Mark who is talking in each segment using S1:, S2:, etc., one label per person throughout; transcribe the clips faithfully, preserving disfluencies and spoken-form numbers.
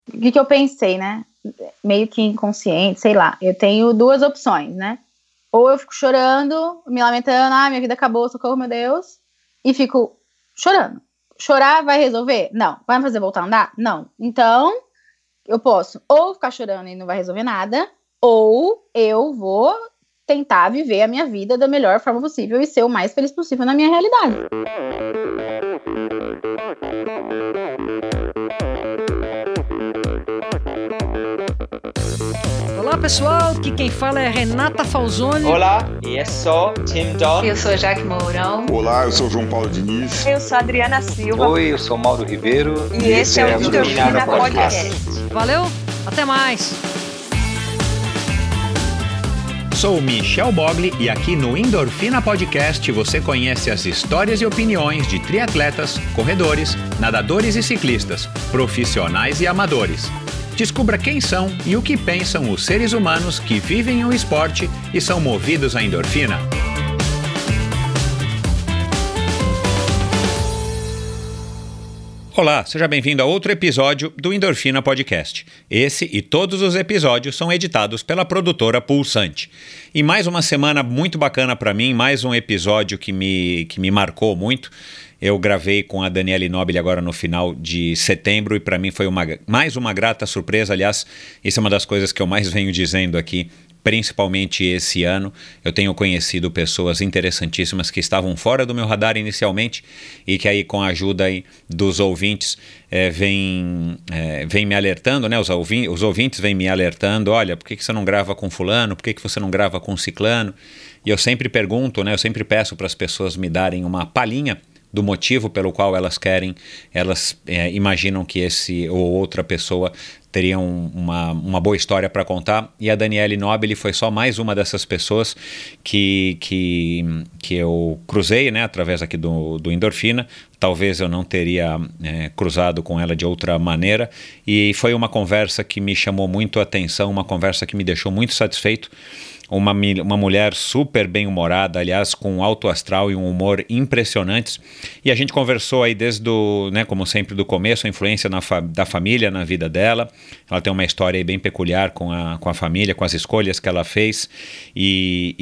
S1: o que, que eu pensei, né? Meio que inconsciente, sei lá. Eu tenho duas opções, né? Ou eu fico chorando, me lamentando, ah, minha vida acabou, socorro, meu Deus. E fico chorando. Chorar vai resolver? Não. Vai me fazer voltar a andar? Não. Então, eu posso ou ficar chorando e não vai resolver nada, ou eu vou tentar viver a minha vida da melhor forma possível e ser o mais feliz possível na minha realidade.
S2: Olá pessoal, aqui quem fala é Renata Falzoni.
S3: Olá, eu sou Tim Don.
S4: Eu sou Jaque Mourão.
S5: Olá, eu sou João Paulo Diniz.
S6: Eu sou Adriana Silva.
S7: Oi, eu sou Mauro Ribeiro.
S6: E, e esse é o Endorfina Podcast.
S2: Valeu, até mais.
S8: Sou Michel Bogli e aqui no Endorfina Podcast você conhece as histórias e opiniões de triatletas, corredores, nadadores e ciclistas, profissionais e amadores. Descubra quem são e o que pensam os seres humanos que vivem o esporte e são movidos à endorfina. Olá, seja bem-vindo a outro episódio do Endorfina Podcast. Esse e todos os episódios são editados pela produtora Pulsante. E mais uma semana muito bacana para mim, mais um episódio que me, que me marcou muito. Eu gravei com a Daniele Nobili agora no final de setembro e para mim foi uma, mais uma grata surpresa. Aliás, isso é uma das coisas que eu mais venho dizendo aqui, principalmente esse ano. Eu tenho conhecido pessoas interessantíssimas que estavam fora do meu radar inicialmente e que aí com a ajuda aí dos ouvintes é, vem, é, vem me alertando, né? Os, ouvi- os ouvintes vêm me alertando, olha, por que, que você não grava com fulano? Por que, que você não grava com ciclano? E eu sempre pergunto, né? Eu sempre peço para as pessoas me darem uma palhinha do motivo pelo qual elas querem, elas é, imaginam que esse ou outra pessoa teriam uma, uma boa história para contar, e a Daniele Nobili foi só mais uma dessas pessoas que, que, que eu cruzei, né, através aqui do, do Endorfina. Talvez eu não teria é, cruzado com ela de outra maneira, e foi uma conversa que me chamou muito a atenção, uma conversa que me deixou muito satisfeito. Uma, uma mulher super bem-humorada, aliás, com um alto astral e um humor impressionantes. E a gente conversou aí desde, do, né, como sempre, do começo, a influência na fa- da família na vida dela. Ela tem uma história aí bem peculiar com a, com a família, com as escolhas que ela fez e,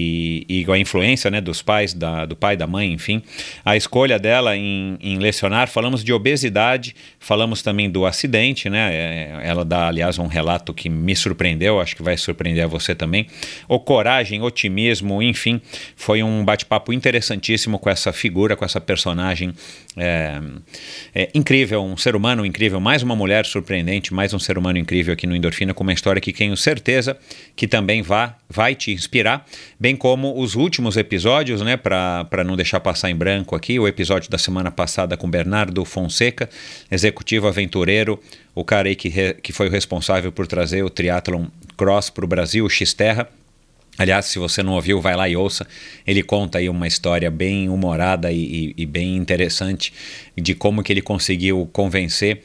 S8: e, e a influência, né, dos pais, da, do pai, da mãe, enfim. A escolha dela em, em lecionar. Falamos de obesidade, falamos também do acidente, né? Ela dá, aliás, um relato que me surpreendeu, acho que vai surpreender a você também. O coragem, otimismo, enfim, foi um bate-papo interessantíssimo com essa figura, com essa personagem é, é, incrível, um ser humano incrível, mais uma mulher surpreendente, mais um ser humano incrível aqui no Endorfina, com uma história que tenho certeza que também vai, vai te inspirar, bem como os últimos episódios, né, para não deixar passar em branco aqui, o episódio da semana passada com Bernardo Fonseca, executivo aventureiro, o cara aí que, re, que foi o responsável por trazer o triatlon cross para o Brasil, o Xterra. Aliás, se você não ouviu, vai lá e ouça. Ele conta aí uma história bem humorada e, e, e bem interessante de como que ele conseguiu convencer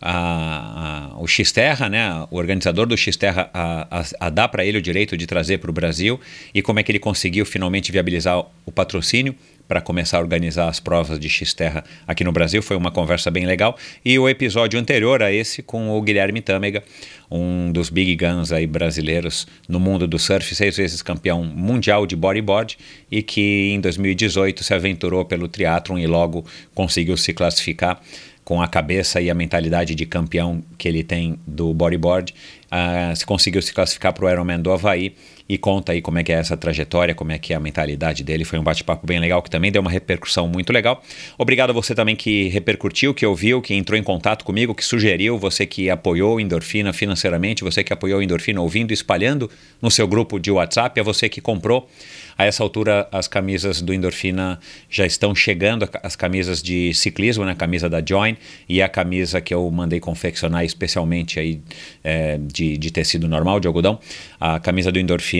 S8: a, a, o Xterra, né, o organizador do Xterra, a, a, a dar para ele o direito de trazer para o Brasil e como é que ele conseguiu finalmente viabilizar o, o patrocínio para começar a organizar as provas de Xterra aqui no Brasil. Foi uma conversa bem legal. E o episódio anterior a esse com o Guilherme Tâmega, um dos big guns aí brasileiros no mundo do surf, seis vezes campeão mundial de bodyboard e que em dois mil e dezoito se aventurou pelo triatlon e logo conseguiu se classificar com a cabeça e a mentalidade de campeão que ele tem do bodyboard, uh, se conseguiu se classificar para o Ironman do Havaí e conta aí como é que é essa trajetória, como é que é a mentalidade dele. Foi um bate-papo bem legal que também deu uma repercussão muito legal. Obrigado a você também que repercutiu, que ouviu, que entrou em contato comigo, que sugeriu, você que apoiou o Endorfina financeiramente, você que apoiou o Endorfina ouvindo e espalhando no seu grupo de WhatsApp, a você que comprou. A essa altura as camisas do Endorfina já estão chegando, as camisas de ciclismo, né? A camisa da Join e a camisa que eu mandei confeccionar especialmente aí, é, de, de tecido normal, de algodão. A camisa do Endorfina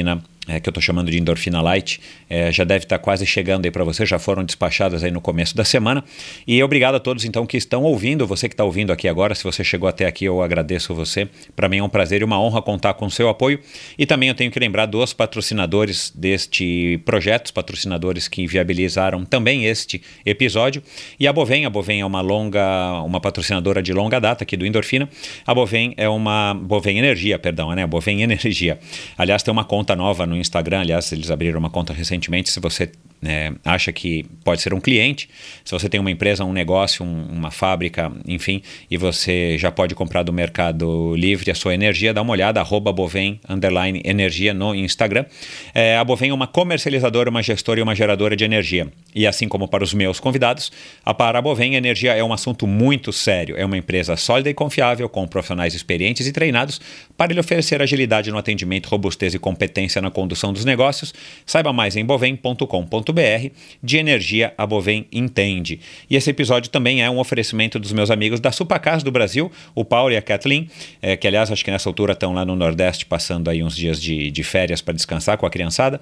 S8: É, que eu estou chamando de Endorfina Light, é, já deve estar quase chegando aí para você, já foram despachadas aí no começo da semana. E obrigado a todos então que estão ouvindo, você que está ouvindo aqui agora, se você chegou até aqui eu agradeço você, para mim é um prazer e uma honra contar com o seu apoio. E também eu tenho que lembrar dos patrocinadores deste projeto, os patrocinadores que viabilizaram também este episódio. E a Bovem, a Bovem é uma longa, uma patrocinadora de longa data aqui do Endorfina. A Bovem é uma, Bovem Energia, perdão, né? Bovem Energia. Aliás, tem uma conta nova no no Instagram, aliás, eles abriram uma conta recentemente, se você é, acha que pode ser um cliente, se você tem uma empresa, um negócio, um, uma fábrica, enfim, e você já pode comprar do Mercado Livre a sua energia, dá uma olhada, arroba Bovem, underline, energia no Instagram. É, a Bovem é uma comercializadora, uma gestora e uma geradora de energia. E assim como para os meus convidados, a para a Bovem, energia é um assunto muito sério. É uma empresa sólida e confiável, com profissionais experientes e treinados para lhe oferecer agilidade no atendimento, robustez e competência na condução dos negócios. Saiba mais em bovem ponto com ponto b r. De energia, a Bovem entende. E esse episódio também é um oferecimento dos meus amigos da Supacaz do Brasil, o Paulo e a Kathleen, é, que aliás acho que nessa altura estão lá no Nordeste passando aí uns dias de, de férias para descansar com a criançada.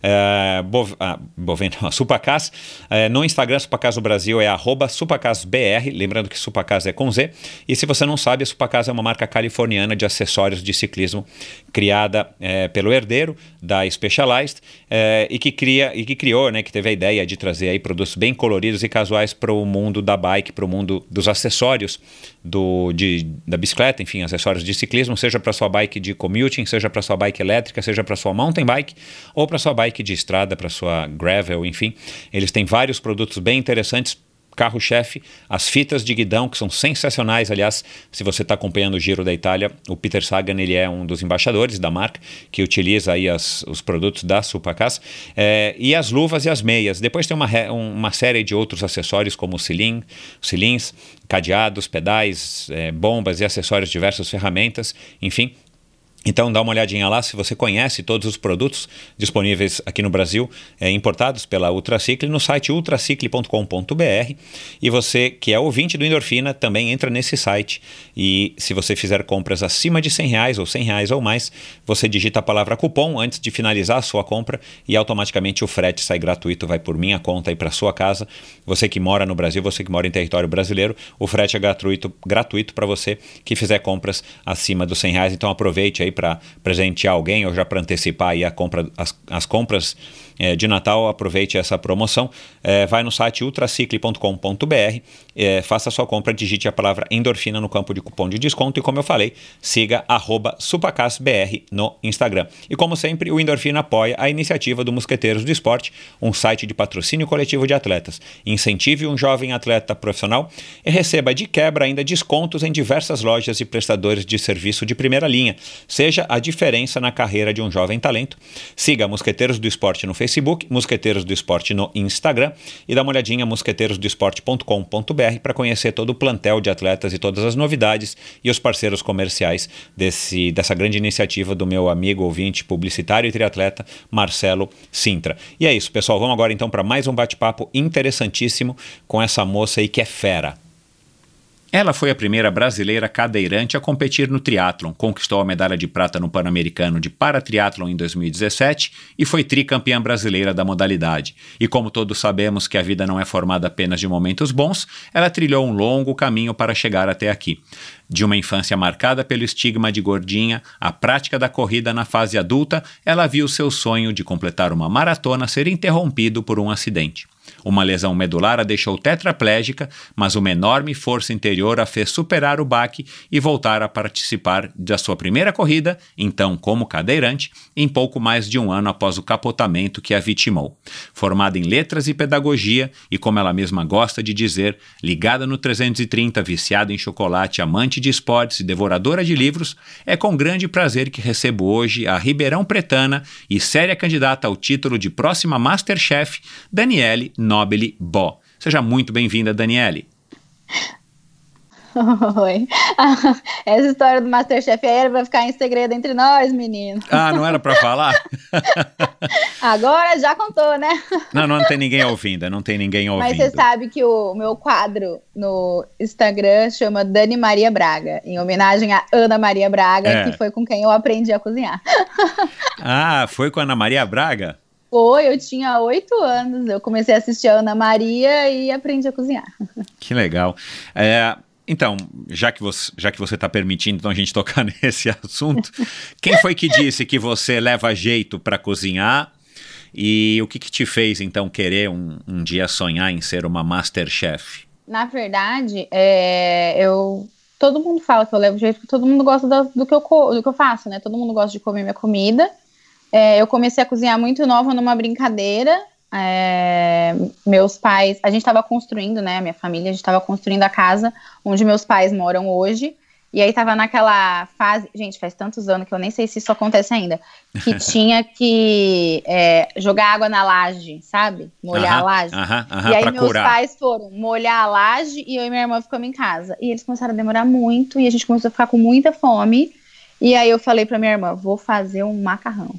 S8: É, Bov, ah, Bovem, não, a Supacaz. É, no Instagram, Supacaz do Brasil é arroba supacazbr, lembrando que Supacaz é com Z. E se você não sabe, a Supacaz é uma marca californiana de acessórios de ciclismo criada é, pelo herdeiro da Specialized é, e, que cria, e que criou, né, que teve a ideia de trazer aí produtos bem coloridos e casuais para o mundo da bike, para o mundo dos acessórios do, de, da bicicleta, enfim, acessórios de ciclismo, seja para sua bike de commuting, seja para sua bike elétrica, seja para sua mountain bike ou para sua bike de estrada, para sua gravel, enfim. Eles têm vários produtos bem interessantes. Carro-chefe, as fitas de guidão, que são sensacionais. Aliás, se você está acompanhando o Giro da Itália, o Peter Sagan, ele é um dos embaixadores da marca, que utiliza aí as, os produtos da Supacaz, é, e as luvas e as meias. Depois tem uma, uma série de outros acessórios, como o cilim, cilins, cadeados, pedais, é, bombas e acessórios, diversas ferramentas, enfim. Então dá uma olhadinha lá se você conhece todos os produtos disponíveis aqui no Brasil, é, importados pela Ultracicle, no site ultracicle ponto com ponto b r. E você que é ouvinte do Endorfina também entra nesse site e se você fizer compras acima de cem reais ou cem reais ou mais, você digita a palavra cupom antes de finalizar a sua compra e automaticamente o frete sai gratuito, vai por minha conta e para sua casa. Você que mora no Brasil, você que mora em território brasileiro, o frete é gratuito, gratuito para você que fizer compras acima dos cem reais. Então aproveite aí para presentear alguém ou já para antecipar aí a compra, as, as compras é, de Natal, aproveite essa promoção. É, vai no site ultracicle ponto com ponto b r, é, faça a sua compra, digite a palavra endorfina no campo de cupom de desconto e, como eu falei, siga arroba supacazbr no Instagram. E como sempre, o Endorfina apoia a iniciativa do Mosqueteiros do Esporte, um site de patrocínio coletivo de atletas. Incentive um jovem atleta profissional e receba de quebra ainda descontos em diversas lojas e prestadores de serviço de primeira linha. Seja a diferença na carreira de um jovem talento. Siga Mosqueteiros do Esporte no Facebook, Mosqueteiros do Esporte no Instagram e dá uma olhadinha mosqueteiros do esporte ponto com ponto b r para conhecer todo o plantel de atletas e todas as novidades e os parceiros comerciais desse, dessa grande iniciativa do meu amigo ouvinte publicitário e triatleta Marcelo Sintra. E é isso, pessoal. Vamos agora então para mais um bate-papo interessantíssimo com essa moça aí que é fera. Ela foi a primeira brasileira cadeirante a competir no triatlon, conquistou a medalha de prata no Pan-Americano de Paratriatlon em dois mil e dezessete e foi tricampeã brasileira da modalidade. E como todos sabemos que a vida não é formada apenas de momentos bons, ela trilhou um longo caminho para chegar até aqui. De uma infância marcada pelo estigma de gordinha, à prática da corrida na fase adulta, ela viu seu sonho de completar uma maratona ser interrompido por um acidente. Uma lesão medular a deixou tetraplégica, mas uma enorme força interior a fez superar o baque e voltar a participar da sua primeira corrida, então como cadeirante, em pouco mais de um ano após o capotamento que a vitimou. Formada em letras e pedagogia e, como ela mesma gosta de dizer, ligada no trezentos e trinta, viciada em chocolate, amante de esportes e devoradora de livros, é com grande prazer que recebo hoje a ribeirão pretana e séria candidata ao título de próxima Masterchef, Daniele Nobili Bó. Seja muito bem-vinda, Daniele.
S1: Oi. Essa história do Masterchef aí vai ficar em segredo entre nós, meninos.
S8: Ah, não era pra falar?
S1: Agora já contou, né?
S8: Não, não tem ninguém ouvindo, não tem ninguém ouvindo.
S1: Mas você sabe que o meu quadro no Instagram chama Dani Maria Braga, em homenagem a Ana Maria Braga,
S8: É.
S1: que foi com quem eu aprendi a cozinhar.
S8: Ah, foi com a Ana Maria Braga?
S1: Foi, eu tinha oito anos, eu comecei a assistir a Ana Maria e aprendi a cozinhar.
S8: Que legal. É, então, já que você já que você está permitindo então, a gente tocar nesse assunto, quem foi que disse que você leva jeito para cozinhar e o que, que te fez então querer um, um dia sonhar em ser uma Masterchef?
S1: Na verdade, é, eu, todo mundo fala que eu levo jeito, porque todo mundo gosta do, do, que eu, co- do que eu faço, né? Todo mundo gosta de comer minha comida. É, eu comecei a cozinhar muito nova numa brincadeira. É, meus pais, a gente estava construindo, né? Minha família, a gente estava construindo a casa onde meus pais moram hoje. E aí tava naquela fase, gente, faz tantos anos que eu nem sei se isso acontece ainda, que tinha que é, jogar água na laje, sabe? Molhar
S8: Aham,
S1: a laje.
S8: aham, aham,
S1: E aí
S8: pra
S1: meus
S8: curar.
S1: pais foram molhar a laje e eu e minha irmã ficamos em casa. E eles começaram a demorar muito e a gente começou a ficar com muita fome. E aí eu falei pra minha irmã, vou fazer um macarrão.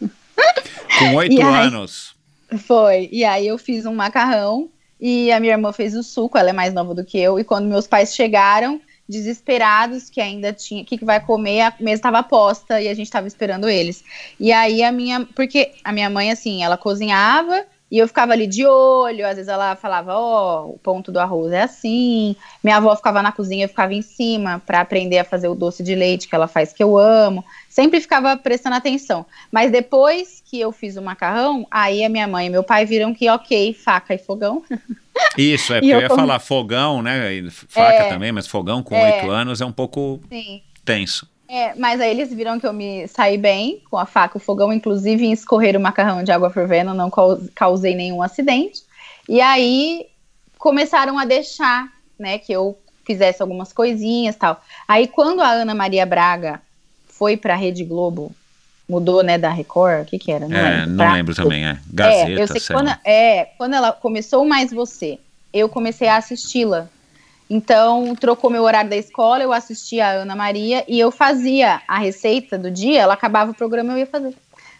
S8: Com oito
S1: E aí-
S8: anos.
S1: Foi. E aí eu fiz um macarrão e a minha irmã fez o suco, ela é mais nova do que eu. E quando meus pais chegaram, desesperados, que ainda tinha, o que, que vai comer, a mesa estava posta e a gente estava esperando eles. E aí a minha, porque a minha mãe, assim, ela cozinhava e eu ficava ali de olho, às vezes ela falava, ó, o ponto do arroz é assim. Minha avó ficava na cozinha, eu ficava em cima para aprender a fazer o doce de leite que ela faz, que eu amo. Sempre ficava prestando atenção. Mas depois que eu fiz o macarrão, aí a minha mãe e meu pai viram que, ok, faca e fogão.
S8: Isso, é
S1: E
S8: porque eu,
S1: eu
S8: ia
S1: come-
S8: falar fogão, né? e Faca
S1: É.
S8: também, mas fogão com
S1: É.
S8: oito anos é um pouco
S1: Sim.
S8: tenso.
S1: É, mas aí eles viram que eu me saí bem com a faca e o fogão, inclusive em escorrer o macarrão de água fervendo, não cau- causei nenhum acidente. E aí começaram a deixar, né, que eu fizesse algumas coisinhas e tal. Aí quando a Ana Maria Braga foi pra Rede Globo, mudou, né, da Record, o que que era? Não
S8: É,
S1: lembro.
S8: não
S1: Pra-
S8: lembro também, é.
S1: É,
S8: Gazeta,
S1: eu sei que
S8: sei
S1: quando,
S8: lá.
S1: é, quando ela começou o Mais Você, eu comecei a assisti-la. Então, trocou meu horário da escola, eu assistia a Ana Maria e eu fazia a receita do dia, ela acabava o programa, eu ia fazer.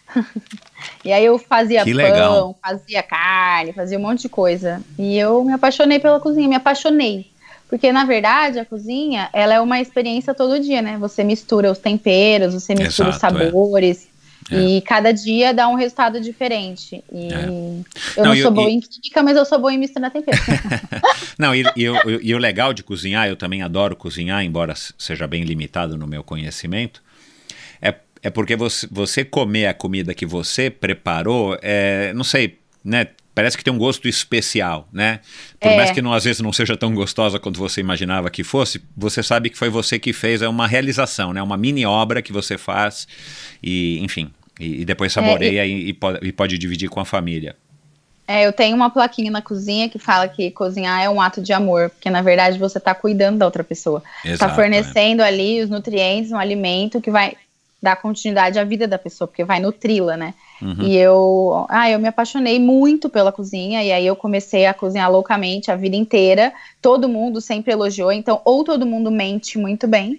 S1: E aí eu fazia
S8: Que
S1: pão,
S8: legal.
S1: fazia carne, fazia um monte de coisa. E eu me apaixonei pela cozinha, me apaixonei. Porque, na verdade, a cozinha, ela é uma experiência todo dia, né? Você mistura os temperos, você mistura
S8: Exato,
S1: os
S8: é.
S1: sabores.
S8: É.
S1: E cada dia dá um resultado diferente. E
S8: É.
S1: eu
S8: Não,
S1: não
S8: e-
S1: sou boa
S8: e-
S1: em química, mas eu sou boa em misturar tempero.
S8: Não, e, e, o- e o legal de cozinhar, eu também adoro cozinhar, embora seja bem limitado no meu conhecimento, é, é porque você, você comer a comida que você preparou, é, não sei, né? Parece que tem um gosto especial, né? Por
S1: É.
S8: mais que não, às vezes não seja tão gostosa quanto você imaginava que fosse, você sabe que foi você que fez, é uma realização, né? Uma mini obra que você faz e, enfim, e, e depois saboreia e, e pode, e pode dividir com a família.
S1: É, eu tenho uma plaquinha na cozinha que fala que cozinhar é um ato de amor, porque na verdade você tá cuidando da outra pessoa.
S8: Exato,
S1: Tá fornecendo ali os nutrientes, um alimento que vai dar continuidade à vida da pessoa, porque vai nutri-la, né?
S8: Uhum.
S1: E eu, ah, eu me apaixonei muito pela cozinha, e aí eu comecei a cozinhar loucamente a vida inteira. Todo mundo sempre elogiou, então ou todo mundo mente muito bem,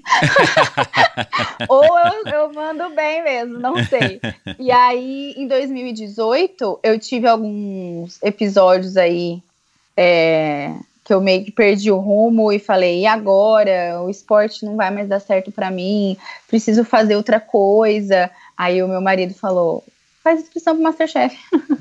S1: ou eu, eu mando bem mesmo, não sei. E aí, em dois mil e dezoito, eu tive alguns episódios aí é, que eu meio que perdi o rumo e falei, e agora? O esporte não vai mais dar certo pra mim, preciso fazer outra coisa. Aí o meu marido falou, faz inscrição pro Masterchef.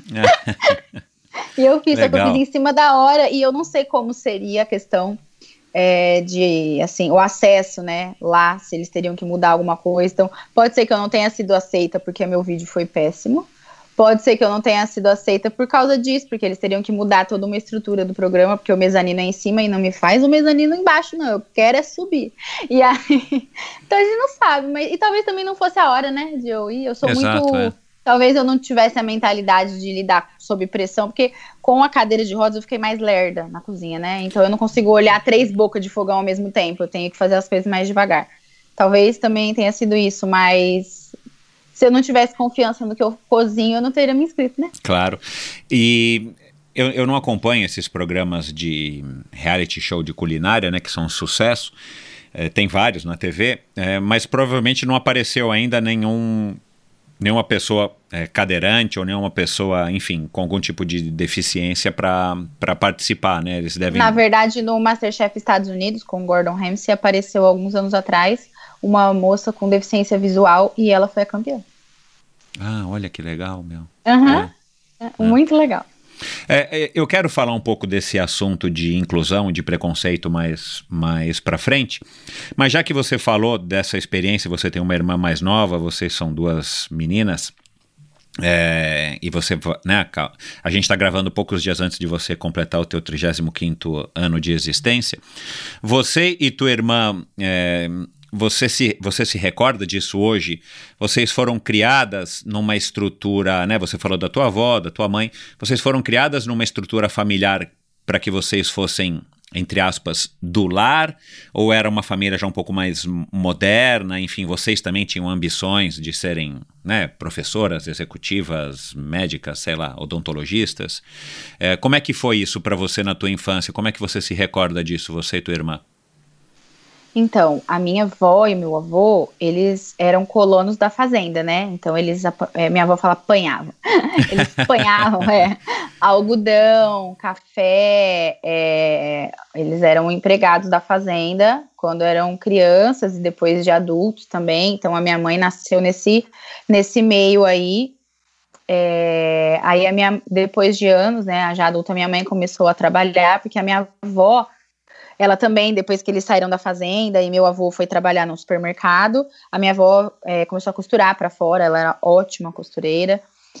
S1: E eu fiz, só que eu
S8: Legal.
S1: fiz em cima da hora, e eu não sei como seria a questão é, de, assim, o acesso, né, lá, se eles teriam que mudar alguma coisa. Então, pode ser que eu não tenha sido aceita porque meu vídeo foi péssimo. Pode ser que eu não tenha sido aceita por causa disso, porque eles teriam que mudar toda uma estrutura do programa, porque o mezanino é em cima e não me faz o mezanino embaixo, não. Eu quero é subir. E aí, então a gente não sabe, mas e talvez também não fosse a hora, né, de eu ir. Eu sou
S8: Exato,
S1: muito...
S8: é.
S1: Talvez eu não tivesse a mentalidade de lidar sob pressão, porque com a cadeira de rodas eu fiquei mais lerda na cozinha, né? Então eu não consigo olhar três bocas de fogão ao mesmo tempo, eu tenho que fazer as coisas mais devagar. Talvez também tenha sido isso, mas se eu não tivesse confiança no que eu cozinho, eu não teria me inscrito, né?
S8: Claro. E eu, eu não acompanho esses programas de reality show de culinária, né, que são um sucesso. É, tem vários na T V, é, mas provavelmente não apareceu ainda nenhum, nenhuma pessoa é, cadeirante ou nenhuma pessoa, enfim, com algum tipo de deficiência para participar, né? Eles devem...
S1: Na verdade, no MasterChef Estados Unidos, com Gordon Ramsay, apareceu alguns anos atrás uma moça com deficiência visual e ela foi a campeã.
S8: Ah, olha que legal, meu.
S1: Uhum.
S8: É.
S1: É, muito legal.
S8: É, eu quero falar um pouco desse assunto de inclusão e de preconceito mais, mais para frente, mas já que você falou dessa experiência, você tem uma irmã mais nova, vocês são duas meninas, é, e você, né, a gente está gravando poucos dias antes de você completar o teu trigésimo quinto ano de existência, você e tua irmã... É, Você se, você se recorda disso hoje? Vocês foram criadas numa estrutura, né? Você falou da tua avó, da tua mãe. Vocês foram criadas numa estrutura familiar para que vocês fossem, entre aspas, do lar? Ou era uma família já um pouco mais moderna? Enfim, vocês também tinham ambições de serem, né, professoras, executivas, médicas, sei lá, odontologistas? É, como é que foi isso para você na tua infância? Como é que você se recorda disso, você e tua irmã?
S1: Então, a minha avó e meu avô, eles eram colonos da fazenda, né? Então, eles, é, minha avó fala apanhavam. Eles apanhavam, é, algodão, café, é, eles eram empregados da fazenda quando eram crianças e depois de adultos também. Então, a minha mãe nasceu nesse, nesse meio aí. É, aí, a minha, depois de anos, né, já adulta, minha mãe começou a trabalhar, porque a minha avó... Ela também, depois que eles saíram da fazenda e meu avô foi trabalhar no supermercado, a minha avó é, começou a costurar para fora, ela era ótima costureira.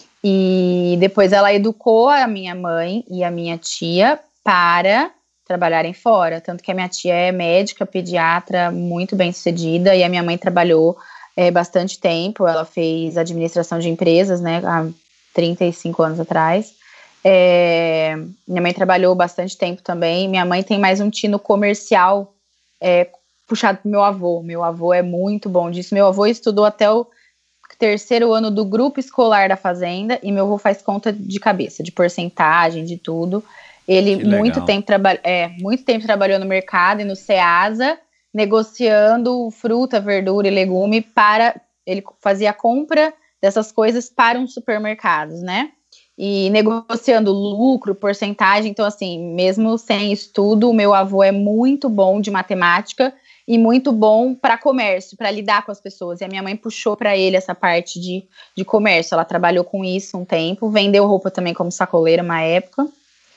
S1: E depois ela educou a minha mãe e a minha tia para trabalharem fora. Tanto que a minha tia é médica, pediatra, muito bem sucedida, e a minha mãe trabalhou é, bastante tempo. Ela fez administração de empresas, né, há trinta e cinco anos atrás. É, minha mãe trabalhou bastante tempo também. Minha mãe tem mais um tino comercial é, puxado pro meu avô. Meu avô é muito bom disso. Meu avô estudou até o terceiro ano do grupo escolar da fazenda e meu avô faz conta de cabeça, de porcentagem, de tudo. Ele muito tempo, traba- é, muito tempo trabalhou no mercado e no Ceasa, negociando fruta, verdura e legume para... Ele fazia a compra dessas coisas para uns supermercados, né? E negociando lucro, porcentagem. Então, assim, mesmo sem estudo, o meu avô é muito bom de matemática e muito bom para comércio, para lidar com as pessoas. E a minha mãe puxou para ele essa parte de, de comércio. Ela trabalhou com isso um tempo, vendeu roupa também como sacoleira uma época.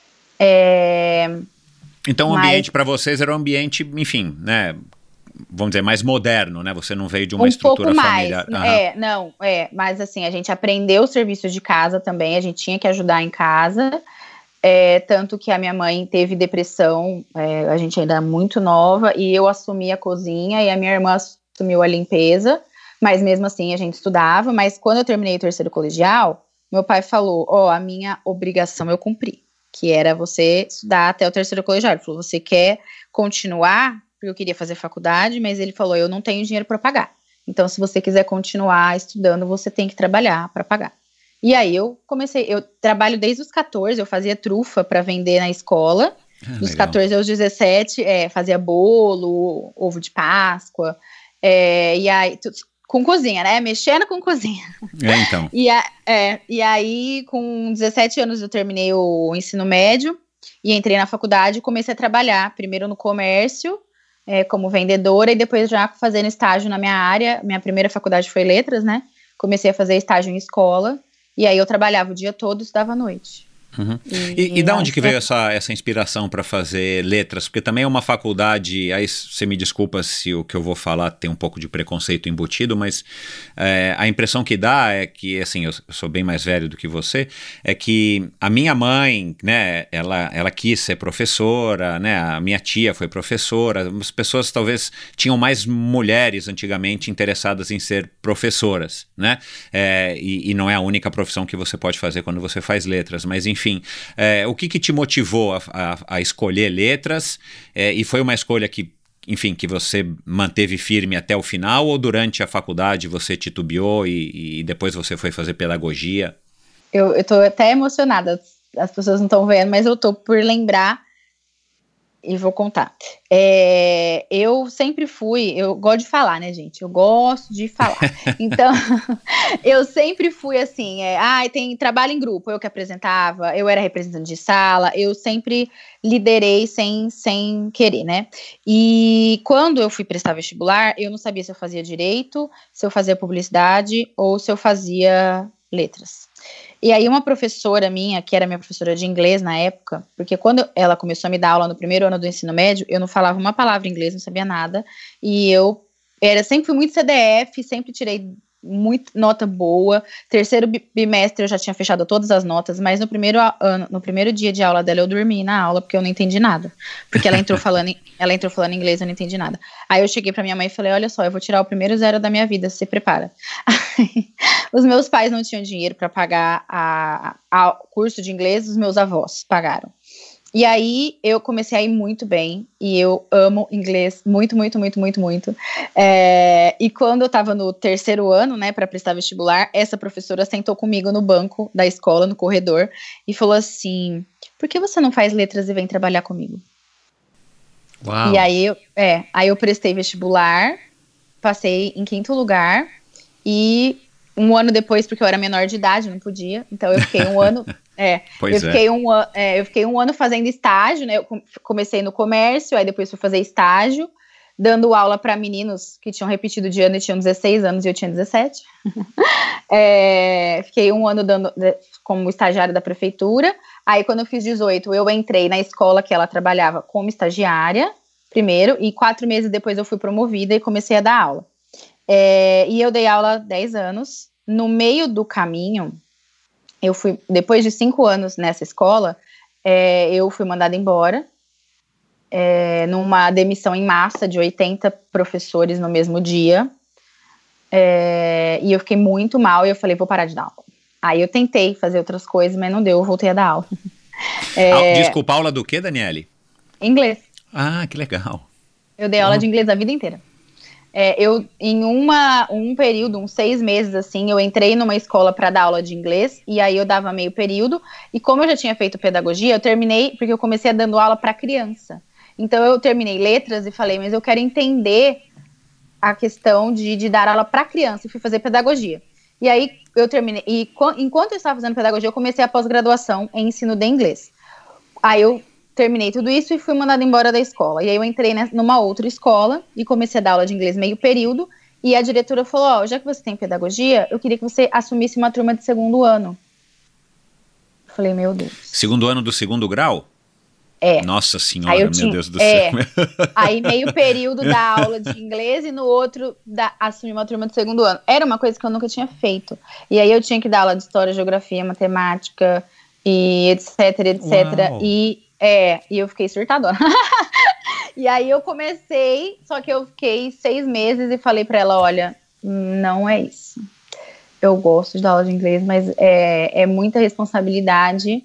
S1: É...
S8: Então, o
S1: Mas...
S8: ambiente para vocês era um ambiente, enfim, né? Vamos dizer, mais moderno, né? Você não veio de uma
S1: um
S8: estrutura
S1: pouco
S8: familiar.
S1: mais,
S8: Uhum.
S1: é, não, é, mas assim, a gente aprendeu o serviço de casa também, a gente tinha que ajudar em casa, é, tanto que a minha mãe teve depressão, é, a gente ainda é muito nova, e eu assumi a cozinha, e a minha irmã assumiu a limpeza, mas mesmo assim a gente estudava, mas quando eu terminei o terceiro colegial, meu pai falou, ó, oh, a minha obrigação eu cumpri, que era você estudar até o terceiro colegial. Ele falou, você quer continuar? Porque eu queria fazer faculdade, mas ele falou, eu não tenho dinheiro para pagar. Então, se você quiser continuar estudando, você tem que trabalhar para pagar. E aí eu comecei, eu trabalho desde os catorze, eu fazia trufa para vender na escola. Ah, dos legal. catorze aos dezessete, é, fazia bolo, ovo de Páscoa, é, e aí, tu, com cozinha, né? Mexendo com cozinha.
S8: É, então.
S1: E, a, é, e aí, com dezessete anos, eu terminei o ensino médio e entrei na faculdade e comecei a trabalhar, primeiro no comércio, É, como vendedora, e depois já fazendo estágio na minha área. Minha primeira faculdade foi letras, né? Comecei a fazer estágio em escola, e aí eu trabalhava o dia todo e estudava à noite.
S8: Uhum. E, e, e da onde que veio essa, essa inspiração para fazer letras? Porque também é uma faculdade, aí você me desculpa se o que eu vou falar tem um pouco de preconceito embutido, mas é, a impressão que dá é que, assim, eu sou bem mais velho do que você, é que a minha mãe, né, ela, ela quis ser professora, né, a minha tia foi professora, as pessoas talvez tinham mais mulheres antigamente interessadas em ser professoras, né, é, e, e não é a única profissão que você pode fazer quando você faz letras, mas enfim, Enfim, é, o que que te motivou a, a, a escolher letras, é, e foi uma escolha que, enfim, que você manteve firme até o final, ou durante a faculdade você titubeou e, e depois você foi fazer pedagogia?
S1: Eu, eu tô até emocionada as pessoas não estão vendo, mas eu tô por lembrar e vou contar. É, eu sempre fui, eu gosto de falar, né, gente? Eu gosto de falar. Então, eu sempre fui assim, é, ah, tem trabalho em grupo, eu que apresentava, eu era representante de sala, eu sempre liderei sem, sem querer, né? E quando eu fui prestar vestibular, eu não sabia se eu fazia direito, se eu fazia publicidade ou se eu fazia letras. E aí uma professora minha, que era minha professora de inglês na época, porque quando ela começou a me dar aula no primeiro ano do ensino médio, eu não falava uma palavra em inglês, não sabia nada, e eu era, sempre fui muito C D F, sempre tirei muito nota boa. Terceiro bimestre eu já tinha fechado todas as notas, mas no primeiro ano, no primeiro dia de aula dela eu dormi na aula porque eu não entendi nada, porque ela entrou falando, ela entrou falando inglês, eu não entendi nada. Aí eu cheguei pra minha mãe e falei, olha só, eu vou tirar o primeiro zero da minha vida, se prepara. Aí, os meus pais não tinham dinheiro para pagar a, a, o curso de inglês, os meus avós pagaram. E aí eu comecei a ir muito bem, e eu amo inglês muito, muito, muito, muito, muito. É, e quando eu tava no terceiro ano, né, para prestar vestibular, essa professora sentou comigo no banco da escola, no corredor, e falou assim, por que você não faz letras e vem trabalhar comigo?
S8: Uau.
S1: E aí eu, é, aí eu prestei vestibular, passei em quinto lugar, e um ano depois, porque eu era menor de idade, não podia, então eu fiquei um ano... É,
S8: pois
S1: eu, fiquei
S8: é.
S1: um, é, eu fiquei um ano fazendo estágio, né? Eu comecei no comércio, aí depois fui fazer estágio, dando aula para meninos que tinham repetido de ano e tinham dezesseis anos e eu tinha dezessete. É, fiquei um ano dando como estagiária da prefeitura. Aí, quando eu fiz dezoito, eu entrei na escola que ela trabalhava como estagiária, primeiro, e quatro meses depois eu fui promovida e comecei a dar aula. É, e eu dei aula há dez anos. No meio do caminho, eu fui, depois de cinco anos nessa escola, é, eu fui mandada embora, é, numa demissão em massa de oitenta professores no mesmo dia, é, e eu fiquei muito mal, e eu falei, vou parar de dar aula. Aí eu tentei fazer outras coisas, mas não deu, eu voltei a dar aula. É,
S8: Desculpa, aula do quê, Daniele?
S1: Inglês.
S8: Ah, que legal.
S1: Eu dei aula uhum. de inglês a vida inteira. É, eu, em uma, um período, uns seis meses, assim, eu entrei numa escola para dar aula de inglês, e aí eu dava meio período, e como eu já tinha feito pedagogia, eu terminei, porque eu comecei dando aula para criança. Então eu terminei letras e falei, mas eu quero entender a questão de, de dar aula para criança, e fui fazer pedagogia. E aí eu terminei, e enquanto eu estava fazendo pedagogia, eu comecei a pós-graduação em ensino de inglês. Aí eu terminei tudo isso e fui mandada embora da escola. E aí eu entrei numa outra escola e comecei a dar aula de inglês meio período. E a diretora falou, ó, oh, já que você tem pedagogia, eu queria que você assumisse uma turma de segundo ano. Eu falei, meu Deus.
S8: Segundo ano do segundo grau?
S1: É.
S8: Nossa senhora, meu
S1: tinha,
S8: Deus do
S1: é,
S8: céu.
S1: Aí meio período da aula de inglês e no outro da, assumir uma turma de segundo ano. Era uma coisa que eu nunca tinha feito. E aí eu tinha que dar aula de história, geografia, matemática e etc, etc.
S8: Uau.
S1: E É, e eu fiquei surtadona. E aí eu comecei, só que eu fiquei seis meses e falei pra ela, olha, não é isso. Eu gosto de dar aula de inglês, mas é, é muita responsabilidade.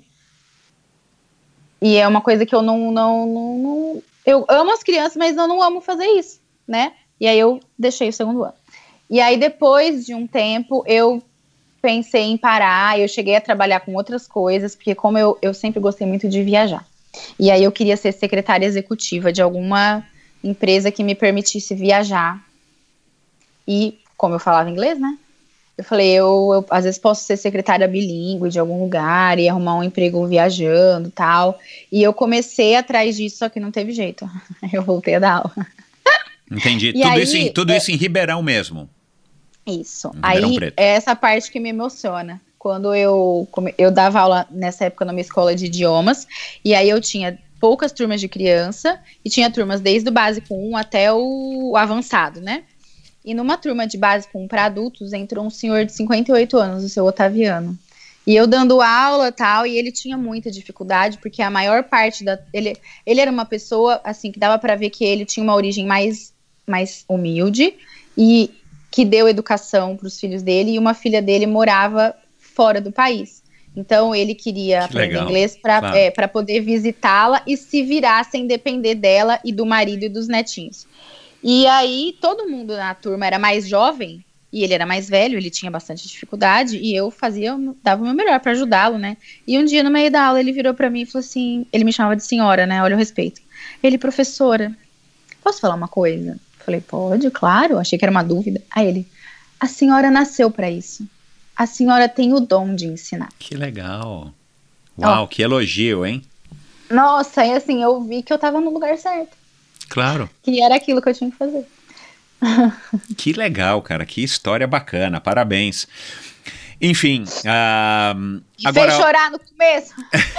S1: E é uma coisa que eu não, não, não, não... Eu amo as crianças, mas eu não amo fazer isso, né? E aí eu deixei o segundo ano. E aí depois de um tempo, eu pensei em parar, eu cheguei a trabalhar com outras coisas, porque como eu, eu sempre gostei muito de viajar. E aí eu queria ser secretária executiva de alguma empresa que me permitisse viajar. E como eu falava inglês, né? Eu falei, eu, eu às vezes posso ser secretária bilíngue de algum lugar e arrumar um emprego viajando e tal. E eu comecei atrás disso, só que não teve jeito. Eu voltei a dar aula.
S8: Entendi.
S1: E
S8: Tudo,
S1: aí,
S8: isso, em, tudo
S1: é...
S8: isso em Ribeirão mesmo?
S1: Isso.
S8: Em
S1: aí
S8: Ribeirão Preto.
S1: É essa parte que me emociona. Quando eu, eu dava aula nessa época numa escola de idiomas, e aí eu tinha poucas turmas de criança, e tinha turmas desde o básico um até o, o avançado, né? E numa turma de básico um para adultos, entrou um senhor de cinquenta e oito anos, o seu Otaviano. E eu dando aula e tal, e ele tinha muita dificuldade, porque a maior parte da... Ele, ele era uma pessoa, assim, que dava para ver que ele tinha uma origem mais, mais humilde, e que deu educação para os filhos dele, e uma filha dele morava fora do país. Então ele queria
S8: que
S1: aprender
S8: legal.
S1: inglês para
S8: Claro.
S1: é, para poder visitá-la e se virar sem depender dela e do marido e dos netinhos. E aí todo mundo na turma era mais jovem, E ele era mais velho, ele tinha bastante dificuldade, e eu fazia, dava o meu melhor pra ajudá-lo, né? E um dia, no meio da aula, ele virou pra mim e falou assim, ele me chamava de senhora, né? Olha o respeito. Ele, professora, posso falar uma coisa? Falei, pode, claro, achei que era uma dúvida. Aí ele, a senhora nasceu pra isso. A senhora tem o dom de ensinar.
S8: Que legal. Uau, oh. Que elogio, hein?
S1: Nossa, e assim, eu vi que eu tava no lugar certo.
S8: Claro.
S1: Que era aquilo que eu tinha que fazer.
S8: Que legal, cara, que história bacana, parabéns. Enfim, uh, agora...
S1: Fez chorar no começo.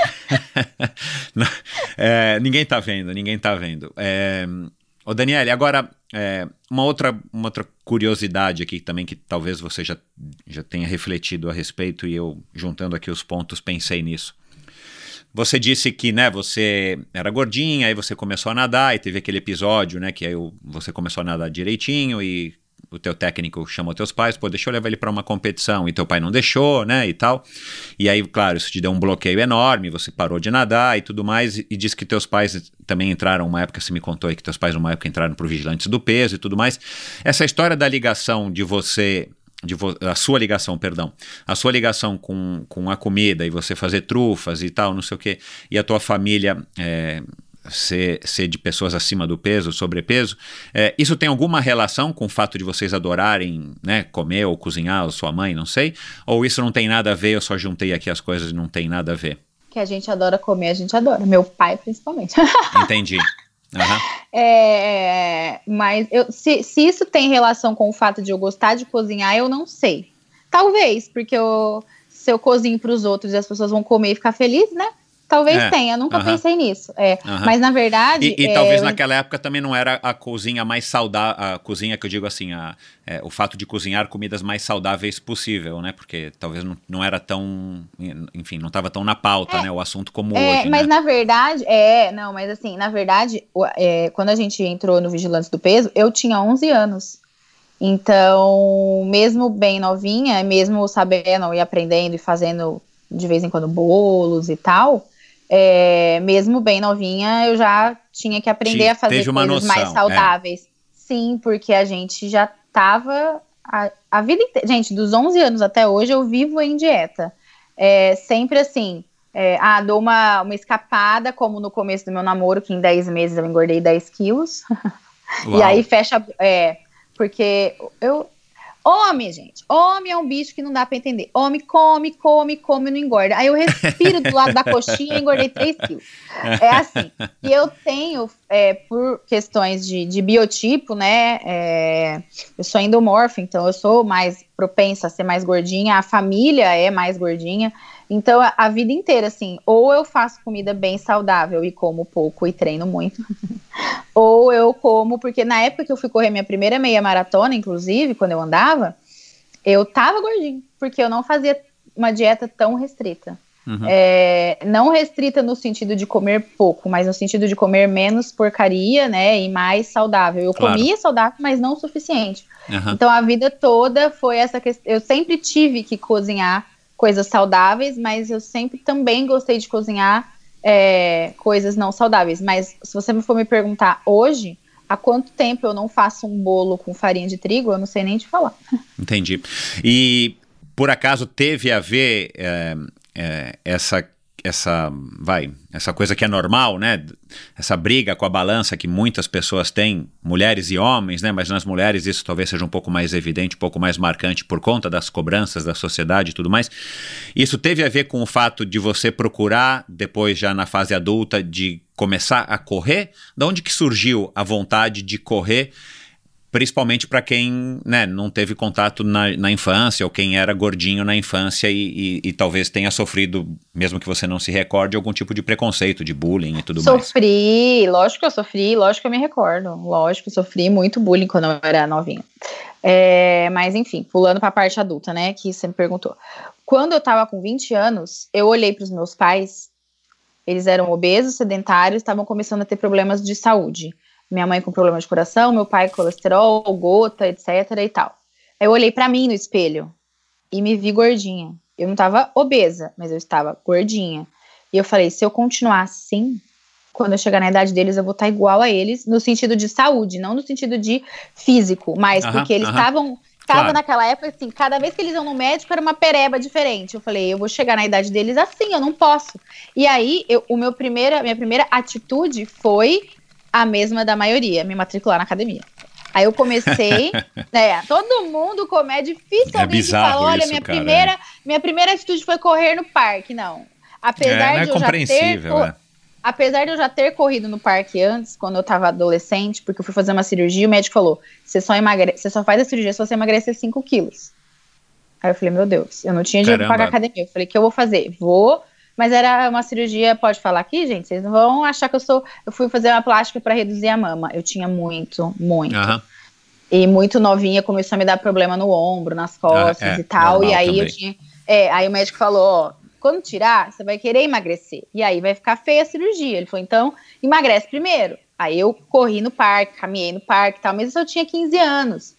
S8: é, ninguém tá vendo, ninguém tá vendo. É, ô Daniele, agora, é, uma, outra, uma outra curiosidade aqui também, que talvez você já, já tenha refletido a respeito, e eu, juntando aqui os pontos, pensei nisso. Você disse que, né, você era gordinha, aí você começou a nadar, e teve aquele episódio, né, que aí você começou a nadar direitinho, e o teu técnico chamou teus pais, pô, deixa eu levar ele para uma competição, e teu pai não deixou, né, e tal. E aí, claro, isso te deu um bloqueio enorme, você parou de nadar e tudo mais, e, e disse que teus pais também entraram, uma época, você me contou aí que teus pais, uma época, entraram pro Vigilantes do Peso e tudo mais. Essa história da ligação de você... De vo- a sua ligação, perdão, a sua ligação com, com a comida e você fazer trufas e tal, não sei o quê, e a tua família é, ser, ser de pessoas acima do peso, sobrepeso, é, isso tem alguma relação com o fato de vocês adorarem, né, comer ou cozinhar, ou sua mãe, não sei, ou isso não tem nada a ver, eu só juntei aqui as coisas e não tem nada a ver?
S1: Que a gente adora comer, a gente adora, meu pai principalmente.
S8: Entendi. Uhum.
S1: É, mas eu, se, se isso tem relação com o fato de eu gostar de cozinhar, eu não sei. Talvez, porque eu, se eu cozinho para os outros e as pessoas vão comer e ficar felizes, né? Talvez é. tenha, eu nunca uhum. pensei nisso. É. Uhum. Mas na verdade...
S8: E, e
S1: é,
S8: talvez
S1: eu...
S8: naquela época também não era a cozinha mais saudável, a cozinha que eu digo assim, a, é, o fato de cozinhar comidas mais saudáveis possível, né? Porque talvez não, não era tão, enfim, não estava tão na pauta, é. né? O assunto como
S1: é,
S8: hoje,
S1: mas
S8: né?
S1: na verdade, é, não, mas assim, na verdade, é, quando a gente entrou no Vigilantes do Peso, eu tinha onze anos. Então, mesmo bem novinha, mesmo sabendo e aprendendo e fazendo de vez em quando bolos e tal... É, mesmo bem novinha, eu já tinha que aprender Te, a fazer coisas noção, mais saudáveis. É. Sim, porque a gente já tava a, a vida inteira. Gente, dos onze anos até hoje eu vivo em dieta. É, sempre assim, é, ah, dou uma, uma escapada, como no começo do meu namoro, que em dez meses eu engordei dez quilos. E aí fecha. É, porque eu. Homem, gente, homem é um bicho que não dá pra entender. Homem come, come, come e não engorda. Aí eu respiro do lado da coxinha e engordei três quilos. É assim. E eu tenho, é, por questões de, de biotipo, né, é, eu sou endomorfa, então eu sou mais propensa a ser mais gordinha, a família é mais gordinha. Então, a, a vida inteira, assim, ou eu faço comida bem saudável e como pouco e treino muito, ou eu como, porque na época que eu fui correr minha primeira meia maratona, inclusive, quando eu andava, eu tava gordinha, porque eu não fazia uma dieta tão restrita. Uhum. É, não restrita no sentido de comer pouco, mas no sentido de comer menos porcaria, né, e mais saudável. Eu claro. comia saudável, mas não o suficiente. Uhum. Então, a vida toda foi essa questão. Eu sempre tive que cozinhar coisas saudáveis, mas eu sempre também gostei de cozinhar é, coisas não saudáveis. Mas se você for me perguntar hoje, há quanto tempo eu não faço um bolo com farinha de trigo, eu não sei nem te falar.
S8: Entendi. E por acaso teve a ver é, é, essa essa vai essa coisa que é normal, né? Essa briga com a balança que muitas pessoas têm, mulheres e homens, né? Mas nas mulheres isso talvez seja um pouco mais evidente, um pouco mais marcante por conta das cobranças da sociedade e tudo mais. Isso teve a ver com o fato de você procurar depois já na fase adulta de começar a correr? De onde que surgiu a vontade de correr? Principalmente para quem, né, não teve contato na, na infância, ou quem era gordinho na infância e, e, e talvez tenha sofrido, mesmo que você não se recorde, algum tipo de preconceito, de bullying e tudo
S1: sofri,
S8: mais.
S1: Sofri, lógico que eu sofri, lógico que eu me recordo, lógico que eu sofri muito bullying quando eu era novinha. É, mas enfim, pulando para a parte adulta, né, que você me perguntou. Quando eu tava com vinte anos, eu olhei para os meus pais, eles eram obesos, sedentários, estavam começando a ter problemas de saúde. Minha mãe com problema de coração, meu pai com colesterol, gota, etc e tal. Aí eu olhei pra mim no espelho e me vi gordinha. Eu não tava obesa, mas eu estava gordinha. E eu falei, se eu continuar assim, quando eu chegar na idade deles, eu vou estar igual a eles, no sentido de saúde, não no sentido de físico, mas uh-huh, porque eles estavam... Uh-huh. Tava
S8: Claro.
S1: naquela época, assim, cada vez que eles iam no médico era uma pereba diferente. Eu falei, eu vou chegar na idade deles assim, eu não posso. E aí, eu, o meu primeira, minha primeira atitude foi a mesma da maioria, me matricular na academia. Aí eu comecei, né, todo mundo come, é difícil
S8: É
S1: alguém que
S8: bizarro
S1: fala, olha,
S8: isso,
S1: minha
S8: cara,
S1: primeira,
S8: é.
S1: minha primeira atitude foi correr no parque. Não, apesar
S8: É, não é
S1: de eu já ter...
S8: compreensível,
S1: co-
S8: é.
S1: Apesar de eu já ter corrido no parque antes, quando eu tava adolescente, porque eu fui fazer uma cirurgia, o médico falou, você só, emagre... você só faz a cirurgia se você emagrecer cinco quilos. Aí eu falei, meu Deus, eu não tinha dinheiro pra
S8: Caramba.
S1: pagar academia. Eu falei, o que eu vou fazer? Vou, mas era uma cirurgia, pode falar aqui, gente? Vocês não vão achar que eu sou... Eu fui fazer uma plástica pra reduzir a mama. Eu tinha muito, muito.
S8: Aham.
S1: E muito novinha, começou a me dar problema no ombro, nas costas
S8: Ah, é,
S1: e tal.
S8: normal
S1: E aí
S8: também.
S1: eu tinha... É, aí o médico falou, ó, quando tirar, você vai querer emagrecer. E aí vai ficar feia a cirurgia. Ele falou, então, emagrece primeiro. Aí eu corri no parque, caminhei no parque e tal, mas eu tinha quinze anos.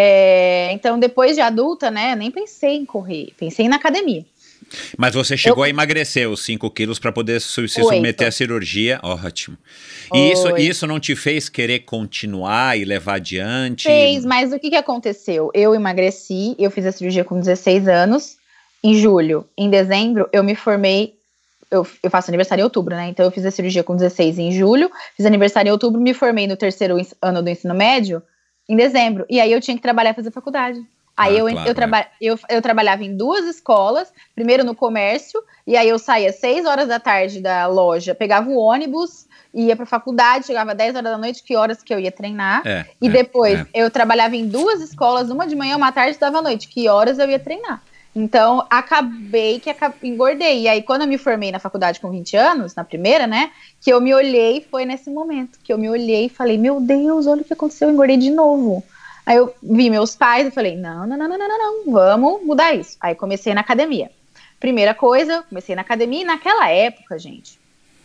S1: É, então, depois de adulta, né, nem pensei em correr, pensei na academia.
S8: Mas você chegou
S1: Eu-
S8: a emagrecer os cinco quilos para poder su- se
S1: Oito.
S8: submeter à cirurgia. Ótimo. E isso,
S1: Oito.
S8: isso não te fez querer continuar e levar adiante?
S1: Fez, mas o que, que aconteceu? Eu emagreci, eu fiz a cirurgia com dezesseis anos, em julho. Em dezembro, eu me formei, eu, eu faço aniversário em outubro, né? Então eu fiz a cirurgia com dezesseis em julho, fiz aniversário em outubro, me formei no terceiro ens- ano do ensino médio em dezembro. E aí eu tinha que trabalhar e fazer faculdade. Aí
S8: Ah,
S1: eu,
S8: claro,
S1: eu, traba eu, eu trabalhava em duas escolas, primeiro no comércio, e aí eu saía seis horas da tarde da loja, pegava o ônibus, ia pra faculdade, chegava dez horas da noite, que horas que eu ia treinar.
S8: É,
S1: E
S8: é,
S1: depois
S8: é.
S1: eu trabalhava em duas escolas, uma de manhã, uma tarde e dava à noite, que horas eu ia treinar. Então, acabei que aca- engordei. E aí, quando eu me formei na faculdade com vinte anos, na primeira, né, que eu me olhei, foi nesse momento, que eu me olhei e falei, meu Deus, olha o que aconteceu, eu engordei de novo. Aí eu vi meus pais e falei, não, não, não, não, não, não, não, vamos mudar isso. Aí comecei na academia. Primeira coisa, comecei na academia e naquela época, gente,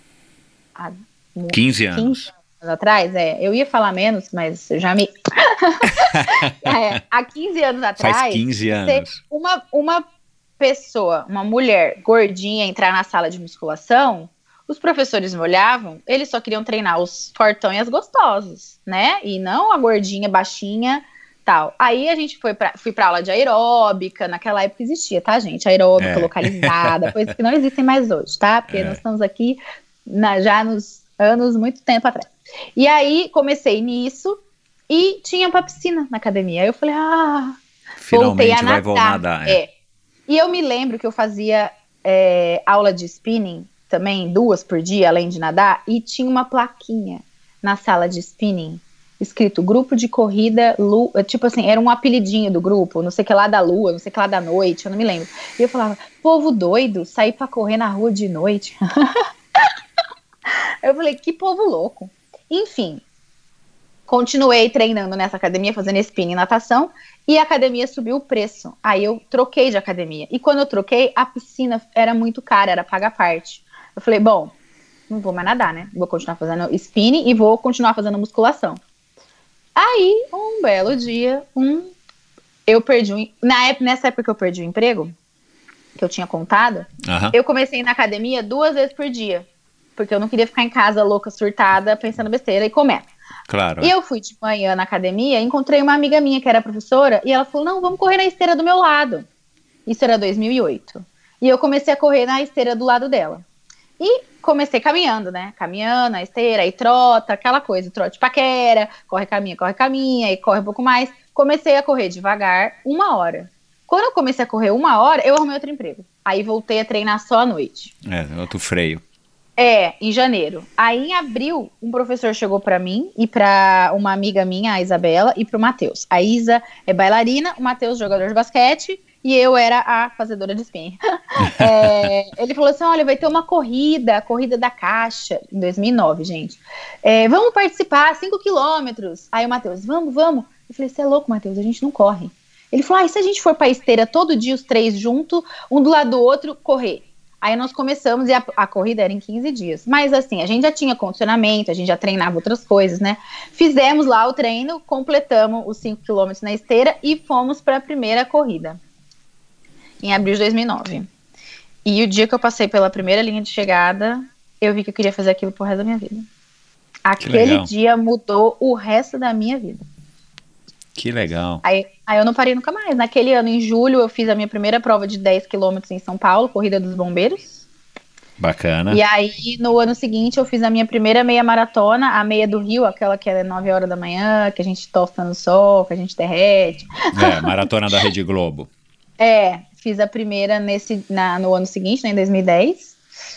S1: há mu-
S8: quinze anos.
S1: quinze anos atrás, é, eu ia falar menos, mas eu já me... É, há quinze anos atrás,
S8: Faz quinze
S1: se
S8: anos.
S1: uma, uma pessoa, uma mulher gordinha entrar na sala de musculação, os professores me olhavam, eles só queriam treinar os fortão e as gostosas, né? E não a gordinha, baixinha, tal. Aí a gente foi pra, fui pra aula de aeróbica, naquela época existia, tá, gente? Aeróbica
S8: É.
S1: localizada, coisas que não existem mais hoje, tá? Porque
S8: É.
S1: nós estamos aqui na- já nos anos, muito tempo atrás. E aí comecei nisso e tinha pra piscina na academia. Aí eu falei, ah, voltei
S8: Finalmente
S1: a
S8: vai
S1: nadar.
S8: vou nadar. É.
S1: É. E eu me lembro que eu fazia é, aula de spinning também, duas por dia, além de nadar, e tinha uma plaquinha na sala de spinning, escrito grupo de corrida, Lu, tipo assim, era um apelidinho do grupo, não sei o que lá da lua, não sei o que lá da noite, eu não me lembro. E eu falava, povo doido, sair pra correr na rua de noite. Eu falei, que povo louco. Enfim, continuei treinando nessa academia, fazendo spinning e natação, e a academia subiu o preço. Aí eu troquei de academia. E quando eu troquei, a piscina era muito cara, era paga a parte. Eu falei, bom, não vou mais nadar, né? Vou continuar fazendo spinning e vou continuar fazendo musculação. Aí, um belo dia, um, eu perdi um, na época, nessa época que eu perdi o emprego, que eu tinha contado,
S8: Aham.
S1: eu comecei a ir na academia duas vezes por dia. Porque eu não queria ficar em casa louca, surtada, pensando besteira e comendo.
S8: Claro.
S1: E eu fui de manhã na academia, encontrei uma amiga minha que era professora, e ela falou, não, vamos correr na esteira do meu lado. Isso era dois mil e oito. E eu comecei a correr na esteira do lado dela. E comecei caminhando, né? Caminhando na esteira, aí trota, aquela coisa, trote paquera, corre caminha, corre caminha, aí corre um pouco mais. Comecei a correr devagar, uma hora. Quando eu comecei a correr uma hora, eu arrumei outro emprego. Aí voltei a treinar só à noite.
S8: É, outro freio.
S1: É, em janeiro. Aí em abril, um professor chegou pra mim e pra uma amiga minha, a Isabela, e pro Matheus. A Isa é bailarina, o Matheus jogador de basquete e eu era a fazedora de spinning. É, ele falou assim, olha, vai ter uma corrida, a corrida da Caixa, em dois mil e nove, gente. É, vamos participar, cinco quilômetros. Aí o Matheus, vamos, vamos. Eu falei, você é louco, Matheus, a gente não corre. Ele falou, ah, e se a gente for pra esteira todo dia, os três juntos, um do lado do outro, correr? Aí nós começamos e a, a corrida era em quinze dias. Mas assim, a gente já tinha condicionamento, a gente já treinava outras coisas, né? Fizemos lá o treino, completamos os cinco quilômetros na esteira e fomos para a primeira corrida. Em abril de dois mil e nove. E o dia que eu passei pela primeira linha de chegada, eu vi que eu queria fazer aquilo pro resto da minha vida. Aquele
S8: legal.
S1: dia mudou o resto da minha vida.
S8: Que legal.
S1: Aí, aí eu não parei nunca mais. Naquele ano, em julho, eu fiz a minha primeira prova de dez quilômetros em São Paulo, Corrida dos Bombeiros.
S8: Bacana.
S1: E aí, no ano seguinte, eu fiz a minha primeira meia maratona, a meia do Rio, aquela que é nove horas da manhã, que a gente tosta no sol, que a gente derrete.
S8: É, maratona da Rede Globo.
S1: É, fiz a primeira nesse, na, no ano seguinte, né, em dois mil e dez.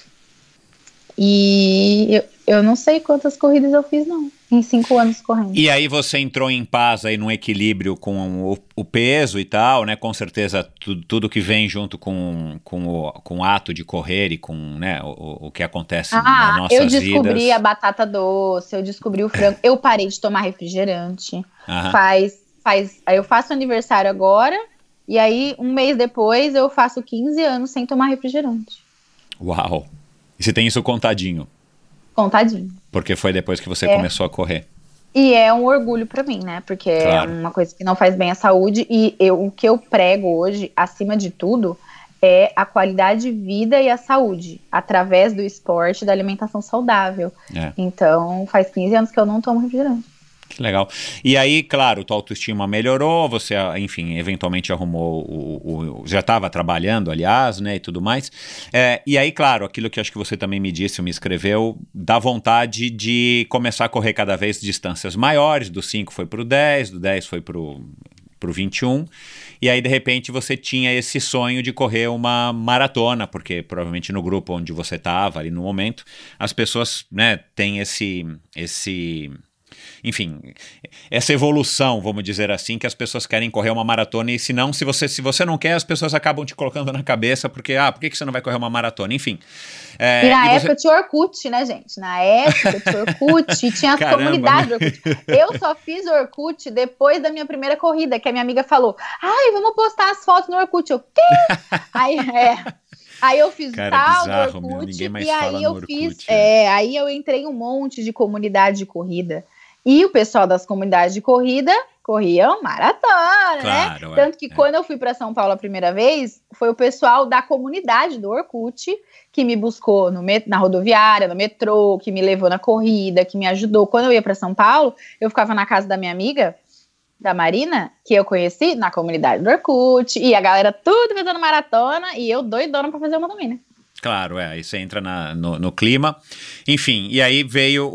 S1: E eu, eu não sei quantas corridas eu fiz, não, em cinco anos correndo.
S8: E aí você entrou em paz aí num equilíbrio com o, o peso e tal, né? Com certeza tu, tudo que vem junto com, com, o, com o ato de correr e com, né, o, o que acontece
S1: ah,
S8: nas nossas vidas.
S1: Eu descobri vidas. A batata doce, eu descobri o frango, eu parei de tomar refrigerante.
S8: Aham.
S1: Faz, faz, aí eu faço aniversário agora, e aí um mês depois eu faço quinze anos sem tomar refrigerante.
S8: Uau! E você tem isso contadinho?
S1: Contadinho.
S8: Porque foi depois que você
S1: é.
S8: começou a correr.
S1: E é um orgulho pra mim, né? Porque claro. É uma coisa que não faz bem à saúde. E eu, o que eu prego hoje, acima de tudo, é a qualidade de vida e a saúde. Através do esporte e da alimentação saudável. É. Então, faz quinze anos que eu não tomo refrigerante.
S8: Que legal. E aí, claro, tua autoestima melhorou, você, enfim, eventualmente arrumou o... o já estava trabalhando, aliás, né, e tudo mais. É, e aí, claro, aquilo que acho que você também me disse, me escreveu, dá vontade de começar a correr cada vez distâncias maiores, do cinco foi pro dez, do dez foi pro, pro vinte e um, e aí, de repente, você tinha esse sonho de correr uma maratona, porque provavelmente no grupo onde você estava, ali no momento, as pessoas, né, têm esse... esse enfim, essa evolução, vamos dizer assim, que as pessoas querem correr uma maratona e se não, se você, se você não quer, as pessoas acabam te colocando na cabeça porque, ah, por que, que você não vai correr uma maratona? Enfim.
S1: É, e na e época você... tinha Orkut, né, gente? Na época tinha Orkut, tinha as
S8: Caramba,
S1: comunidades do Orkut. Eu só fiz Orkut depois da minha primeira corrida, que a minha amiga falou, ai, vamos postar as fotos no Orkut. Eu, quê? Aí, é... Aí eu fiz
S8: Cara,
S1: tal
S8: bizarro,
S1: do Orkut,
S8: meu,
S1: e aí eu
S8: Orkut,
S1: fiz,
S8: é.
S1: é, aí eu entrei em um monte de comunidade de corrida. E o pessoal das comunidades de corrida corriam maratona,
S8: claro,
S1: né?
S8: É,
S1: Tanto que
S8: é.
S1: quando eu fui para São Paulo a primeira vez, foi o pessoal da comunidade do Orkut que me buscou no met- na rodoviária, no metrô, que me levou na corrida, que me ajudou. Quando eu ia para São Paulo, eu ficava na casa da minha amiga, da Marina, que eu conheci na comunidade do Orkut, e a galera tudo fazendo maratona, e eu doidona para fazer uma também, né?
S8: Claro, é, aí você entra na, no, no clima, enfim, e aí veio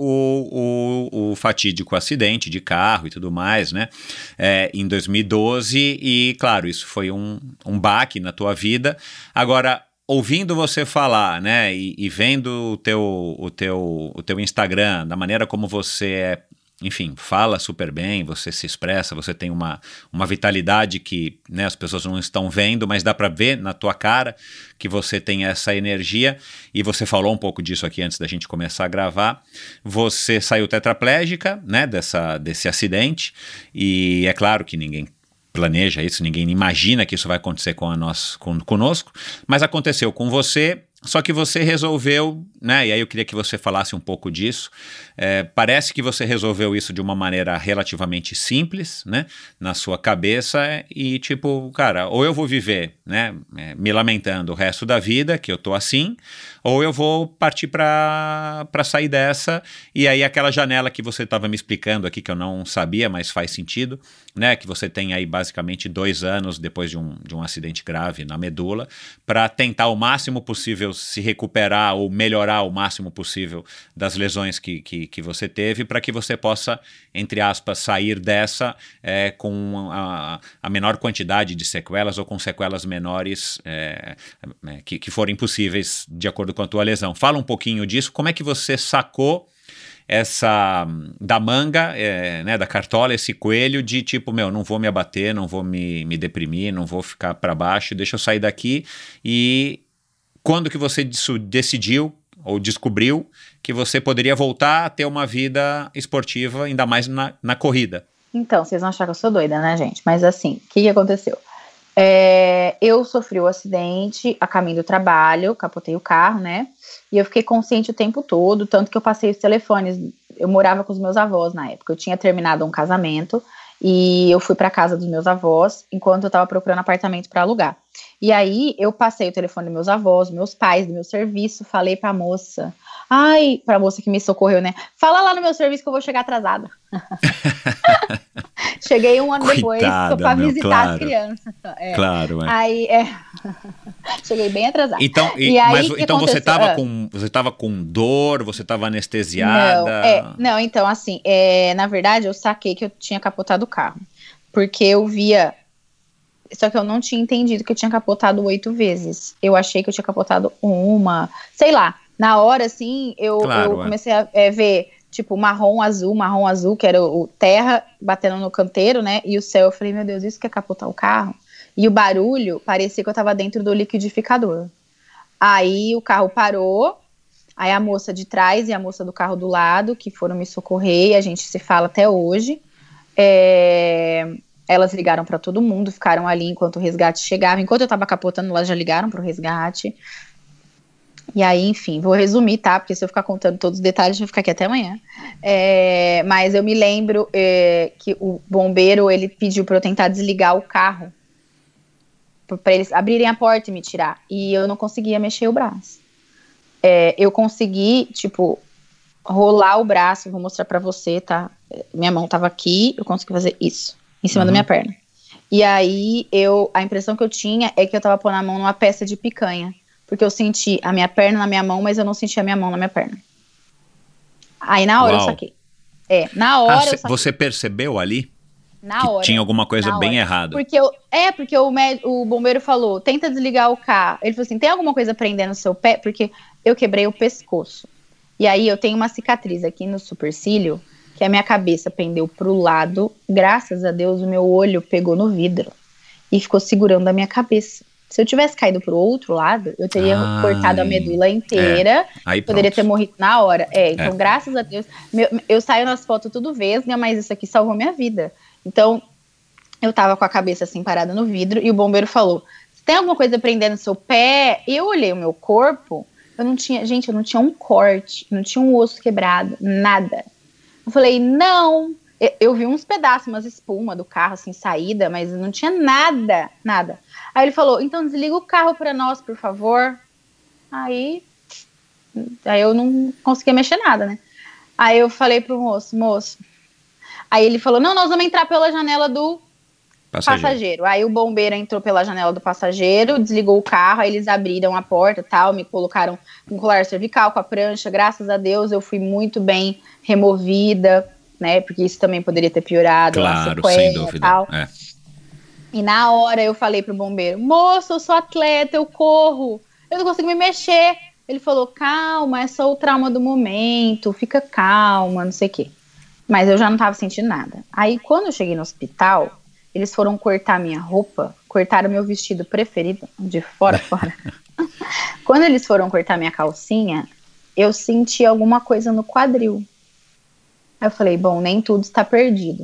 S8: o, o, o fatídico acidente de carro e tudo mais, né, é, em dois mil e doze, e claro, isso foi um, um baque na tua vida. Agora, ouvindo você falar, né, e, e vendo o teu, o, teu, o teu Instagram, da maneira como você é, enfim, fala super bem, você se expressa, você tem uma, uma vitalidade que, né, as pessoas não estão vendo, mas dá para ver na tua cara que você tem essa energia, e você falou um pouco disso aqui antes da gente começar a gravar. Você saiu tetraplégica, né, dessa, desse acidente, e é claro que ninguém planeja isso, ninguém imagina que isso vai acontecer com a nós, com, conosco, mas aconteceu com você. Só que você resolveu, né, e aí eu queria que você falasse um pouco disso, é, parece que você resolveu isso de uma maneira relativamente simples, né, na sua cabeça, e tipo, cara, ou eu vou viver, né, é, me lamentando o resto da vida, que eu tô assim, ou eu vou partir para para sair dessa, e aí aquela janela que você estava me explicando aqui, que eu não sabia, mas faz sentido, né, que você tem aí basicamente dois anos depois de um, de um acidente grave na medula, para tentar o máximo possível se recuperar ou melhorar o máximo possível das lesões que, que, que você teve, para que você possa, entre aspas, sair dessa é, com a, a menor quantidade de sequelas ou com sequelas menores é, é, que, que forem possíveis de acordo com a tua lesão. Fala um pouquinho disso, como é que você sacou essa da manga, é, né, da cartola, esse coelho de tipo, meu, não vou me abater, não vou me, me deprimir, não vou ficar para baixo, deixa eu sair daqui. E quando que você decidiu ou descobriu que você poderia voltar a ter uma vida esportiva, ainda mais na, na corrida?
S1: Então, vocês vão achar que eu sou doida, né, gente? Mas assim, o que, que aconteceu? É, eu sofri o um acidente a caminho do trabalho, capotei o carro, né? E eu fiquei consciente o tempo todo, tanto que eu passei os telefones. Eu morava com os meus avós na época. Eu tinha terminado um casamento e eu fui para casa dos meus avós enquanto eu estava procurando apartamento para alugar. E aí, eu passei o telefone dos meus avós, dos meus pais, do meu serviço, falei pra moça, ai, pra moça que me socorreu, né? Fala lá no meu serviço que eu vou chegar atrasada. Cheguei um ano depois pra
S8: meu,
S1: visitar
S8: claro.
S1: as crianças. É.
S8: Claro, é.
S1: Aí, é... Cheguei bem atrasada.
S8: Então, e,
S1: E aí,
S8: mas,
S1: que
S8: então você
S1: aconteceu?
S8: estava
S1: Ah.
S8: com, você tava com dor, você estava anestesiada?
S1: Não, é, não, então, assim, é, na verdade, eu saquei que eu tinha capotado o carro. Porque eu via... Só que eu não tinha entendido que eu tinha capotado oito vezes. Eu achei que eu tinha capotado uma... Sei lá, na hora, assim, eu,
S8: Claro,
S1: eu
S8: é.
S1: comecei a é, ver... Tipo, marrom, azul, marrom, azul, que era o, o terra batendo no canteiro, né? E o céu, eu falei, meu Deus, isso que é capotar o carro? E o barulho, parecia que eu tava dentro do liquidificador. Aí o carro parou, aí a moça de trás e a moça do carro do lado, que foram me socorrer, a gente se fala até hoje. É, elas ligaram pra todo mundo, ficaram ali enquanto o resgate chegava. Enquanto eu tava capotando, elas já ligaram pro resgate. E aí, enfim, vou resumir, tá? Porque se eu ficar contando todos os detalhes, eu vou ficar aqui até amanhã. É, mas eu me lembro é, que o bombeiro, ele pediu pra eu tentar desligar o carro, pra eles abrirem a porta e me tirar. E eu não conseguia mexer o braço. É, eu consegui, tipo, rolar o braço, vou mostrar pra você, tá? Minha mão tava aqui, eu consegui fazer isso, em cima
S8: Uhum.
S1: da minha perna. E aí, eu, a impressão que eu tinha é que eu tava pondo a mão numa peça de picanha. Porque eu senti a minha perna na minha mão, mas eu não senti a minha mão na minha perna. Aí na hora
S8: Uau.
S1: eu saquei. É, na hora
S8: Ah,
S1: eu
S8: cê-
S1: saquei.
S8: você percebeu ali
S1: Na
S8: que
S1: hora.
S8: tinha alguma coisa
S1: na
S8: bem
S1: hora.
S8: errada?
S1: Porque eu, é, porque o, med, o bombeiro falou, tenta desligar o carro. Ele falou assim, tem alguma coisa prendendo o seu pé? Porque eu quebrei o pescoço. E aí eu tenho uma cicatriz aqui no supercílio, que a minha cabeça pendeu pro lado. Graças a Deus, o meu olho pegou no vidro e ficou segurando a minha cabeça. Se eu tivesse caído pro outro lado, eu teria
S8: Ai,
S1: cortado a medula inteira.
S8: Aí
S1: Poderia
S8: pronto.
S1: ter morrido na hora. É, então,
S8: É.
S1: graças a Deus. meu- eu saio nas fotos tudo vesga, mas isso aqui salvou minha vida. Então, eu tava com a cabeça assim parada no vidro e o bombeiro falou: tem alguma coisa prendendo no seu pé? E eu olhei o meu corpo, eu não tinha, gente, eu não tinha um corte, não tinha um osso quebrado, nada. Eu falei, não. Eu, eu vi uns pedaços, umas espuma do carro, assim, saída, mas não tinha nada, nada. Aí ele falou, então desliga o carro pra nós, por favor. Aí, aí eu não conseguia mexer nada, né? Aí eu falei pro moço, moço. Aí ele falou, não, nós vamos entrar pela janela do
S8: Passageiro.
S1: passageiro. Aí o bombeiro entrou pela janela do passageiro, desligou o carro, aí eles abriram a porta e tal, me colocaram com colar cervical, com a prancha. Graças a Deus eu fui muito bem removida, né? Porque isso também poderia ter piorado a
S8: Claro,
S1: sequela
S8: sem
S1: e
S8: dúvida.
S1: tal.
S8: É.
S1: E na hora eu falei pro bombeiro, moço, eu sou atleta, eu corro, eu não consigo me mexer. Ele falou, calma, é só o trauma do momento, fica calma, não sei o quê. Mas eu já não tava sentindo nada. Aí quando eu cheguei no hospital, eles foram cortar minha roupa, cortaram meu vestido preferido, de fora a fora. Quando eles foram cortar minha calcinha, eu senti alguma coisa no quadril. Aí eu falei, bom, nem tudo está perdido.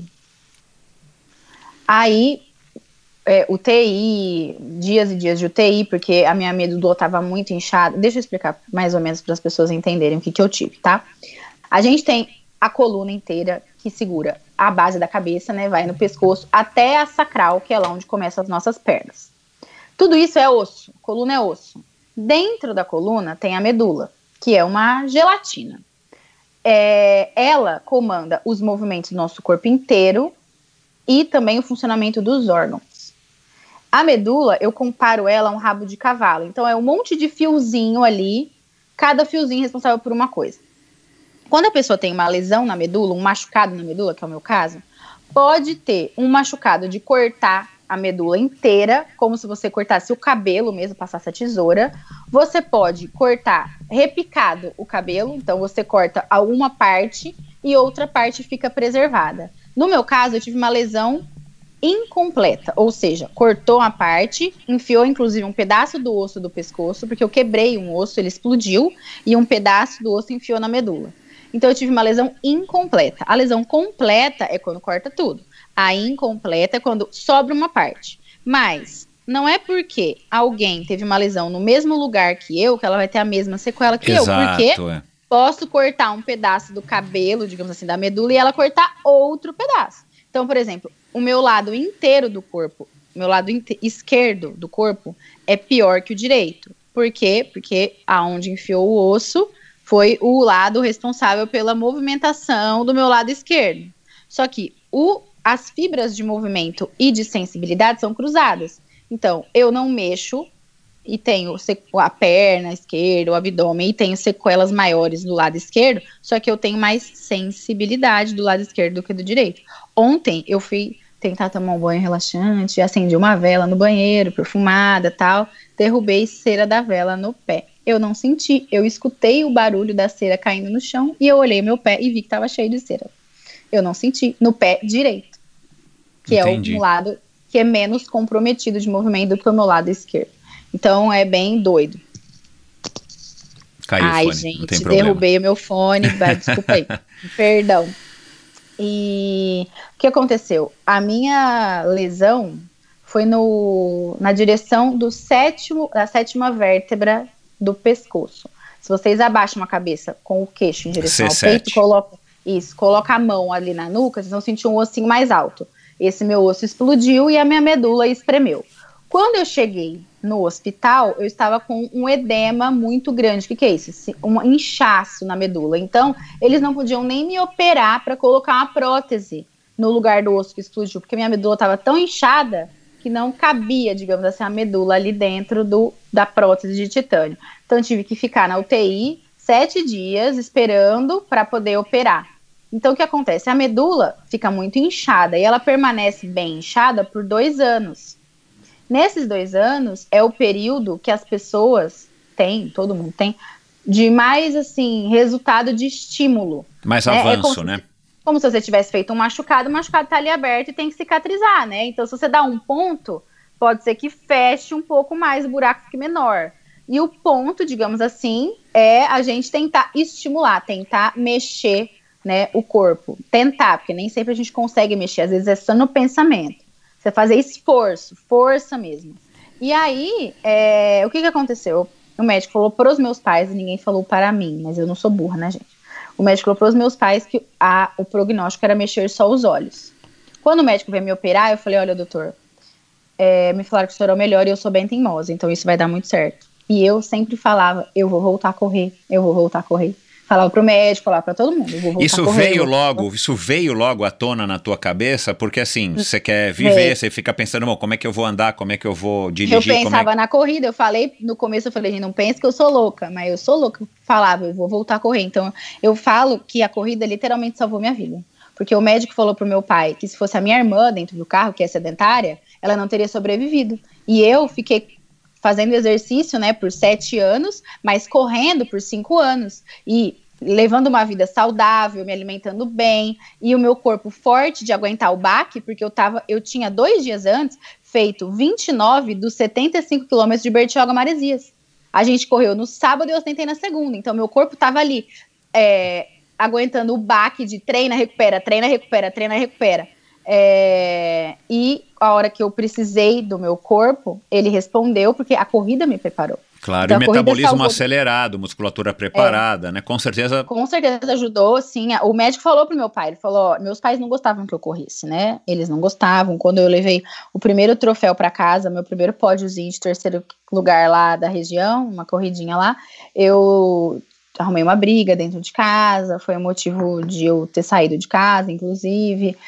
S1: Aí, é, U T I, dias e dias de U T I, porque a minha medula estava muito inchada. Deixa eu explicar mais ou menos para as pessoas entenderem o que, que eu tive, tá? A gente tem a coluna inteira que segura a base da cabeça, né, vai no pescoço até a sacral, que é lá onde começam as nossas pernas. Tudo isso é osso, coluna é osso. Dentro da coluna tem a medula, que é uma gelatina. É, ela comanda os movimentos do nosso corpo inteiro e também o funcionamento dos órgãos. A medula, eu comparo ela a um rabo de cavalo. Então é um monte de fiozinho ali, cada fiozinho responsável por uma coisa. Quando a pessoa tem uma lesão na medula, um machucado na medula, que é o meu caso, pode ter um machucado de cortar a medula inteira, como se você cortasse o cabelo mesmo, passasse a tesoura. Você pode cortar repicado o cabelo, então você corta alguma parte e outra parte fica preservada. No meu caso, eu tive uma lesão incompleta, ou seja, cortou uma parte, enfiou inclusive um pedaço do osso do pescoço, porque eu quebrei um osso, ele explodiu, e um pedaço do osso enfiou na medula. Então eu tive uma lesão incompleta. A lesão completa é quando corta tudo. A incompleta é quando sobra uma parte. Mas não é porque alguém teve uma lesão no mesmo lugar que eu que ela vai ter a mesma sequela que
S8: Exato,
S1: eu. Porque
S8: é.
S1: posso cortar um pedaço do cabelo, digamos assim, da medula e ela cortar outro pedaço. Então, por exemplo, o meu lado inteiro do corpo meu lado inte- esquerdo do corpo é pior que o direito. Por quê? Porque aonde enfiou o osso foi o lado responsável pela movimentação do meu lado esquerdo. Só que o, as fibras de movimento e de sensibilidade são cruzadas. Então, eu não mexo e tenho a perna esquerda, o abdômen, e tenho sequelas maiores do lado esquerdo, só que eu tenho mais sensibilidade do lado esquerdo do que do direito. Ontem eu fui tentar tomar um banho relaxante, acendi uma vela no banheiro, perfumada e tal, derrubei cera da vela no pé. Eu não senti, eu escutei o barulho da cera caindo no chão e eu olhei meu pé e vi que estava cheio de cera. Eu não senti, no pé direito, que Entendi. é o lado que é menos comprometido de movimento do que o meu lado esquerdo. Então é bem doido.
S8: Caiu
S1: Ai,
S8: o fone,
S1: gente,
S8: não tem problema.
S1: derrubei o meu fone, desculpa aí, perdão. E o que aconteceu? A minha lesão foi no, na direção do sétimo, da sétima vértebra do pescoço. Se vocês abaixam a cabeça com o queixo em direção
S8: C sete.
S1: ao peito, coloca, isso, coloca a mão ali na nuca, vocês vão sentir um ossinho mais alto. Esse meu osso explodiu e a minha medula espremeu. Quando eu cheguei no hospital, eu estava com um edema muito grande. O que, que é isso? Um inchaço na medula. Então, eles não podiam nem me operar para colocar uma prótese no lugar do osso que explodiu, porque minha medula estava tão inchada que não cabia, digamos assim, a medula ali dentro do, da prótese de titânio. Então, eu tive que ficar na U T I sete dias esperando para poder operar. Então, o que acontece? A medula fica muito inchada e ela permanece bem inchada por dois anos. Nesses dois anos, é o período que as pessoas têm, todo mundo tem, de mais, assim, resultado de estímulo.
S8: Mais
S1: né?
S8: avanço,
S1: é como se,
S8: né?
S1: Como se você tivesse feito um machucado, o machucado tá ali aberto e tem que cicatrizar, né? Então, se você dá um ponto, pode ser que feche um pouco mais, o buraco fique menor. E o ponto, digamos assim, é a gente tentar estimular, tentar mexer, né, o corpo. Tentar, porque nem sempre a gente consegue mexer, às vezes é só no pensamento. Você fazer esforço, força mesmo. E aí, é, o que que aconteceu? O médico falou para os meus pais, e ninguém falou para mim, mas eu não sou burra, né, gente? O médico falou para os meus pais que a, o prognóstico era mexer só os olhos. Quando o médico veio me operar, eu falei, olha, doutor, é, me falaram que o senhor é o melhor e eu sou bem teimosa, então isso vai dar muito certo. E eu sempre falava, eu vou voltar a correr, eu vou voltar a correr. Falava pro médico, falava pra todo mundo. Eu vou voltar
S8: isso
S1: a correr,
S8: veio
S1: eu...
S8: logo, isso veio logo à tona na tua cabeça, porque assim, você quer viver, veio. Você fica pensando, bom, como é que eu vou andar, como é que eu vou dirigir?
S1: Eu pensava
S8: como é...
S1: na corrida, eu falei, no começo eu falei, gente, não pense que eu sou louca, mas eu sou louca, eu falava, eu vou voltar a correr. Então, eu falo que a corrida literalmente salvou minha vida. Porque o médico falou pro meu pai que se fosse a minha irmã dentro do carro, que é sedentária, ela não teria sobrevivido. E eu fiquei fazendo exercício, né, por sete anos, mas correndo por cinco anos. E levando uma vida saudável, me alimentando bem, e o meu corpo forte de aguentar o baque, porque eu tava, eu tinha dois dias antes feito vinte e nove dos setenta e cinco quilômetros de Bertioga Maresias. A gente correu no sábado e eu tentei na segunda, então meu corpo tava ali, é, aguentando o baque de treina, recupera, treina, recupera, treina, recupera. É, e a hora que eu precisei do meu corpo, ele respondeu, porque a corrida me preparou.
S8: Claro,
S1: então,
S8: e metabolismo
S1: salvou...
S8: acelerado, musculatura preparada, é, né? Com certeza.
S1: Com certeza ajudou, sim. O médico falou pro meu pai, ele falou, ó, meus pais não gostavam que eu corresse, né? Eles não gostavam. Quando eu levei o primeiro troféu para casa, meu primeiro pódiozinho de terceiro lugar lá da região, uma corridinha lá, eu arrumei uma briga dentro de casa, foi o motivo de eu ter saído de casa, inclusive.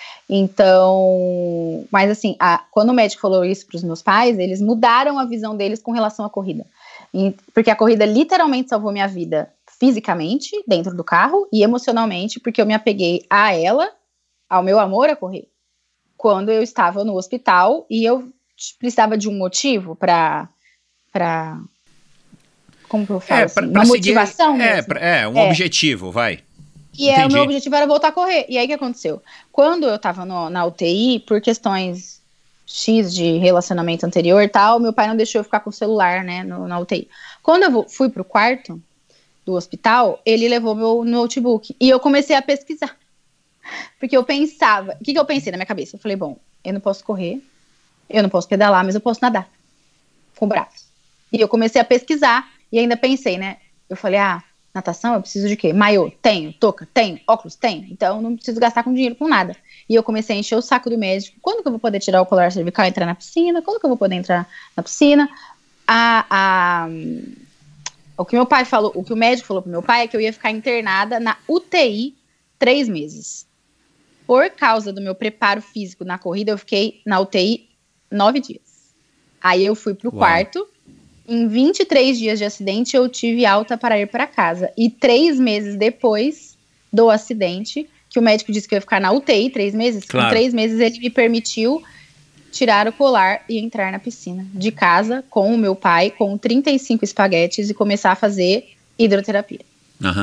S1: Então, mas assim, a, quando o médico falou isso pros meus pais, eles mudaram a visão deles com relação à corrida. E, porque a corrida literalmente salvou minha vida fisicamente, dentro do carro, e emocionalmente, porque eu me apeguei a ela, ao meu amor a correr, quando eu estava no hospital e eu precisava de um motivo para para como que eu falo,
S8: é,
S1: assim,
S8: pra,
S1: uma
S8: pra
S1: motivação
S8: seguir, é,
S1: mesmo.
S8: Pra, é, um
S1: é.
S8: objetivo, vai.
S1: E é, o meu objetivo era voltar a correr. E aí o que aconteceu? Quando eu estava na U T I, por questões X de relacionamento anterior e tal, meu pai não deixou eu ficar com o celular, né, no, na U T I. Quando eu fui pro quarto do hospital, ele levou meu notebook e eu comecei a pesquisar. Porque eu pensava, o que, que eu pensei na minha cabeça? Eu falei, bom, eu não posso correr, eu não posso pedalar, mas eu posso nadar com o braço. E eu comecei a pesquisar e ainda pensei, né, eu falei, ah, natação eu preciso de quê? Maiô, tenho, touca, tenho, óculos, tenho, então não preciso gastar com dinheiro com nada. E eu comecei a encher o saco do médico. Quando que eu vou poder tirar o colar cervical e entrar na piscina? Quando que eu vou poder entrar na piscina? A, a, o que meu pai falou, o que o médico falou pro meu pai é que eu ia ficar internada na U T I três meses. Por causa do meu preparo físico na corrida, eu fiquei na U T I nove dias. Aí eu fui pro Uau. quarto. Em vinte e três dias de acidente, eu tive alta para ir para casa. E três meses depois do acidente, que o médico disse que eu ia ficar na U T I três meses, claro. Em três meses ele me permitiu tirar o colar e entrar na piscina de casa com o meu pai, com trinta e cinco espaguetes e começar a fazer hidroterapia.
S8: Uhum.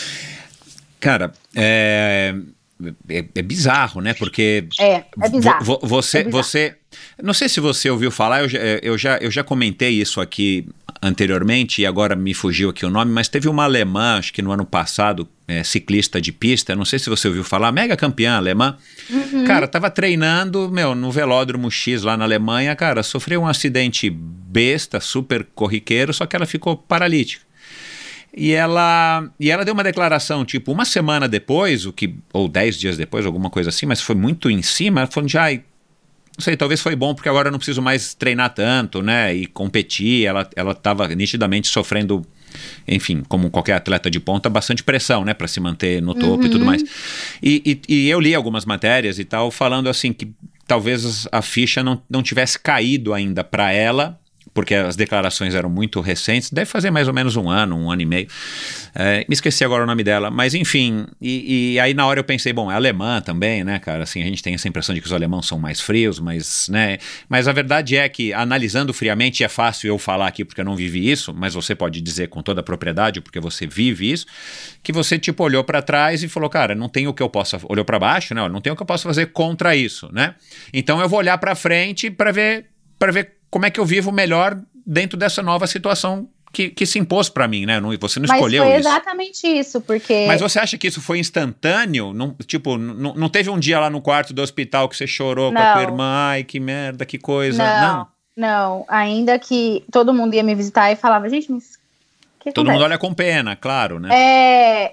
S8: Cara, é... É, é bizarro, né? Porque
S1: é, é bizarro.
S8: Vo, você,
S1: é bizarro.
S8: você, não sei se você ouviu falar, eu já, eu, já, eu já comentei isso aqui anteriormente e agora me fugiu aqui o nome, mas teve uma alemã, acho que no ano passado, é, ciclista de pista, não sei se você ouviu falar, mega campeã alemã, uhum. Cara, tava treinando, meu, no velódromo X lá na Alemanha, cara, sofreu um acidente besta, super corriqueiro, só que ela ficou paralítica. E ela, e ela deu uma declaração, tipo, uma semana depois, o que, ou dez dias depois, alguma coisa assim, mas foi muito em cima, falando de, ai, não sei, talvez foi bom, porque agora eu não preciso mais treinar tanto, né, e competir, ela, ela tava nitidamente sofrendo, enfim, como qualquer atleta de ponta, bastante pressão, né, para se manter no topo uhum. e tudo mais. E, e, e eu li algumas matérias e tal, falando assim, que talvez a ficha não, não tivesse caído ainda para ela, porque as declarações eram muito recentes, deve fazer mais ou menos um ano, um ano e meio, é, me esqueci agora o nome dela, mas enfim, e, e aí na hora eu pensei, bom, é alemã também, né, cara, assim, a gente tem essa impressão de que os alemãos são mais frios, mas, né, mas a verdade é que, analisando friamente, é fácil eu falar aqui porque eu não vivi isso, mas você pode dizer com toda a propriedade, porque você vive isso, que você, tipo, olhou pra trás e falou, cara, não tem o que eu possa, olhou pra baixo, né, não tem o que eu possa fazer contra isso, né, então eu vou olhar pra frente pra ver, pra ver como é que eu vivo melhor dentro dessa nova situação que, que se impôs para mim, né? Não, você não
S1: Mas
S8: escolheu
S1: isso.
S8: Mas
S1: foi exatamente isso, porque...
S8: Mas você acha que isso foi instantâneo? Não, tipo, não, não teve um dia lá no quarto do hospital que você chorou não. com a tua irmã? Ai, que merda, que coisa.
S1: Não,
S8: não,
S1: não. Ainda que todo mundo ia me visitar e falava, gente, mas... Que
S8: todo
S1: acontece?
S8: mundo olha com pena, claro, né?
S1: É,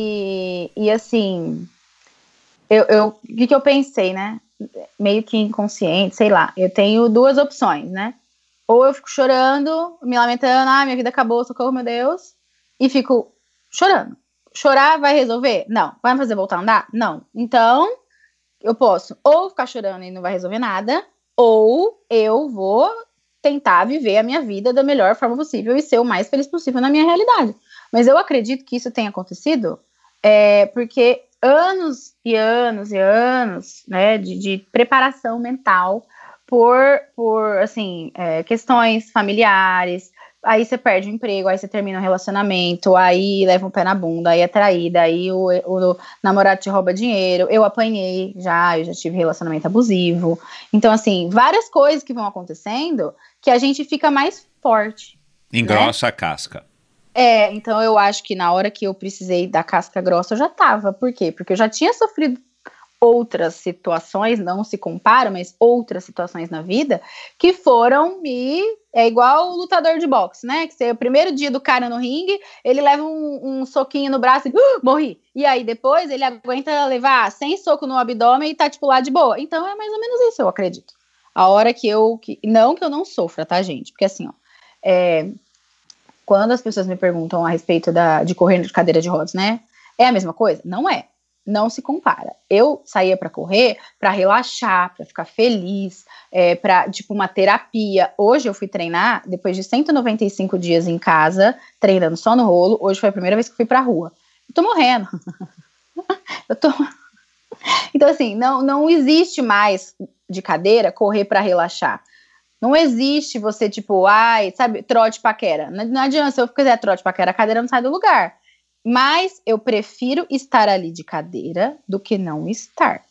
S1: e, e assim... Eu, eu, o que, que eu pensei, né? Meio que inconsciente, sei lá. Eu tenho duas opções, né? Ou eu fico chorando, me lamentando, ah, minha vida acabou, socorro, meu Deus. E fico chorando. Chorar vai resolver? Não. Vai me fazer voltar a andar? Não. Então, eu posso ou ficar chorando e não vai resolver nada, ou eu vou tentar viver a minha vida da melhor forma possível e ser o mais feliz possível na minha realidade. Mas eu acredito que isso tenha acontecido é, porque... anos e anos e anos, né, de, de preparação mental por, por assim, é, questões familiares, aí você perde o emprego, aí você termina o relacionamento, aí leva um pé na bunda, aí é traída, aí o, o, o namorado te rouba dinheiro, eu apanhei já, eu já tive relacionamento abusivo, então assim, várias coisas que vão acontecendo que a gente fica mais forte.
S8: Engrossa, né? A casca.
S1: É, então eu acho que na hora que eu precisei da casca grossa eu já tava. Por quê? Porque eu já tinha sofrido outras situações, não se compara, mas outras situações na vida que foram me... É igual o lutador de boxe, né? Que você, o primeiro dia do cara no ringue, ele leva um, um soquinho no braço e uh, morri. E aí depois ele aguenta levar cem socos no abdômen e tá tipo lá de boa. Então é mais ou menos isso, eu acredito. A hora que eu... Que, não que eu não sofra, tá, gente? Porque assim, ó... É, quando as pessoas me perguntam a respeito da, de correr de cadeira de rodas, né? É a mesma coisa? Não é. Não se compara. Eu saía para correr para relaxar, para ficar feliz, é, para tipo uma terapia. Hoje eu fui treinar, depois de cento e noventa e cinco dias em casa, treinando só no rolo. Hoje foi a primeira vez que eu fui pra rua. Eu tô morrendo. eu tô... Então assim, não, não existe mais de cadeira correr para relaxar. Não existe você, tipo, ai, sabe, trote paquera. Não, não adianta, se eu quiser trote paquera, a cadeira não sai do lugar. Mas eu prefiro estar ali de cadeira do que não estar.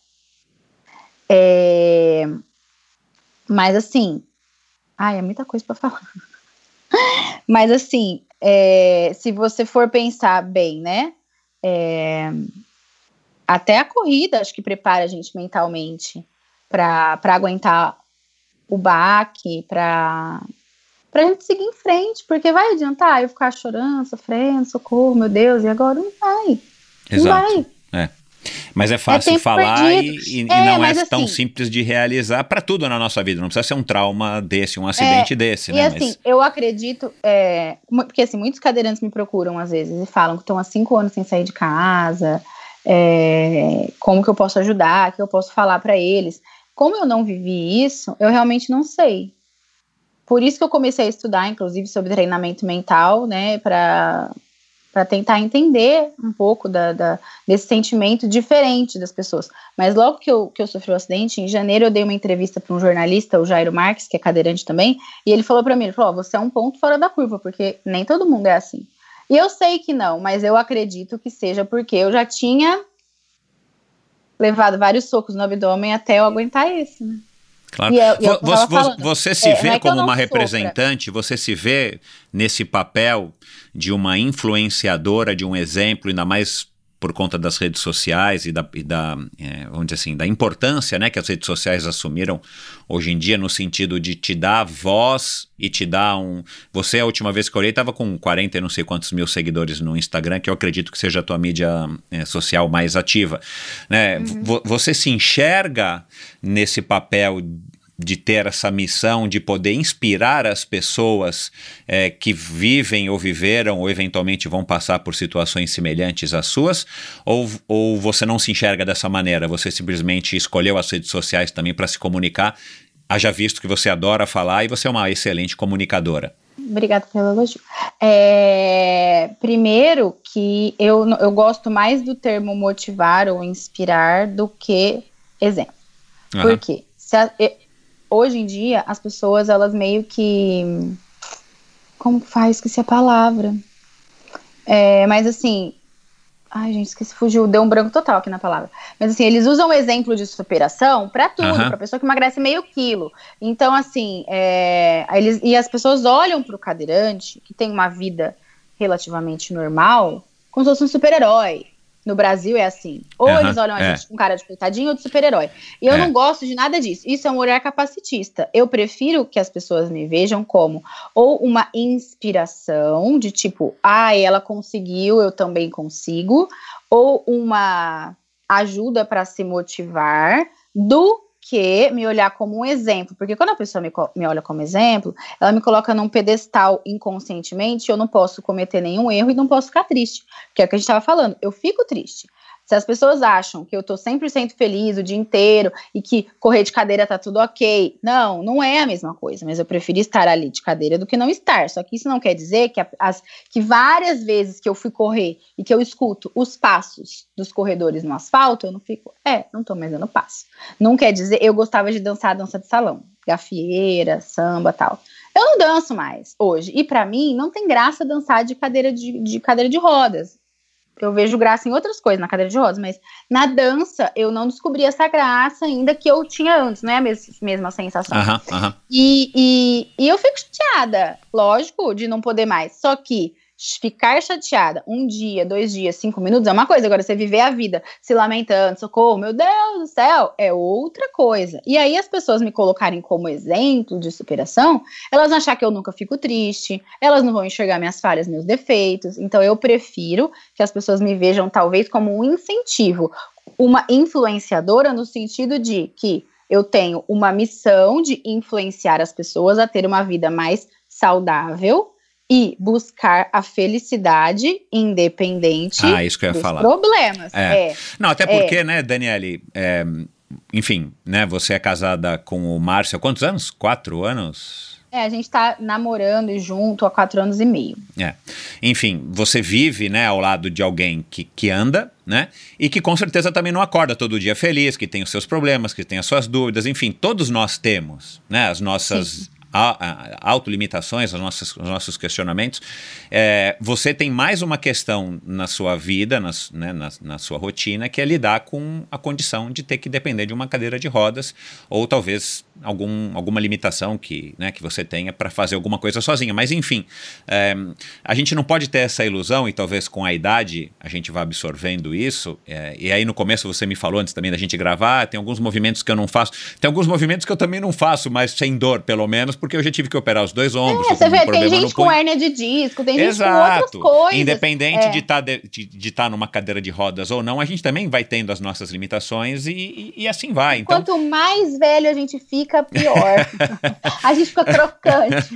S1: É... Mas assim, ai, é muita coisa pra falar. Mas assim, é... se você for pensar bem, né, é... até a corrida, acho que prepara a gente mentalmente pra, pra aguentar o baque, pra, pra gente seguir em frente, porque vai adiantar eu ficar chorando, sofrendo, socorro, meu Deus, e agora não vai. Não
S8: Exato.
S1: vai.
S8: É. Mas é fácil
S1: tempo
S8: falar e,
S1: perdido.
S8: e- e
S1: É,
S8: não é
S1: mas
S8: tão
S1: assim-
S8: simples de realizar para tudo na nossa vida. Não precisa ser um trauma desse, um acidente desse,
S1: E
S8: né?
S1: assim,
S8: Mas
S1: eu acredito, é, mu- porque assim, muitos cadeirantes me procuram às vezes e falam que estão há cinco anos sem sair de casa, é, como que eu posso ajudar, o que eu posso falar para eles. Como eu não vivi isso, eu realmente não sei. Por isso que eu comecei a estudar, inclusive, sobre treinamento mental, né, para para tentar entender um pouco da, da- desse sentimento diferente das pessoas. Mas logo que eu, que eu sofri o acidente, em janeiro eu dei uma entrevista para um jornalista, o Jairo Marques, que é cadeirante também, e ele falou para mim, ele falou, ó, você é um ponto fora da curva, porque nem todo mundo é assim. E eu sei que não, mas eu acredito que seja porque eu já tinha levado vários socos no abdômen até eu aguentar isso, né?
S8: claro.
S1: E é- e é o que eu
S8: Vo-
S1: tava
S8: vo-
S1: falando.
S8: você se
S1: É, não
S8: vê
S1: é que eu
S8: como
S1: não
S8: uma
S1: sofra.
S8: representante, você se vê nesse papel de uma influenciadora, de um exemplo, ainda mais por conta das redes sociais e da, e da é, vamos dizer assim, da importância, né, que as redes sociais assumiram hoje em dia no sentido de te dar voz e te dar um... Você, a última vez que eu olhei, estava com quarenta e não sei quantos mil seguidores no Instagram, que eu acredito que seja a tua mídia é, social mais ativa, né? Vo- Você se enxerga nesse papel de ter essa missão de poder inspirar as pessoas é, que vivem ou viveram ou eventualmente vão passar por situações semelhantes às suas, ou, ou você não se enxerga dessa maneira, você simplesmente escolheu as redes sociais também para se comunicar, haja visto que você adora falar e você é uma excelente comunicadora.
S1: Obrigada pelo elogio. É, primeiro que eu, eu gosto mais do termo motivar ou inspirar do que exemplo.
S8: Aham.
S1: Por quê? Se a- e- hoje em dia, as pessoas, elas meio que... Como que faz? Esqueci a palavra. É, mas assim... Ai, gente, esqueci, fugiu, deu um branco total aqui na palavra. Mas assim, eles usam o exemplo de superação pra tudo,
S8: Aham.
S1: pra pessoa que emagrece meio quilo. Então, assim, é, aí eles, e as pessoas olham pro cadeirante, que tem uma vida relativamente normal, como se fosse um super-herói. No Brasil é assim. Ou
S8: Aham,
S1: eles olham a
S8: é.
S1: gente com cara de coitadinho ou de super-herói. E eu
S8: É.
S1: não gosto de nada disso. Isso é um olhar capacitista. Eu prefiro que as pessoas me vejam como ou uma inspiração, de tipo, ah, ela conseguiu, eu também consigo, ou uma ajuda para se motivar, do que me olhar como um exemplo. Porque quando a pessoa me, co- me olha como exemplo, ela me coloca num pedestal inconscientemente, eu não posso cometer nenhum erro e não posso ficar triste. Que é o que a gente estava falando, eu fico triste. Se as pessoas acham que eu tô cem por cento feliz o dia inteiro e que correr de cadeira tá tudo ok, não, não é a mesma coisa, mas eu prefiro estar ali de cadeira do que não estar. Só que isso não quer dizer que, a- as, que várias vezes que eu fui correr e que eu escuto os passos dos corredores no asfalto, eu não fico, é, não tô mais dando passo. Não quer dizer, eu gostava de dançar dança de salão, gafieira, samba, tal. Eu não danço mais hoje. E pra mim, não tem graça dançar de cadeira de, de cadeira de rodas. Eu vejo graça em outras coisas, na cadeira de rodas, mas na dança eu não descobri essa graça ainda que eu tinha antes, não é a mes- mesma sensação.
S8: Aham, aham.
S1: E, e, e eu fico chateada, lógico, de não poder mais. Só que ficar chateada um dia, dois dias, cinco minutos é uma coisa. Agora, você viver a vida se lamentando, socorro, meu Deus do céu, é outra coisa. E aí as pessoas me colocarem como exemplo de superação, elas vão achar que eu nunca fico triste, elas não vão enxergar minhas falhas, meus defeitos. Então eu prefiro que as pessoas me vejam talvez como um incentivo, uma influenciadora no sentido de que eu tenho uma missão de influenciar as pessoas a ter uma vida mais saudável e buscar a felicidade independente
S8: Ah, isso que eu ia
S1: dos
S8: falar.
S1: problemas.
S8: É.
S1: É.
S8: Não, até porque, né, Daniele, é, enfim, né, você é casada com o Márcio há quantos anos? Quatro anos?
S1: É, a gente tá namorando e junto há quatro anos e meio.
S8: É. Enfim, você vive, né, ao lado de alguém que, que anda, né, e que com certeza também não acorda todo dia feliz, que tem os seus problemas, que tem as suas dúvidas, enfim, todos nós temos, né, as nossas...
S1: Sim.
S8: A, a, autolimitações, os nossos, os nossos questionamentos. É, você tem mais uma questão na sua vida, na, né, na, na sua rotina, que é lidar com a condição de ter que depender de uma cadeira de rodas ou talvez algum, alguma limitação que, né, que você tenha para fazer alguma coisa sozinha. Mas enfim, é, a gente não pode ter essa ilusão e talvez com a idade a gente vá absorvendo isso. É, e aí no começo você me falou antes também da gente gravar, tem alguns movimentos que eu não faço, tem alguns movimentos que eu também não faço, mas sem dor pelo menos, porque eu já tive que operar os dois ombros.
S1: É, você
S8: um
S1: vê, tem
S8: problema
S1: gente
S8: no
S1: com
S8: punho.
S1: hérnia de disco, tem gente
S8: Exato.
S1: com outras coisas.
S8: Independente
S1: é.
S8: de estar de, de, de tá numa cadeira de rodas ou não, a gente também vai tendo as nossas limitações e, e, e assim vai. Então...
S1: Quanto mais velho a gente fica, pior. A gente fica crocante.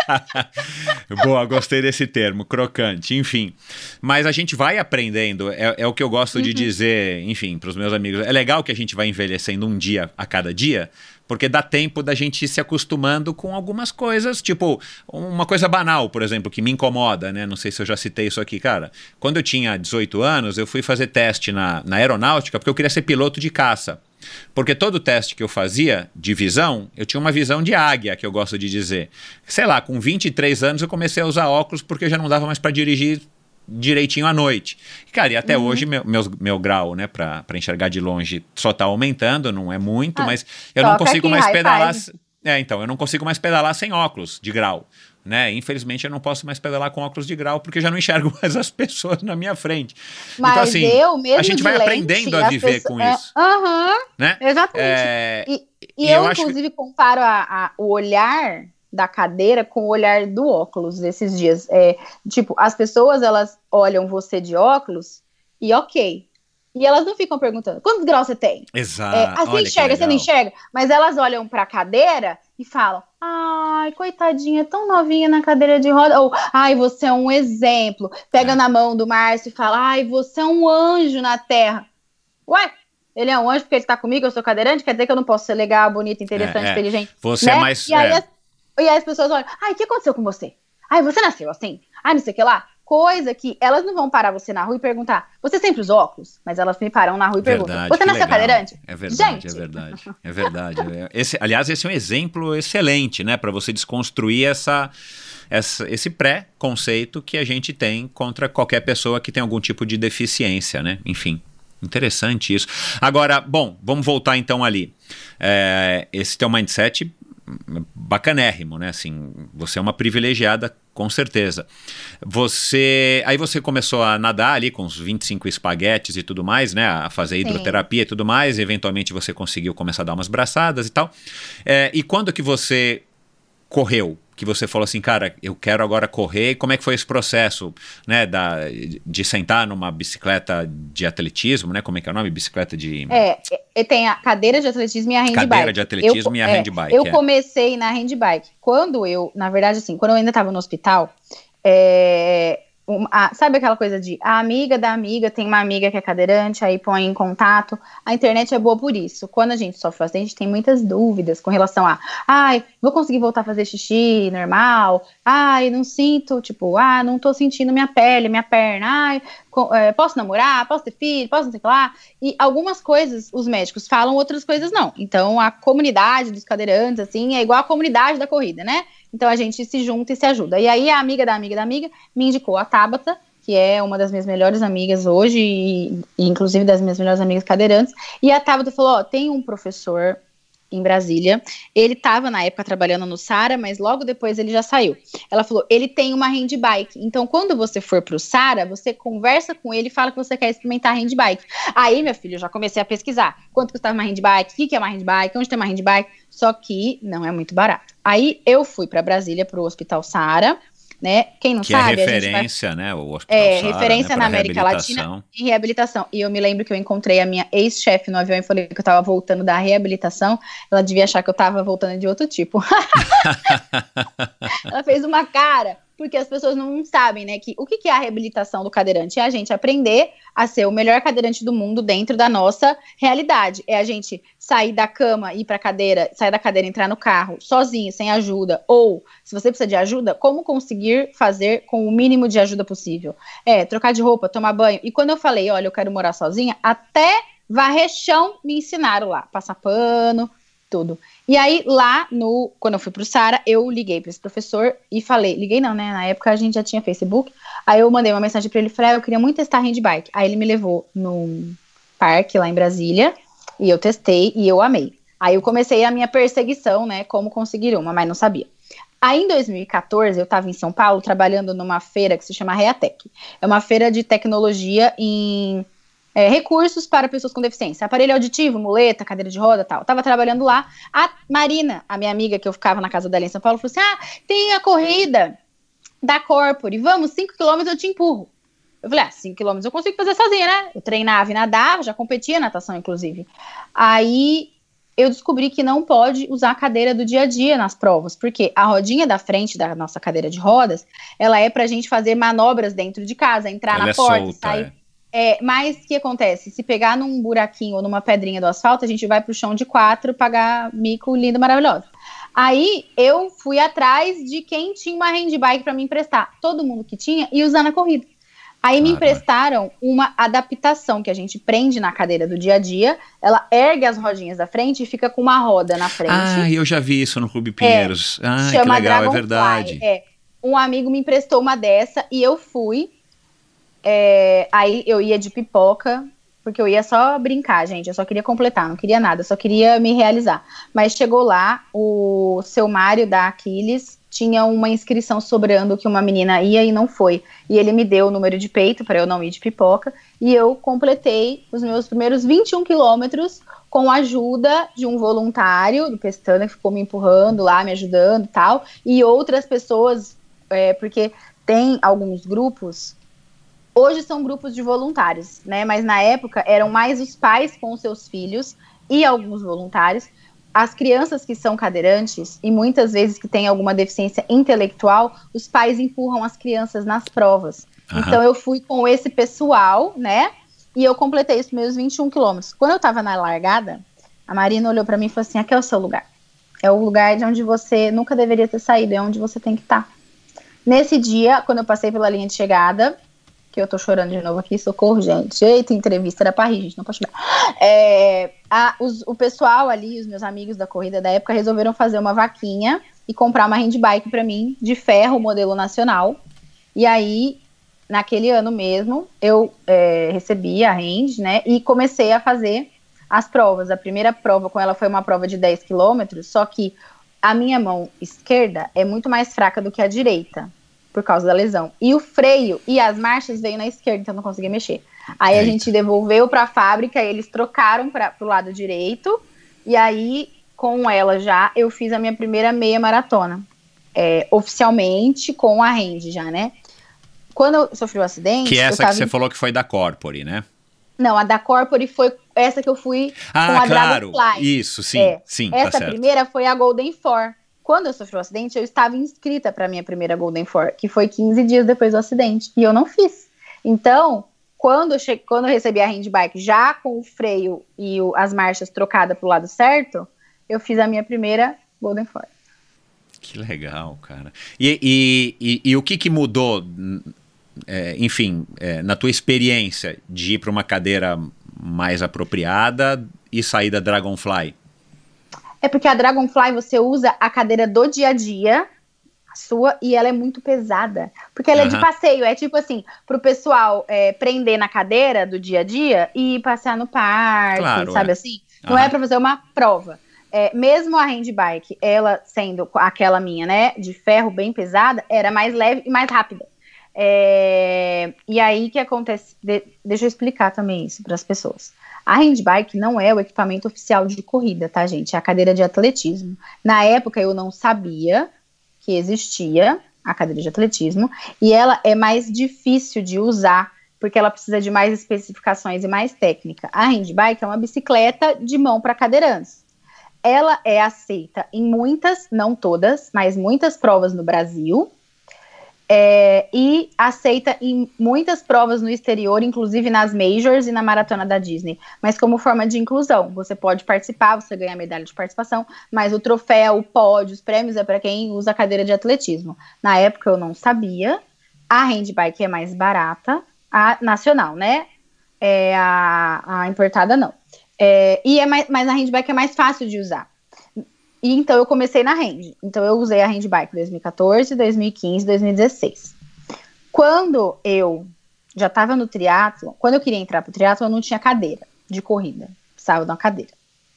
S8: Boa, gostei desse termo, crocante, enfim. Mas a gente vai aprendendo, é, é o que eu gosto de dizer, enfim, para os meus amigos. É legal que a gente vai envelhecendo um dia a cada dia, porque dá tempo da gente ir se acostumando com algumas coisas, tipo, uma coisa banal, por exemplo, que me incomoda, né? Não sei se eu já citei isso aqui, cara. Quando eu tinha dezoito anos, eu fui fazer teste na, na aeronáutica, porque eu queria ser piloto de caça. Porque todo teste que eu fazia de visão, eu tinha uma visão de águia, que eu gosto de dizer. Sei lá, com vinte e três anos eu comecei a usar óculos porque já não dava mais para dirigir direitinho à noite. E, cara, e até uhum. hoje meu, meu, meu grau, né, pra, pra enxergar de longe só tá aumentando, não é muito, ah, mas eu não consigo mais pedalar... É, então, eu não consigo mais pedalar sem óculos de grau, né? Infelizmente eu não posso mais pedalar com óculos de grau porque eu já não enxergo mais as pessoas na minha frente.
S1: Mas
S8: então, assim,
S1: eu mesmo
S8: a gente vai
S1: lente,
S8: aprendendo a viver
S1: pessoas...
S8: com
S1: é,
S8: isso.
S1: Aham, uh-huh,
S8: né?
S1: Exatamente.
S8: É,
S1: e, e,
S8: e
S1: eu,
S8: eu
S1: inclusive,
S8: acho...
S1: comparo a, a, o olhar da cadeira com o olhar do óculos desses dias. É, tipo, as pessoas, elas olham você de óculos e ok. E elas não ficam perguntando, quantos graus você tem?
S8: Exato.
S1: É, ah, você enxerga, você não enxerga? Mas elas olham pra cadeira e falam, ai, coitadinha, tão novinha na cadeira de roda. Ou, ai, você é um exemplo. Pega é. na mão do Márcio e fala, ai, você é um anjo na terra. Ué? Ele é um anjo porque ele tá comigo, eu sou cadeirante? Quer dizer que eu não posso ser legal, bonita, interessante, é, é. inteligente?
S8: Você
S1: né?
S8: é mais...
S1: E aí,
S8: é.
S1: as, e aí as pessoas olham, ai, o que aconteceu com você? Ai, você nasceu assim? Ai, não sei o que lá. Coisa que elas não vão parar você na rua e perguntar, você sempre usa óculos? Mas elas me param na rua e
S8: verdade,
S1: perguntam, você nasceu
S8: legal.
S1: cadeirante?
S8: É verdade,
S1: Gente.
S8: é verdade, é verdade. Esse, aliás, esse é um exemplo excelente, né, para você desconstruir essa, essa, esse pré-conceito que a gente tem contra qualquer pessoa que tem algum tipo de deficiência, né, enfim. Interessante isso. Agora, bom, vamos voltar então ali. É, esse teu mindset bacanérrimo, né? Assim, você é uma privilegiada, com certeza. Você, aí você começou a nadar ali com os vinte e cinco espaguetes e tudo mais, né? A fazer hidroterapia Sim. e tudo mais. E eventualmente você conseguiu começar a dar umas braçadas e tal. É, e quando que você correu? Que você falou assim, cara, eu quero agora correr. Como é que foi esse processo, né, da, de sentar numa bicicleta de atletismo, né? Como é que é o nome? Bicicleta de...
S1: É, tem a cadeira de atletismo e a handbike.
S8: Cadeira de atletismo
S1: eu,
S8: e a
S1: é,
S8: handbike.
S1: Eu
S8: é.
S1: comecei na handbike. Quando eu, na verdade, assim, quando eu ainda estava no hospital, é, um, a, sabe aquela coisa de a amiga da amiga tem uma amiga que é cadeirante, aí põe em contato. A internet é boa por isso. Quando a gente sofre acidente, tem muitas dúvidas com relação a, ai, vou conseguir voltar a fazer xixi normal? Ai, não sinto, tipo, ah, não tô sentindo minha pele, minha perna, ai, com, é, posso namorar, posso ter filho, posso não sei o que lá. E algumas coisas os médicos falam, outras coisas não. Então a comunidade dos cadeirantes, assim, é igual a comunidade da corrida, né? Então a gente se junta e se ajuda. E aí a amiga da amiga da amiga me indicou a Tabata, que é uma das minhas melhores amigas hoje, e, e inclusive das minhas melhores amigas cadeirantes. E a Tabata falou, ó, tem um professor em Brasília, ele estava na época trabalhando no Sara, mas logo depois ele já saiu. Ela falou, ele tem uma handbike, então quando você for pro Sara, você conversa com ele e fala que você quer experimentar a handbike. Aí, meu filho, eu já comecei a pesquisar, quanto custava uma handbike, o que é uma handbike, onde tem uma handbike, só que não é muito barato. Aí eu fui para Brasília, pro Hospital Sara, né? Quem não
S8: que
S1: sabe,
S8: é referência,
S1: vai...
S8: né? O Hospital
S1: é,
S8: Sara,
S1: referência
S8: né?
S1: na América Latina em reabilitação. E eu me lembro que eu encontrei a minha ex-chefe no avião e falei que eu tava voltando da reabilitação. Ela devia achar que eu tava voltando de outro tipo. Ela fez uma cara, porque as pessoas não sabem, né? Que, o que, que é a reabilitação do cadeirante? É a gente aprender a ser o melhor cadeirante do mundo dentro da nossa realidade. É a gente sair da cama, ir pra cadeira, sair da cadeira, entrar no carro, sozinho, sem ajuda. Ou, se você precisa de ajuda, como conseguir fazer com o mínimo de ajuda possível. É, trocar de roupa, tomar banho. E quando eu falei, olha, eu quero morar sozinha, até varrer chão me ensinaram lá. Passar pano, tudo. E aí, lá, no, quando eu fui pro Sara, eu liguei para esse professor e falei, liguei não, né, na época a gente já tinha Facebook, aí eu mandei uma mensagem para ele, falei, ah, eu queria muito testar handbike. Aí ele me levou num parque lá em Brasília, e eu testei, e eu amei. Aí eu comecei a minha perseguição, né, como conseguir uma, mas não sabia. Aí em dois mil e quatorze, eu estava em São Paulo, trabalhando numa feira que se chama Reatec. É uma feira de tecnologia em... é, recursos para pessoas com deficiência. Aparelho auditivo, muleta, cadeira de roda e tal. Tava trabalhando lá. A Marina, a minha amiga que eu ficava na casa dela em São Paulo, falou assim, ah, tem a corrida da Corpore, vamos, cinco quilômetros eu te empurro. Eu falei, ah, cinco quilômetros eu consigo fazer sozinha, né? Eu treinava e nadava, já competia natação, inclusive. Aí eu descobri que não pode usar a cadeira do dia a dia nas provas, porque a rodinha da frente da nossa cadeira de rodas, ela é pra gente fazer manobras dentro de casa, entrar ela na é porta, solta, sair. É. É, mas o que acontece? Se pegar num buraquinho ou numa pedrinha do asfalto, a gente vai pro chão de quatro, pagar mico lindo, maravilhoso. Aí eu fui atrás de quem tinha uma handbike pra me emprestar. Todo mundo que tinha ia usar na corrida. Aí me emprestaram uma adaptação que a gente prende na cadeira do dia a dia, ela ergue as rodinhas da frente e fica com uma roda na frente.
S8: Ah, eu já vi isso no Clube Pinheiros. É, ah, que legal, Dragonfly, é verdade.
S1: É. Um amigo me emprestou uma dessa e eu fui. É, aí eu ia de pipoca, porque eu ia só brincar, gente. Eu só queria completar, não queria nada, eu só queria me realizar. Mas chegou lá, o seu Mário da Aquiles tinha uma inscrição sobrando que uma menina ia e não foi. E ele me deu o número de peito para eu não ir de pipoca. E eu completei os meus primeiros vinte e um quilômetros com a ajuda de um voluntário do Pestana, que ficou me empurrando lá, me ajudando e tal. E outras pessoas, é, porque tem alguns grupos, hoje são grupos de voluntários, né? Mas na época eram mais os pais com os seus filhos e alguns voluntários. As crianças que são cadeirantes e muitas vezes que têm alguma deficiência intelectual, os pais empurram as crianças nas provas. Uhum. Então eu fui com esse pessoal, né? E eu completei os meus vinte e um quilômetros. Quando eu tava na largada, a Marina olhou pra mim e falou assim, aqui é o seu lugar. É o lugar de onde você nunca deveria ter saído, é onde você tem que estar. Nesse dia, quando eu passei pela linha de chegada, que eu tô chorando de novo aqui, socorro, gente. Eita, entrevista era pra rir, gente, não pode chorar. É, a, os, o pessoal ali, os meus amigos da corrida da época, resolveram fazer uma vaquinha e comprar uma handbike pra mim, de ferro, modelo nacional. E aí, naquele ano mesmo, eu é, recebi a hand, né, e comecei a fazer as provas. A primeira prova com ela foi uma prova de dez quilômetros, só que a minha mão esquerda é muito mais fraca do que a direita, por causa da lesão. E o freio e as marchas veio na esquerda, então eu não conseguia mexer. Aí Eita. A gente devolveu para a fábrica, eles trocaram para o lado direito, e aí, com ela já, eu fiz a minha primeira meia maratona. É, oficialmente, com a hand já, né? Quando eu sofri o acidente...
S8: Que é essa que você
S1: em...
S8: falou que foi da Corpore, né?
S1: Não, a da Corpore foi essa que eu fui
S8: ah,
S1: com a
S8: claro.
S1: Dragonfly.
S8: Isso, sim,
S1: é.
S8: sim,
S1: Essa
S8: tá certo.
S1: primeira foi a Golden Four. Quando eu sofri o acidente, eu estava inscrita para a minha primeira Golden Four, que foi quinze dias depois do acidente, e eu não fiz. Então, quando eu, che... quando eu recebi a handbike já com o freio e o... as marchas trocadas para o lado certo, eu fiz a minha primeira Golden Four.
S8: Que legal, cara. E, e, e, e o que que mudou, é, enfim, é, na tua experiência de ir para uma cadeira mais apropriada e sair da Dragonfly?
S1: É porque a Dragonfly você usa a cadeira do dia a dia, a sua, e ela é muito pesada. Porque ela uhum. é de passeio, é tipo assim, pro pessoal é, prender na cadeira do dia a dia e passear no parque, claro, sabe é. assim? Não uhum. é pra fazer uma prova. É, mesmo a handbike, ela sendo aquela minha, né, de ferro bem pesada, era mais leve e mais rápida. É, e aí que acontece, de, deixa eu explicar também isso para as pessoas. A handbike não é o equipamento oficial de corrida, tá, gente? É a cadeira de atletismo. Na época eu não sabia que existia a cadeira de atletismo e ela é mais difícil de usar porque ela precisa de mais especificações e mais técnica. A handbike é uma bicicleta de mão para cadeirantes. Ela é aceita em muitas, não todas, mas muitas provas no Brasil. É, e aceita em muitas provas no exterior, inclusive nas majors e na maratona da Disney, mas como forma de inclusão, você pode participar, você ganha medalha de participação, mas o troféu, o pódio, os prêmios é para quem usa a cadeira de atletismo. Na época eu não sabia, a handbike é mais barata, a nacional, né, é, a, a importada não, é, e é mais, mas a handbike é mais fácil de usar. E então eu comecei na hand. Então eu usei a handbike em dois mil e catorze, dois mil e quinze, dois mil e dezesseis. Quando eu já estava no triatlo, quando eu queria entrar pro triatlo, eu não tinha cadeira de corrida. Precisava de uma cadeira.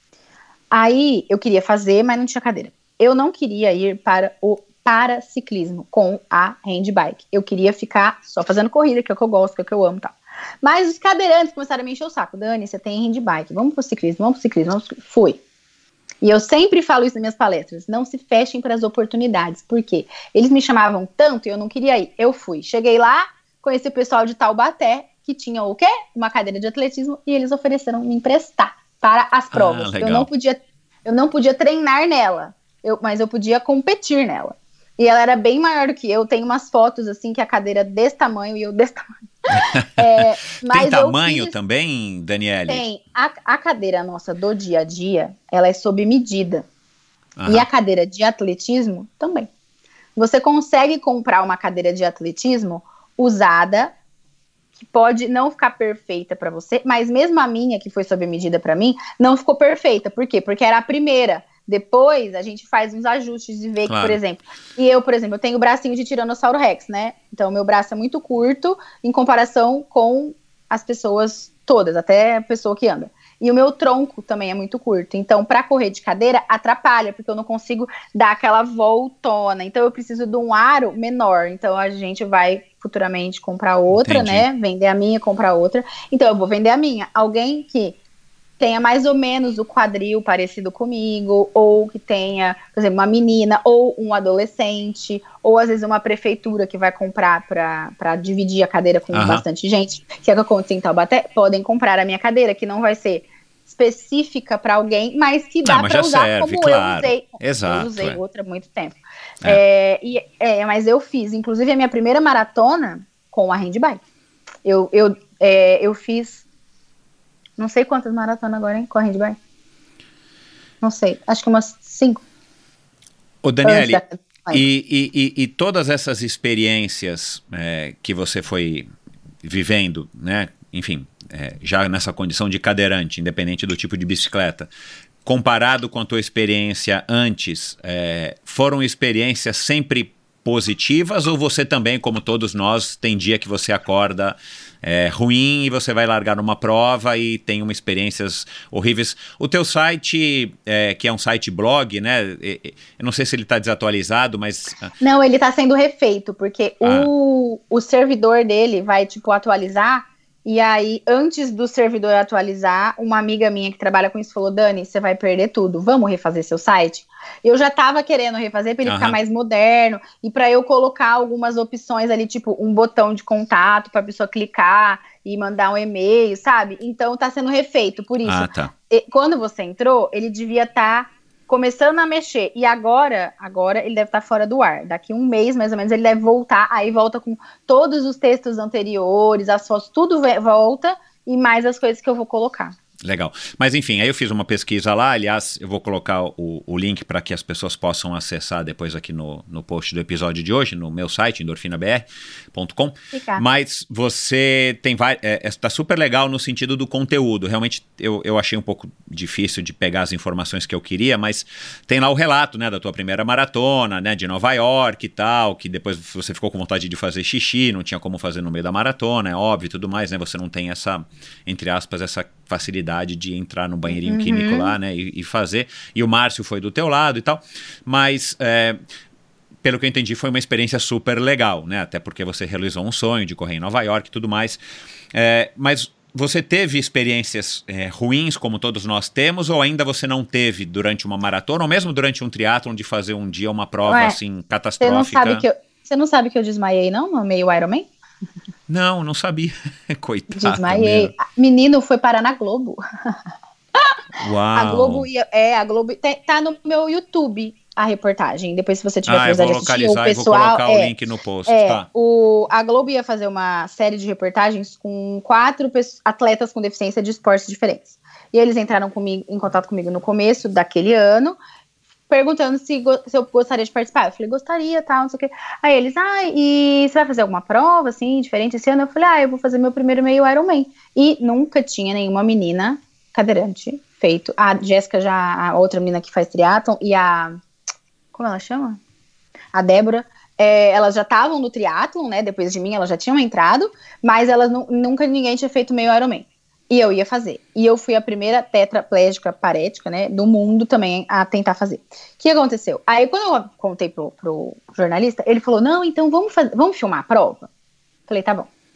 S1: Aí eu queria fazer, mas não tinha cadeira. Eu não queria ir para o paraciclismo com a handbike. Eu queria ficar só fazendo corrida, que é o que eu gosto, que é o que eu amo e tal. Mas os cadeirantes começaram a me encher o saco. Dani, você tem handbike, vamos pro ciclismo, vamos pro ciclismo, vamos pro ciclismo. Fui. E eu sempre falo isso nas minhas palestras, não se fechem para as oportunidades, porque eles me chamavam tanto e eu não queria ir. Eu fui. Cheguei lá, conheci o pessoal de Taubaté, que tinha o quê? Uma cadeira de atletismo, e eles ofereceram me emprestar para as provas.
S8: Ah,
S1: eu não podia, eu não podia treinar nela, eu, mas eu podia competir nela. E ela era bem maior do que eu. Tem umas fotos assim que a cadeira desse tamanho e eu desse tamanho. É, mas
S8: tem tamanho
S1: fiz...
S8: também, Daniele?
S1: Tem. A, a cadeira nossa do dia a dia, ela é sob medida. Aham. E a cadeira de atletismo também. Você consegue comprar uma cadeira de atletismo usada, que pode não ficar perfeita para você, mas mesmo a minha, que foi sob medida para mim, não ficou perfeita. Por quê? Porque era a primeira. Depois, a gente faz uns ajustes e vê claro. Que, por exemplo... E eu, por exemplo, eu tenho o bracinho de Tiranossauro Rex, né? Então, meu braço é muito curto em comparação com as pessoas todas, até a pessoa que anda. E o meu tronco também é muito curto. Então, para correr de cadeira, atrapalha, porque eu não consigo dar aquela voltona. Então, eu preciso de um aro menor. Então, a gente vai futuramente comprar outra, Entendi. Né? Vender a minha, comprar outra. Então, eu vou vender a minha. Alguém que... tenha mais ou menos o quadril parecido comigo, ou que tenha, por exemplo, uma menina, ou um adolescente, ou às vezes uma prefeitura que vai comprar para dividir a cadeira com uhum. bastante gente, que é o que acontece em Taubaté, podem comprar a minha cadeira, que não vai ser específica para alguém, mas que dá para usar
S8: serve,
S1: como
S8: claro.
S1: eu usei.
S8: Exato,
S1: eu usei
S8: é.
S1: outra há muito tempo.
S8: É.
S1: É, e, é, mas eu fiz, inclusive, a minha primeira maratona com a handbike. Eu, eu, é, eu fiz não sei quantas maratonas agora, hein, com a handbike. Não sei, acho que umas cinco.
S8: Ô, Daniele, e, e, e todas essas experiências é, que você foi vivendo, né, enfim, é, já nessa condição de cadeirante, independente do tipo de bicicleta, comparado com a tua experiência antes, é, foram experiências sempre positivas, ou você também, como todos nós, tem dia que você acorda é, ruim e você vai largar numa prova e tem uma experiências horríveis? O teu site, é, que é um site blog, né, eu não sei se ele está desatualizado, mas...
S1: Não, ele está sendo refeito, porque ah. o, o servidor dele vai, tipo, atualizar, e aí, antes do servidor atualizar, uma amiga minha que trabalha com isso falou, Dani, você vai perder tudo, vamos refazer seu site? Eu já tava querendo refazer para ele uhum. ficar mais moderno, e para eu colocar algumas opções ali, tipo, um botão de contato para a pessoa clicar e mandar um e-mail, sabe? Então, tá sendo refeito, por isso.
S8: Ah, tá.
S1: E, quando você entrou, ele devia estar... Tá começando a mexer, e agora, agora ele deve estar fora do ar, daqui um mês mais ou menos ele deve voltar, aí volta com todos os textos anteriores, as fotos, tudo volta, e mais as coisas que eu vou colocar.
S8: Legal, mas enfim, aí eu fiz uma pesquisa lá, aliás, eu vou colocar o, o link para que as pessoas possam acessar depois aqui no, no post do episódio de hoje, no meu site, endorfina b r ponto com, mas você tem várias, é, é, tá super legal no sentido do conteúdo, realmente eu, eu achei um pouco difícil de pegar as informações que eu queria, mas tem lá o relato, né, da tua primeira maratona, né, de Nova York e tal, que depois você ficou com vontade de fazer xixi, não tinha como fazer no meio da maratona, é óbvio e tudo mais, né, você não tem essa, entre aspas, essa facilidade de entrar no banheirinho uhum. químico lá, né, e, e fazer, e o Márcio foi do teu lado e tal, mas é, pelo que eu entendi foi uma experiência super legal, né, até porque você realizou um sonho de correr em Nova York e tudo mais, é, mas você teve experiências é, ruins, como todos nós temos, ou ainda você não teve durante uma maratona, ou mesmo durante um triatlon, de fazer um dia uma prova Ué, assim, catastrófica?
S1: Você não sabe que eu, você não sabe que eu desmaiei, não, no meio Ironman?
S8: Não, não sabia. Coitado.
S1: Desmaiei. Mesmo. Menino, foi parar na Globo.
S8: Uau.
S1: A Globo ia, é, a Globo tá, tá no meu YouTube a reportagem. Depois, se você tiver
S8: ah,
S1: curiosidade de assistir, o pessoal,
S8: vou colocar
S1: é,
S8: o link no post.
S1: É,
S8: tá.
S1: o, a Globo ia fazer uma série de reportagens com quatro atletas com deficiência de esportes diferentes. E eles entraram comigo, em contato comigo no começo daquele ano, perguntando se, se eu gostaria de participar. Eu falei, gostaria, tal, não sei o quê. Aí eles, ah, e você vai fazer alguma prova, assim, diferente esse ano? Eu falei, ah, eu vou fazer meu primeiro meio Ironman. E nunca tinha nenhuma menina cadeirante feito. A Jéssica já, a outra menina que faz triatlon, e a... Como ela chama? A Débora. É, elas já estavam no triatlon, né? Depois de mim, elas já tinham entrado, mas elas nunca ninguém tinha feito meio Ironman. E eu ia fazer. E eu fui a primeira tetraplégica parética, né, do mundo também a tentar fazer. O que aconteceu? Aí, quando eu contei pro, pro jornalista, ele falou, não, então vamos, fazer, vamos filmar a prova? Falei, tá bom.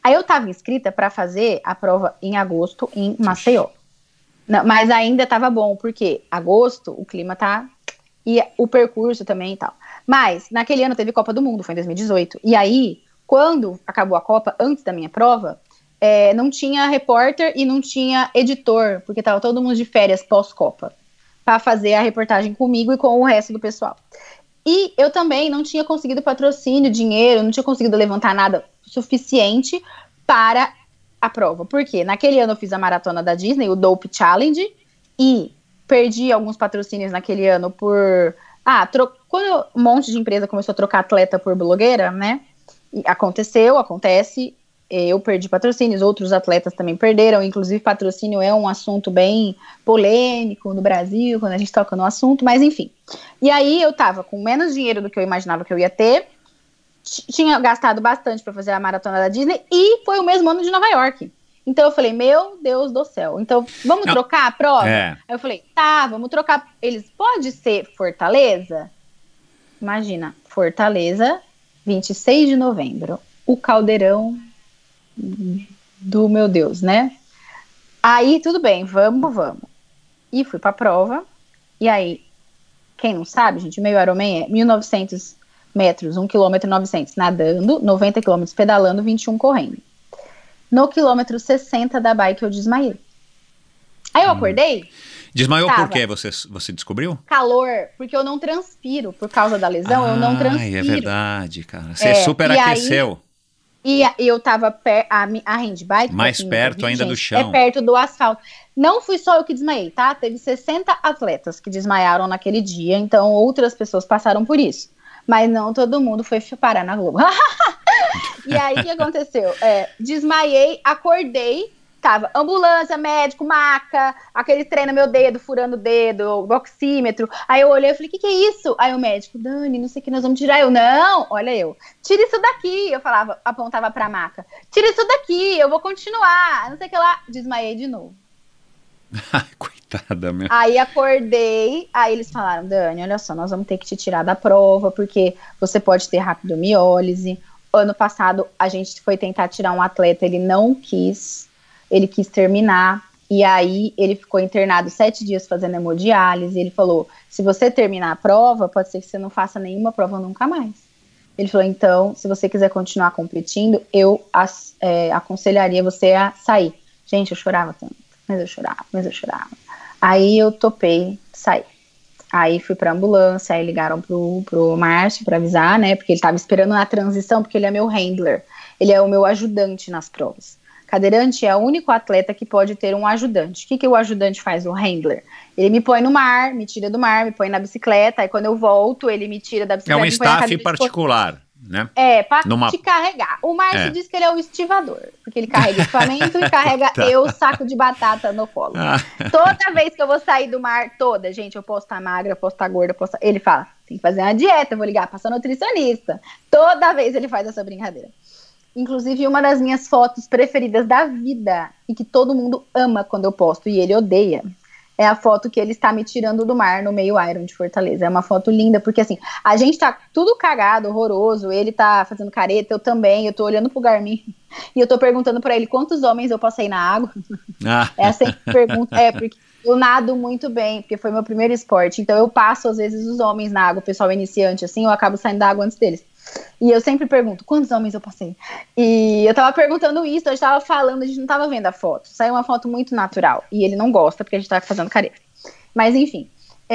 S1: Aí eu tava inscrita para fazer a prova em agosto em Maceió. Não, mas ainda tava bom, porque agosto o clima tá... E o percurso também e tal. Mas naquele ano teve Copa do Mundo, foi em dois mil e dezoito. E aí, quando acabou a Copa, antes da minha prova, é, não tinha repórter e não tinha editor, porque tava todo mundo de férias pós-Copa, para fazer a reportagem comigo e com o resto do pessoal. E eu também não tinha conseguido patrocínio, dinheiro, não tinha conseguido levantar nada suficiente para a prova. Por quê? Naquele ano eu fiz a maratona da Disney, o Dope Challenge, e perdi alguns patrocínios naquele ano por... Ah, tro... quando um monte de empresa começou a trocar atleta por blogueira, né? E aconteceu, acontece... Eu perdi patrocínios, outros atletas também perderam, inclusive patrocínio é um assunto bem polêmico no Brasil, quando a gente toca no assunto, mas enfim. E aí eu tava com menos dinheiro do que eu imaginava que eu ia ter, t- tinha gastado bastante para fazer a maratona da Disney, e foi o mesmo ano de Nova York. Então eu falei, meu Deus do céu, então vamos Não. trocar a prova? É. Aí eu falei, tá, vamos trocar. Eles, pode ser Fortaleza? Imagina, Fortaleza, vinte e seis de novembro, o caldeirão do meu Deus, né? Aí, tudo bem, vamos, vamos. E fui pra prova. E aí, quem não sabe, gente, meio Ironman é mil e novecentos metros, um quilômetro e novecentos nadando, noventa quilômetros pedalando, vinte e um correndo. No quilômetro sessenta da bike eu desmaiei. Aí eu hum. acordei.
S8: Desmaiou por quê? Você, você descobriu?
S1: Calor, porque eu não transpiro. Por causa da lesão, ah, eu não transpiro.
S8: É verdade, cara. Você é, superaqueceu.
S1: Aí, E eu tava per- a, a handbike...
S8: Mais
S1: assim,
S8: perto
S1: gente,
S8: ainda do chão.
S1: É perto do asfalto. Não fui só eu que desmaiei, tá? Teve sessenta atletas que desmaiaram naquele dia, então outras pessoas passaram por isso. Mas não todo mundo foi parar na Globo. E aí, o que aconteceu? É, desmaiei, acordei, tava ambulância, médico, maca, aquele trem no meu dedo, furando o dedo, oxímetro. Aí eu olhei e falei, o que que é isso? Aí o médico, Dani, não sei o que nós vamos tirar. Eu, não, olha eu, tira isso daqui. Eu falava, apontava pra maca, tira isso daqui, eu vou continuar, não sei o que lá. Desmaiei de novo.
S8: Ai, coitada, meu.
S1: Aí acordei, aí eles falaram, Dani, olha só, nós vamos ter que te tirar da prova, porque você pode ter rapidomiólise. Ano passado, a gente foi tentar tirar um atleta, ele não quis, ele quis terminar, e aí ele ficou internado sete dias fazendo hemodiálise, e ele falou, se você terminar a prova, pode ser que você não faça nenhuma prova nunca mais. Ele falou, então, se você quiser continuar competindo, eu as, é, aconselharia você a sair. Gente, eu chorava tanto. Mas eu chorava, mas eu chorava. Aí eu topei, saí. Aí fui pra ambulância, aí ligaram pro, pro Márcio pra avisar, né? Porque ele tava esperando na transição, porque ele é meu handler. Ele é o meu ajudante nas provas. Cadeirante é o único atleta que pode ter um ajudante. O que, que o ajudante faz, o handler? Ele me põe no mar, me tira do mar, me põe na bicicleta, aí quando eu volto, ele me tira da bicicleta.
S8: É um staff particular. Né?
S1: É, pra
S8: Numa...
S1: te carregar. O Márcio
S8: é.
S1: diz que ele é o estivador, porque ele carrega equipamento e carrega tá. eu saco de batata no colo. Ah. Toda vez que eu vou sair do mar, toda, gente, eu posso estar magra, eu posso estar gorda, eu posso... ele fala, tem que fazer uma dieta, eu vou ligar, passar nutricionista. Toda vez ele faz essa brincadeira. Inclusive, uma das minhas fotos preferidas da vida, e que todo mundo ama quando eu posto, e ele odeia, é a foto que ele está me tirando do mar no meio Iron de Fortaleza. É uma foto linda, porque assim, a gente tá tudo cagado, horroroso, ele tá fazendo careta, eu também, eu tô olhando pro Garmin, e eu tô perguntando pra ele quantos homens eu passei na água. Ah. É assim que pergunta, é, porque eu nado muito bem, porque foi meu primeiro esporte, então eu passo às vezes os homens na água, o pessoal iniciante assim, eu acabo saindo da água antes deles. E eu sempre pergunto, quantos homens eu passei? E eu tava perguntando isso, a gente tava falando, a gente não tava vendo a foto. Saiu uma foto muito natural. E ele não gosta, porque a gente tava fazendo careta. Mas enfim.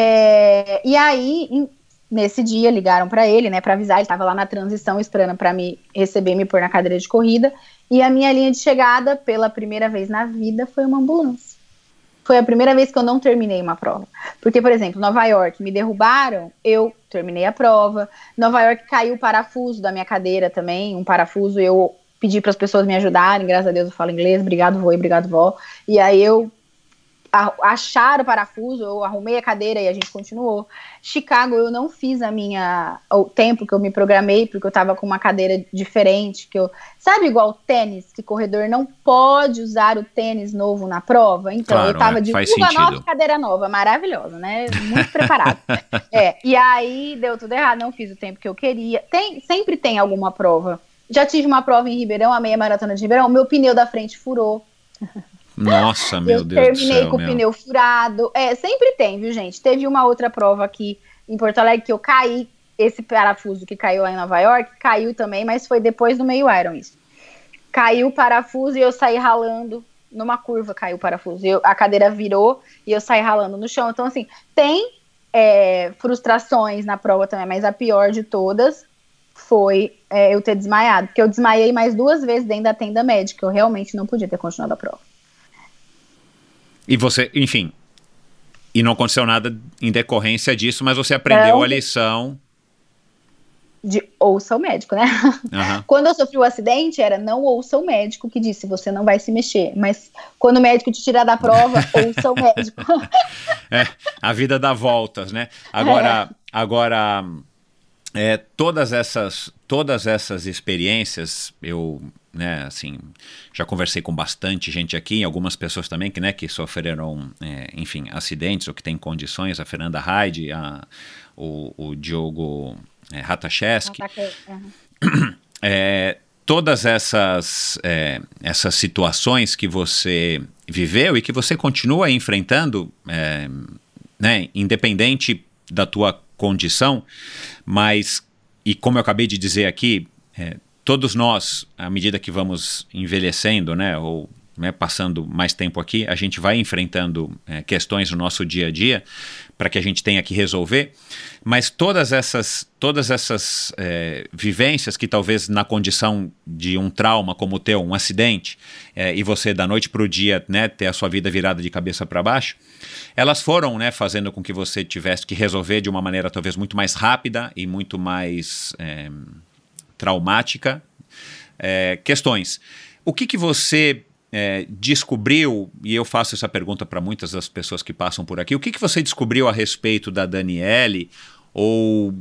S1: É, e aí, em, nesse dia, ligaram pra ele, né, pra avisar. Ele tava lá na transição, esperando pra me receber, me pôr na cadeira de corrida. E a minha linha de chegada, pela primeira vez na vida, foi uma ambulância. Foi a primeira vez que eu não terminei uma prova. Porque, por exemplo, Nova York me derrubaram, eu terminei a prova. Nova York caiu o parafuso da minha cadeira também, um parafuso, eu pedi para as pessoas me ajudarem, graças a Deus eu falo inglês, obrigado vô e obrigado vó. E aí eu acharam o parafuso, eu arrumei a cadeira e a gente continuou. Chicago, eu não fiz a minha, o tempo que eu me programei, porque eu tava com uma cadeira diferente, que eu, sabe igual tênis, que corredor não pode usar o tênis novo na prova? Então, claro, eu tava é, de curva nova, cadeira nova, maravilhosa, né? Muito preparado. É, e aí, deu tudo errado, não fiz o tempo que eu queria. Tem, sempre tem alguma prova Já tive uma prova em Ribeirão, a meia maratona de Ribeirão, meu pneu da frente furou.
S8: Nossa, meu
S1: eu
S8: Deus do céu.
S1: terminei com
S8: meu.
S1: o pneu furado. É, sempre tem, viu, gente? Teve uma outra prova aqui em Porto Alegre que eu caí, esse parafuso que caiu lá em Nova York, caiu também, mas foi depois do meio Iron isso. Caiu o parafuso e eu saí ralando. Numa curva caiu o parafuso. Eu, a cadeira virou e eu saí ralando no chão. Então, assim, tem é, frustrações na prova também, mas a pior de todas foi é, eu ter desmaiado. Porque eu desmaiei mais duas vezes dentro da tenda médica. Eu realmente não podia ter continuado a prova.
S8: E você, enfim, e não aconteceu nada em decorrência disso, mas você aprendeu não. a lição...
S1: De ouça o médico, né?
S8: Uhum.
S1: Quando eu sofri o acidente, era não ouça o médico que disse, você não vai se mexer. Mas quando o médico te tirar da prova, ouça o médico.
S8: É, a vida dá voltas, né? Agora, é. agora é, todas essas, todas essas experiências, eu, né, assim, já conversei com bastante gente aqui, algumas pessoas também que, né, que sofreram, é, enfim, acidentes ou que têm condições, a Fernanda Haid, a, o, o Diogo... É, Ratacheski, uhum. é, todas essas, é, essas situações que você viveu e que você continua enfrentando, é, né, independente da tua condição, mas, e como eu acabei de dizer aqui, é, todos nós, à medida que vamos envelhecendo, né, ou né, passando mais tempo aqui, a gente vai enfrentando é, questões no nosso dia a dia para que a gente tenha que resolver, mas todas essas, todas essas é, vivências que talvez na condição de um trauma como o teu, um acidente, é, e você da noite para o dia, né, ter a sua vida virada de cabeça para baixo, elas foram, né, fazendo com que você tivesse que resolver de uma maneira talvez muito mais rápida e muito mais é, traumática é, questões. O que que você... É, descobriu, e eu faço essa pergunta para muitas das pessoas que passam por aqui, o que, que você descobriu a respeito da Daniele, ou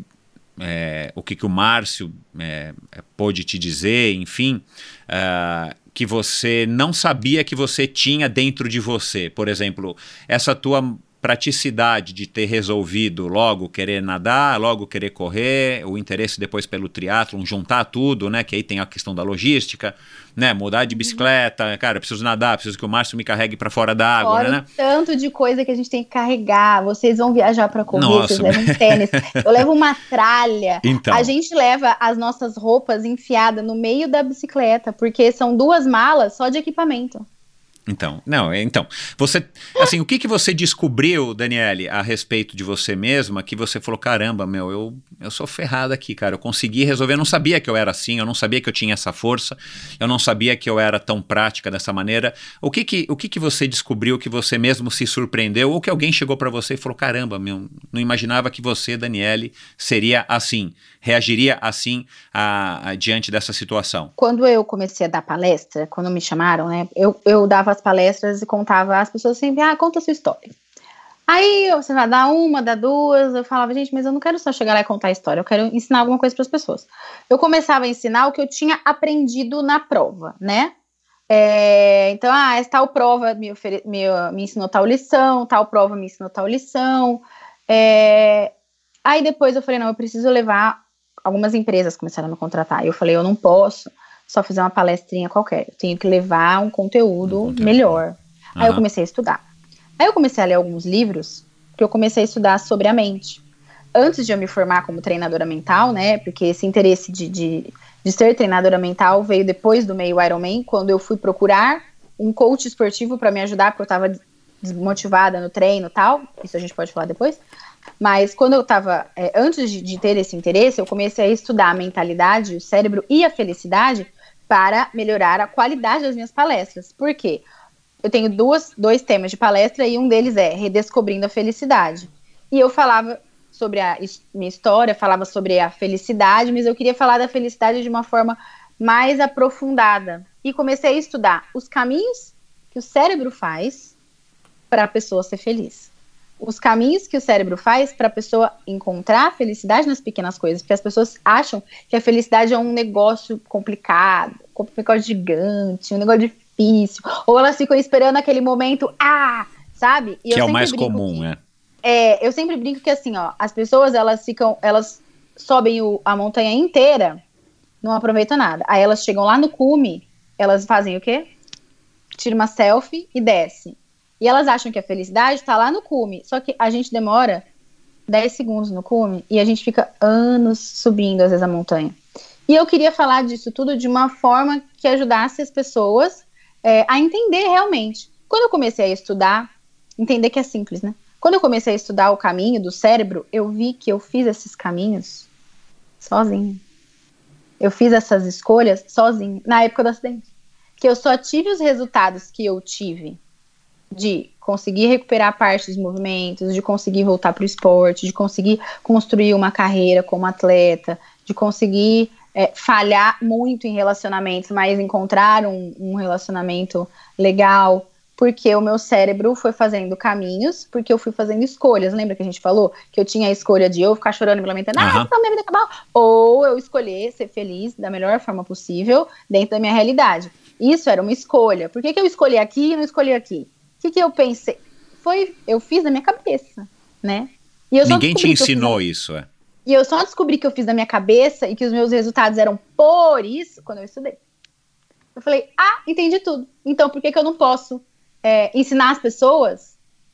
S8: é, o que, que o Márcio é, pôde te dizer, enfim, uh, que você não sabia que você tinha dentro de você? Por exemplo, essa tua praticidade de ter resolvido logo querer nadar, logo querer correr, o interesse depois pelo triatlon, juntar tudo, né, que aí tem a questão da logística, né, mudar de bicicleta, cara, eu preciso nadar, preciso que o Márcio me carregue para fora da água,
S1: fora
S8: né?
S1: O tanto de coisa que a gente tem que carregar, vocês vão viajar para correr,
S8: Nossa,
S1: vocês levam tênis, eu levo uma tralha,
S8: então.
S1: A gente leva as nossas roupas enfiadas no meio da bicicleta, porque são duas malas só de equipamento.
S8: Então, não, então, você, assim, o que que você descobriu, Daniele, a respeito de você mesma, que você falou, caramba, meu, eu, eu sou ferrada aqui, cara, eu consegui resolver, eu não sabia que eu era assim, eu não sabia que eu tinha essa força, eu não sabia que eu era tão prática dessa maneira. O que que, o que que você descobriu que você mesmo se surpreendeu, ou que alguém chegou pra você e falou, caramba, meu, não imaginava que você, Daniele, seria assim, reagiria assim a, a, diante dessa situação?
S1: Quando eu comecei a dar palestra, quando me chamaram, né, eu, eu dava as palestras e contava, as pessoas sempre, ah, conta a sua história. Aí você vai dar uma, dá duas, eu falava, gente, mas eu não quero só chegar lá e contar a história, eu quero ensinar alguma coisa para as pessoas. Eu começava a ensinar o que eu tinha aprendido na prova, né? É, então, ah, tal prova me, ofere- me, me ensinou tal lição, tal prova me ensinou tal lição. É, aí depois eu falei, não, eu preciso levar, algumas empresas começaram a me contratar, e eu falei, eu não posso só fazer uma palestrinha qualquer, eu tenho que levar um conteúdo, um conteúdo. melhor. Uhum. Aí eu comecei a estudar. Aí eu comecei a ler alguns livros, que eu comecei a estudar sobre a mente. Antes de eu me formar como treinadora mental, né, porque esse interesse de, de, de ser treinadora mental veio depois do meio Ironman, quando eu fui procurar um coach esportivo para me ajudar, porque eu estava desmotivada no treino e tal, isso a gente pode falar depois. Mas quando eu estava, é, antes de, de ter esse interesse, eu comecei a estudar a mentalidade, o cérebro e a felicidade, para melhorar a qualidade das minhas palestras. Por quê? Eu tenho duas, dois temas de palestra e um deles é Redescobrindo a Felicidade. E eu falava sobre a minha história, falava sobre a felicidade, mas eu queria falar da felicidade de uma forma mais aprofundada. E comecei a estudar os caminhos que o cérebro faz para a pessoa ser feliz. Os caminhos que o cérebro faz para a pessoa encontrar a felicidade nas pequenas coisas, porque as pessoas acham que a felicidade é um negócio complicado, um negócio gigante, um negócio difícil, ou elas ficam esperando aquele momento, ah, sabe? E
S8: que
S1: eu
S8: é o mais comum,
S1: que,
S8: né?
S1: É, eu sempre brinco que assim, ó, as pessoas, elas ficam, elas sobem o, a montanha inteira não aproveitam nada. Aí elas chegam lá no cume, elas fazem o quê? Tiram uma selfie e descem. E elas acham que a felicidade tá lá no cume. Só que a gente demora dez segundos no cume e a gente fica anos subindo, às vezes, a montanha. E eu queria falar disso tudo de uma forma que ajudasse as pessoas é, a entender realmente. Quando eu comecei a estudar, entender que é simples, né? Quando eu comecei a estudar o caminho do cérebro, eu vi que eu fiz esses caminhos sozinha. Eu fiz essas escolhas sozinha, na época do acidente. Que eu só tive os resultados que eu tive de conseguir recuperar parte dos movimentos, de conseguir voltar para o esporte, de conseguir construir uma carreira como atleta, de conseguir é, falhar muito em relacionamentos, mas encontrar um, um relacionamento legal, porque o meu cérebro foi fazendo caminhos, porque eu fui fazendo escolhas. Lembra que a gente falou que eu tinha a escolha de eu ficar chorando e me lamentando, ah, então minha vida acabou, ou eu escolher ser feliz da melhor forma possível dentro da minha realidade. Isso era uma escolha. Por que que eu escolhi aqui e não escolhi aqui? O que que eu pensei? Foi, eu fiz na minha cabeça, né? E eu
S8: Ninguém te ensinou
S1: fiz,
S8: isso, é?
S1: E eu só descobri que eu fiz na minha cabeça e que os meus resultados eram por isso quando eu estudei. Eu falei, ah, entendi tudo. Então por que que eu não posso é, ensinar as pessoas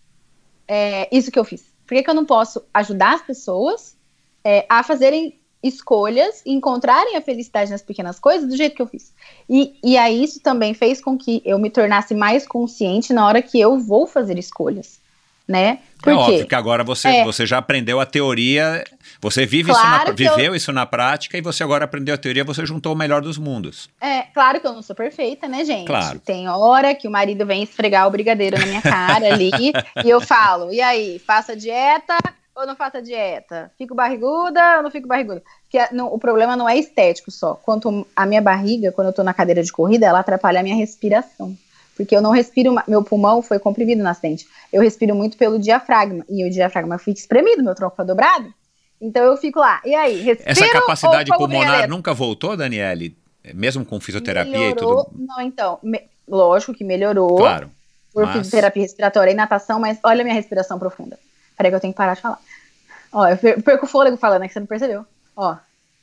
S1: é, isso que eu fiz? Por que que eu não posso ajudar as pessoas é, a fazerem escolhas e encontrarem a felicidade nas pequenas coisas do jeito que eu fiz? E, e aí isso também fez com que eu me tornasse mais consciente na hora que eu vou fazer escolhas, né? Por
S8: é
S1: quê?
S8: óbvio que agora você, é, você já aprendeu a teoria, você vive claro isso na, viveu eu, isso na prática e você agora aprendeu a teoria, você juntou o melhor dos mundos.
S1: É, claro que eu não sou perfeita, né, gente?
S8: Claro.
S1: Tem hora que o marido vem esfregar o brigadeiro na minha cara ali e eu falo, e aí, faça dieta ou não faça dieta? Fico barriguda ou não fico barriguda? Porque não, o problema não é estético só. Quanto a minha barriga, quando eu tô na cadeira de corrida, ela atrapalha a minha respiração. Porque eu não respiro, meu pulmão foi comprimido no acidente. Eu respiro muito pelo diafragma. E o diafragma fica espremido, meu tronco foi dobrado. Então eu fico lá. E aí, respiro
S8: Essa capacidade
S1: ou
S8: pulmonar nunca voltou, Daniele? Mesmo com fisioterapia
S1: melhorou,
S8: e tudo?
S1: Não, então, me, lógico que melhorou.
S8: Claro.
S1: Por
S8: mas...
S1: fisioterapia respiratória e natação, mas olha a minha respiração profunda. Peraí que eu tenho que parar de falar. Ó, eu perco o fôlego falando, é que você não percebeu. Ó.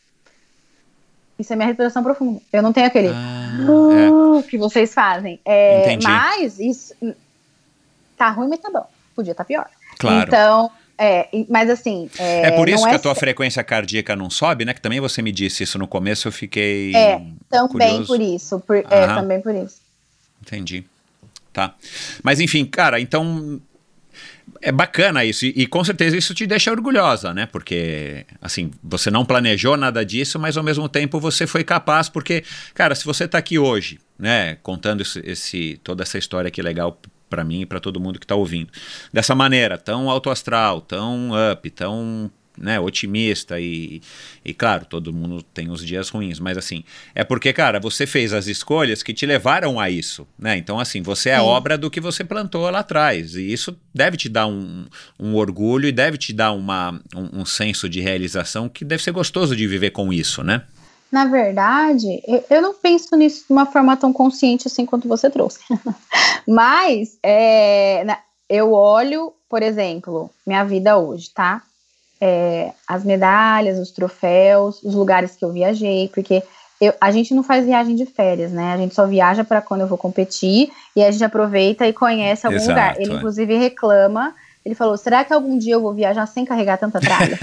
S1: Isso é minha respiração profunda. Eu não tenho aquele
S8: ah,
S1: uh,
S8: é.
S1: que vocês fazem. É,
S8: Entendi.
S1: Mas isso tá ruim, mas tá bom. Podia estar tá pior.
S8: Claro.
S1: Então, é, mas assim... É,
S8: é por isso
S1: não
S8: que
S1: é
S8: a tua frequência cardíaca não sobe, né? Que também você me disse isso no começo, eu fiquei
S1: É, também
S8: curioso.
S1: por isso. Por, é, também por isso.
S8: Entendi. Tá. Mas enfim, cara, então... É bacana isso, e, e com certeza isso te deixa orgulhosa, né? Porque, assim, você não planejou nada disso, mas ao mesmo tempo você foi capaz, porque, cara, se você tá aqui hoje, né, contando esse, esse, toda essa história aqui legal pra mim e pra todo mundo que tá ouvindo, dessa maneira, tão autoastral, tão up, tão... né, otimista e, e claro, todo mundo tem os dias ruins, mas assim, é porque, cara, você fez as escolhas que te levaram a isso, né, então assim, você é a obra do que você plantou lá atrás, e isso deve te dar um, um orgulho e deve te dar uma, um, um senso de realização que deve ser gostoso de viver com isso, né?
S1: Na verdade, eu, eu não penso nisso de uma forma tão consciente assim quanto você trouxe, mas é, eu olho, por exemplo, minha vida hoje, tá? É, as medalhas, os troféus, os lugares que eu viajei, porque eu, a gente não faz viagem de férias, né? A gente só viaja para quando eu vou competir e a gente aproveita e conhece algum
S8: Exato,
S1: lugar. Ele,
S8: é.
S1: inclusive, reclama. Ele falou, será que algum dia eu vou viajar sem carregar tanta tralha?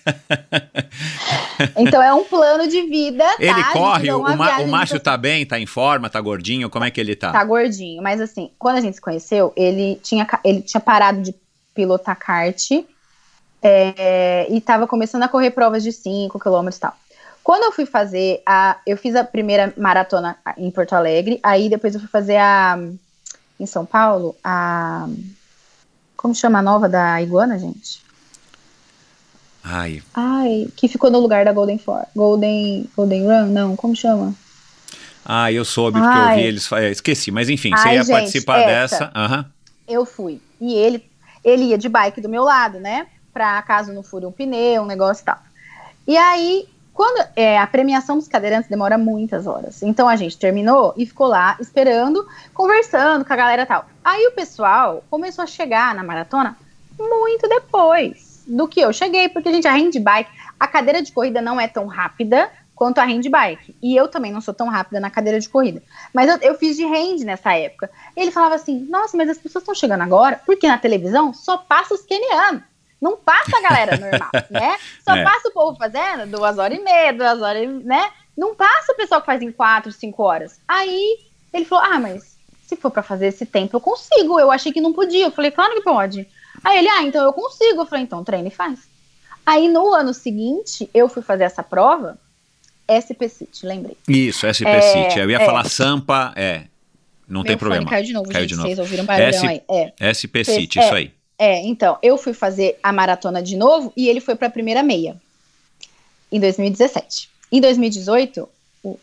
S1: Então é um plano de vida, tá?
S8: Ele corre,
S1: o,
S8: ma o Márcio tá bem, tá em forma, tá gordinho, como é que ele tá?
S1: Tá gordinho, mas assim, quando a gente se conheceu, ele tinha, ele tinha parado de pilotar kart, É, e estava começando a correr provas de cinco quilômetros e tal. Quando eu fui fazer, a, eu fiz a primeira maratona em Porto Alegre, aí depois eu fui fazer a, em São Paulo, a, como chama a nova da Iguana, gente?
S8: Ai.
S1: Ai, que ficou no lugar da Golden For, Golden, Golden Run, não, como chama?
S8: Ah, eu soube, porque Ai. eu vi eles, é, esqueci, mas enfim, Ai, você ia gente, participar essa, dessa. Uhum.
S1: Eu fui, e ele, ele ia de bike do meu lado, né? Pra caso não fure um pneu, um negócio e tal. E aí, quando é, a premiação dos cadeirantes demora muitas horas. Então a gente terminou e ficou lá esperando, conversando com a galera e tal. Aí o pessoal começou a chegar na maratona muito depois do que eu cheguei, porque a gente, a handbike, a cadeira de corrida não é tão rápida quanto a handbike. E eu também não sou tão rápida na cadeira de corrida. Mas eu, eu fiz de hand nessa época. Ele falava assim, nossa, mas as pessoas estão chegando agora, porque na televisão só passa os kenianos. Não passa a galera normal, né? Só é. passa o povo fazendo duas horas e meia, duas horas, né? Não passa o pessoal que faz em quatro, cinco horas. Aí ele falou, ah, mas se for pra fazer esse tempo, eu consigo. Eu achei que não podia. Eu falei, claro que pode. Aí ele, ah, então eu consigo. Eu falei, então treina e faz. Aí no ano seguinte, eu fui fazer essa prova, S P City, lembrei.
S8: Isso, S P City. É, eu ia é. falar Sampa, é. Não
S1: Meu
S8: tem problema.
S1: Caiu de novo,
S8: caiu
S1: gente,
S8: de novo.
S1: Vocês ouviram barulhão
S8: S...
S1: aí. É.
S8: S P City,
S1: é,
S8: isso aí.
S1: É, então, eu fui fazer a maratona de novo e ele foi pra primeira meia. Em dois mil e dezessete. Em dois mil e dezoito, o...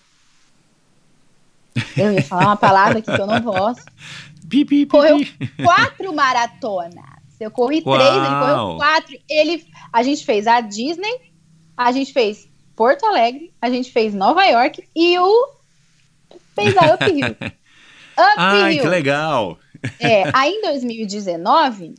S1: eu ia falar uma palavra aqui que eu não posso.
S8: Pi, pi, pi,
S1: correu
S8: pi.
S1: quatro maratonas. Eu corri Uau. três, ele correu quatro. Ele, a gente fez a Disney, a gente fez Porto Alegre, a gente fez Nova York e o fez a Up Hill. Up
S8: Ai,
S1: Hill.
S8: Que legal!
S1: É, aí em dois mil e dezenove,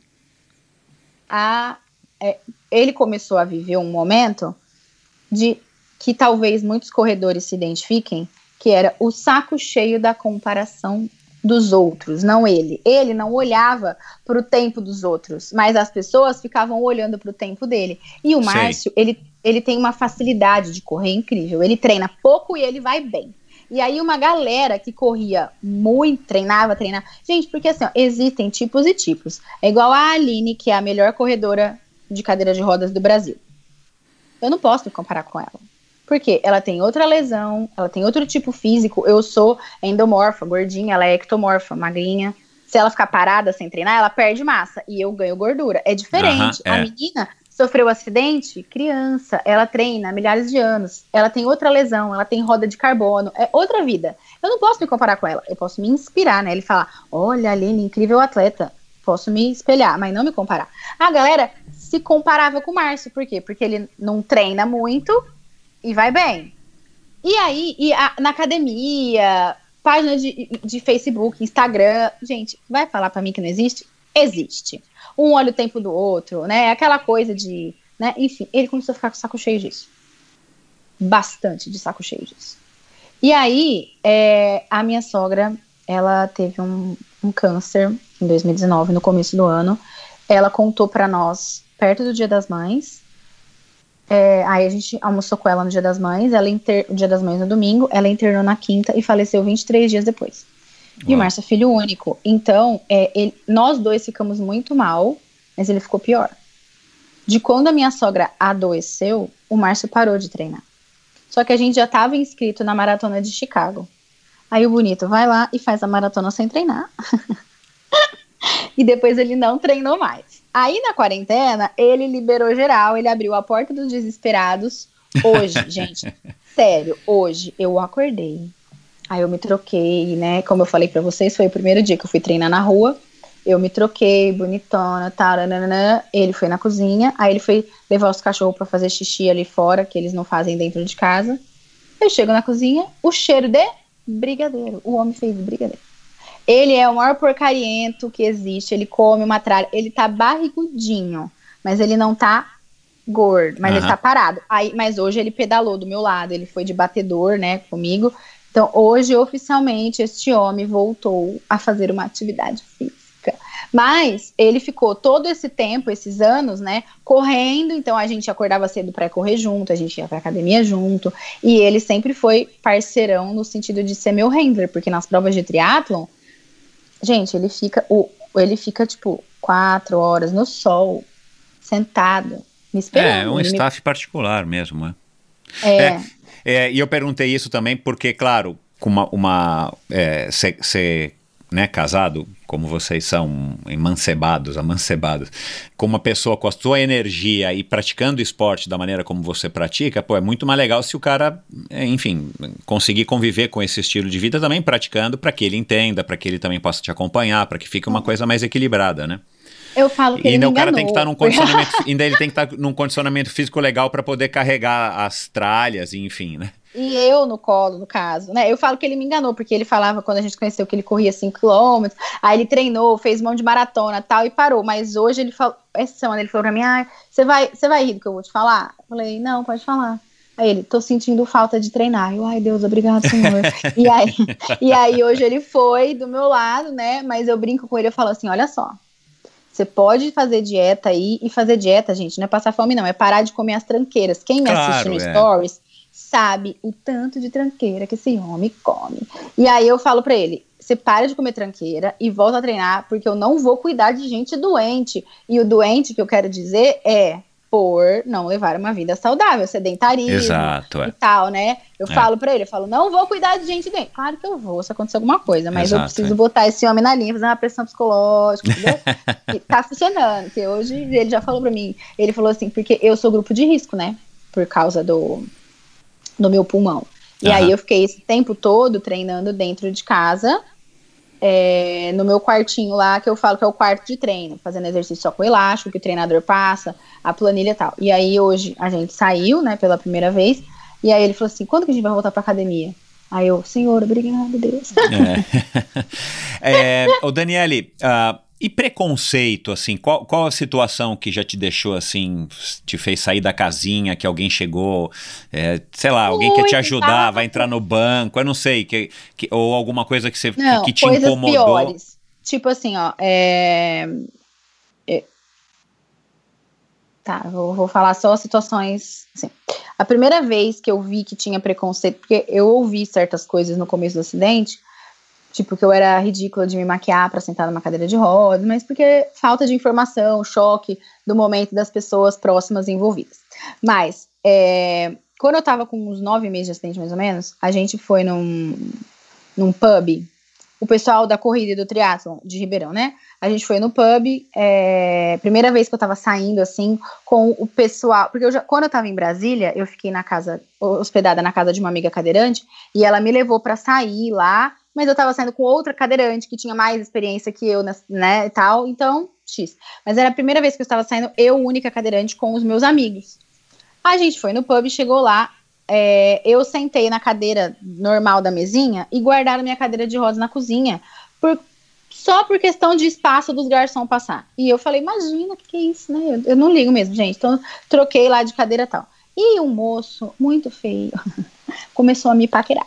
S1: a, é, ele começou a viver um momento de que talvez muitos corredores se identifiquem, que era o saco cheio da comparação dos outros, não ele. Ele não olhava para o tempo dos outros, mas as pessoas ficavam olhando para o tempo dele. E o Márcio, ele, ele tem uma facilidade de correr incrível. Ele treina pouco e ele vai bem. E aí uma galera que corria muito, treinava, treinava... Gente, porque assim, ó, existem tipos e tipos. É igual a Aline, que é a melhor corredora de cadeira de rodas do Brasil. Eu não posso me comparar com ela. Porque ela tem outra lesão, ela tem outro tipo físico. Eu sou endomorfa, gordinha, ela é ectomorfa, magrinha. Se ela ficar parada sem treinar, ela perde massa. E eu ganho gordura. É diferente. Uh-huh, é. A menina sofreu um acidente, criança, ela treina há milhares de anos. Ela tem outra lesão, ela tem roda de carbono. É outra vida. Eu não posso me comparar com ela. Eu posso me inspirar, né? Ele fala, olha, Aline, incrível atleta. Posso me espelhar, mas não me comparar. A galera se comparava com o Márcio. Por quê? Porque ele não treina muito e vai bem. E aí, e a, na academia, página de, de Facebook, Instagram, gente, vai falar pra mim que não existe? Existe. Um olha o tempo do outro, né? Aquela coisa de, né? Enfim, ele começou a ficar com o saco cheio disso. Bastante de saco cheio disso. E aí, é, a minha sogra, ela teve um, um câncer em dois mil e dezenove, no começo do ano. Ela contou pra nós, perto do Dia das Mães. É, aí a gente almoçou com ela no Dia das Mães, ela inter... o Dia das Mães no domingo, ela internou na quinta e faleceu vinte e três dias depois. Uau. E o Márcio é filho único, então é, ele... nós dois ficamos muito mal, mas ele ficou pior. De quando a minha sogra adoeceu, o Márcio parou de treinar. Só que a gente já estava inscrito na maratona de Chicago. Aí o bonito vai lá e faz a maratona sem treinar. E depois ele não treinou mais. Aí na quarentena, ele liberou geral, ele abriu a porta dos desesperados. Hoje, gente, sério, hoje eu acordei. Aí eu me troquei, né? Como eu falei pra vocês, foi o primeiro dia que eu fui treinar na rua. Eu me troquei, bonitona, tal, nananã. Ele foi na cozinha, aí ele foi levar os cachorros pra fazer xixi ali fora, que eles não fazem dentro de casa. Eu chego na cozinha, o cheiro de brigadeiro. O homem fez brigadeiro. Ele é o maior porcariento que existe, ele come uma tralha, ele tá barrigudinho, mas ele não tá gordo, mas uhum. ele tá parado. Aí, mas hoje ele pedalou do meu lado, ele foi de batedor, né, comigo. Então hoje, oficialmente, este homem voltou a fazer uma atividade física. Mas ele ficou todo esse tempo, esses anos, né, correndo, então a gente acordava cedo pra correr junto, a gente ia pra academia junto, e ele sempre foi parceirão no sentido de ser meu handler, porque nas provas de triatlon, gente, ele fica, o, ele fica, tipo, quatro horas no sol, sentado, me esperando.
S8: É, um staff me... particular mesmo, né? É. é, é. E eu perguntei isso também porque, claro, com uma, uma é, ser, ser né, casado, como vocês são, emancebados, amancebados, com uma pessoa com a sua energia e praticando esporte da maneira como você pratica, pô, é muito mais legal se o cara, enfim, conseguir conviver com esse estilo de vida também praticando para que ele entenda, para que ele também possa te acompanhar, para que fique uma coisa mais equilibrada, né?
S1: Eu falo que
S8: e
S1: ele
S8: ainda
S1: me
S8: o cara
S1: enganou.
S8: tem que estar num condicionamento, ainda ele tem que estar num condicionamento físico legal para poder carregar as tralhas, enfim, né?
S1: E eu no colo, no caso, né? Eu falo que ele me enganou, porque ele falava, quando a gente conheceu, que ele corria cinco quilômetros, aí ele treinou, fez mão de maratona e tal, e parou. Mas hoje ele falou, essa semana ele falou pra mim, ah, você vai, você vai rir do que eu vou te falar? Eu falei, não, pode falar. Aí ele, tô sentindo falta de treinar. Eu, ai Deus, obrigado, Senhor. e, aí, e aí hoje ele foi do meu lado, né? Mas eu brinco com ele, eu falo assim, olha só, você pode fazer dieta aí, e fazer dieta, gente, não é passar fome não, é parar de comer as tranqueiras. Quem me
S8: Claro,
S1: assiste no
S8: é.
S1: Stories sabe o tanto de tranqueira que esse homem come. E aí eu falo pra ele, você para de comer tranqueira e volta a treinar, porque eu não vou cuidar de gente doente. E o doente que eu quero dizer é por não levar uma vida saudável, sedentarismo
S8: Exato, é.
S1: e tal, né? Eu
S8: É.
S1: falo pra ele, eu falo, não vou cuidar de gente doente. Claro que eu vou, se acontecer alguma coisa, mas
S8: Exato,
S1: eu preciso
S8: é.
S1: botar esse homem na linha, fazer uma pressão psicológica, entendeu? E tá funcionando, porque hoje ele já falou pra mim, ele falou assim, porque eu sou grupo de risco, né? Por causa do, do meu pulmão. E
S8: Aham.
S1: aí eu fiquei esse tempo todo treinando dentro de casa, é, no meu quartinho lá, que eu falo que é o quarto de treino, fazendo exercício só com elástico, que o treinador passa, a planilha e tal. E aí hoje a gente saiu, né, pela primeira vez, e aí ele falou assim, quando que a gente vai voltar pra academia? Aí eu, Senhor, obrigado, Deus.
S8: É. é, ô Daniele, uh, e preconceito, assim, qual, qual a situação que já te deixou, assim, te fez sair da casinha, que alguém chegou, é, sei lá, alguém quer te
S1: Muito,
S8: ajudar,
S1: tava-
S8: vai entrar no banco, eu não sei, que, que, ou alguma coisa que, você, que,
S1: Não,
S8: que te
S1: coisas
S8: incomodou.
S1: piores. Tipo assim, ó, é... é- Tá, vou, vou falar só situações, assim. A primeira vez que eu vi que tinha preconceito, porque eu ouvi certas coisas no começo do acidente, tipo que eu era ridícula de me maquiar pra sentar numa cadeira de rodas, mas porque falta de informação, choque do momento das pessoas próximas envolvidas. Mas, é, quando eu tava com uns nove meses de acidente, mais ou menos, a gente foi num, num pub, o pessoal da corrida e do triatlon de Ribeirão, né? A gente foi no pub, é, primeira vez que eu tava saindo, assim, com o pessoal, porque eu já, quando eu tava em Brasília, eu fiquei na casa, hospedada na casa de uma amiga cadeirante, e ela me levou pra sair lá, mas eu tava saindo com outra cadeirante, que tinha mais experiência que eu, né, e tal, então, X. Mas era a primeira vez que eu estava saindo, eu, única cadeirante, com os meus amigos. A gente foi no pub, chegou lá, é, eu sentei na cadeira normal da mesinha e guardaram minha cadeira de rodas na cozinha, por, só por questão de espaço dos garçons passar. E eu falei, imagina, o que, que é isso, né? Eu, eu não ligo mesmo, gente. Então, troquei lá de cadeira e tal. E um moço, muito feio, começou a me paquerar.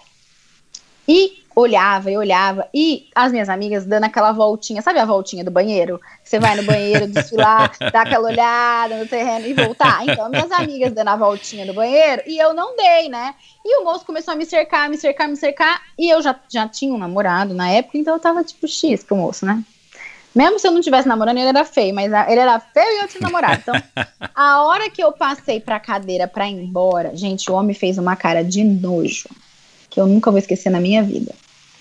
S1: E olhava e olhava, e as minhas amigas dando aquela voltinha, sabe a voltinha do banheiro? Você vai no banheiro desfilar, dá aquela olhada no terreno e voltar. Então, minhas amigas dando a voltinha do banheiro, e eu não dei, né? E o moço começou a me cercar, me cercar, me cercar, e eu já, já tinha um namorado na época, então eu tava tipo X pro moço, né? Mesmo se eu não tivesse namorando, ele era feio, mas ele era feio e eu tinha namorado. Então, a hora que eu passei pra cadeira pra ir embora, gente, o homem fez uma cara de nojo, que eu nunca vou esquecer na minha vida.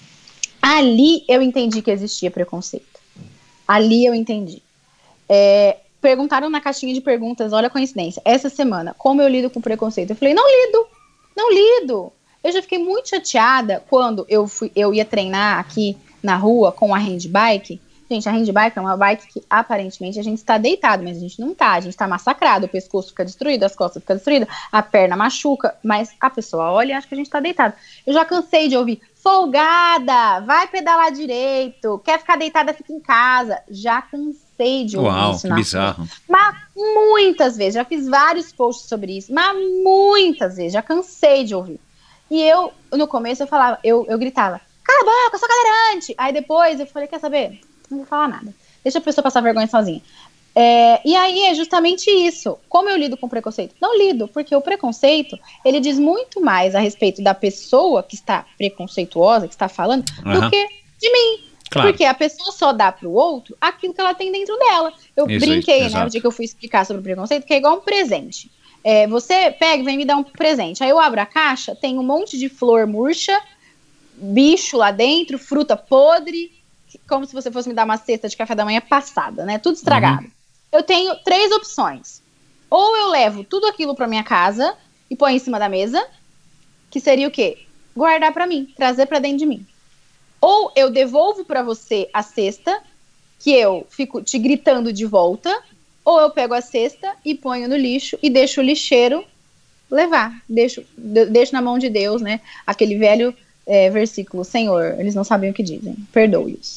S1: Ali eu entendi que existia preconceito. Ali eu entendi. É, perguntaram na caixinha de perguntas, olha a coincidência, essa semana, como eu lido com preconceito? Eu falei, não lido, não lido. Eu já fiquei muito chateada quando eu, fui, eu ia treinar aqui na rua com a handbike. Gente, a handbike é uma bike que aparentemente a gente está deitado, mas a gente não tá, a gente tá massacrado, o pescoço fica destruído, as costas ficam destruídas, a perna machuca, mas a pessoa olha e acha que a gente tá deitado. Eu já cansei de ouvir, folgada, vai pedalar direito, quer ficar deitada, fica em casa. Já cansei de ouvir
S8: Uau,
S1: isso
S8: que
S1: na
S8: bizarro.
S1: rua. Mas muitas vezes, já fiz vários posts sobre isso, mas muitas vezes, já cansei de ouvir. E eu, no começo, eu falava, eu, eu gritava, cala a boca, eu sou cadeirante. Aí depois eu falei, quer saber? Não vou falar nada. Deixa a pessoa passar vergonha sozinha. É, e aí é justamente isso. Como eu lido com preconceito? Não lido, porque o preconceito, ele diz muito mais a respeito da pessoa que está preconceituosa, que está falando,
S8: Uhum.
S1: do que de mim.
S8: Claro.
S1: Porque a pessoa só dá pro outro aquilo que ela tem dentro dela. Eu
S8: Isso,
S1: brinquei,
S8: isso,
S1: né,
S8: exato.
S1: o dia que eu fui explicar sobre o preconceito, que é igual um presente. É, você pega e vem me dar um presente. Aí eu abro a caixa, tem um monte de flor murcha, bicho lá dentro, fruta podre, como se você fosse me dar uma cesta de café da manhã passada, né? Tudo estragado. Uhum. Eu tenho três opções. Ou eu levo tudo aquilo pra minha casa e põe em cima da mesa, que seria o quê? Guardar pra mim, trazer pra dentro de mim. Ou eu devolvo pra você a cesta, que eu fico te gritando de volta, ou eu pego a cesta e ponho no lixo e deixo o lixeiro levar. Deixo, deixo na mão de Deus, né? Aquele velho é, versículo, Senhor, eles não sabem o que dizem, perdoe-os.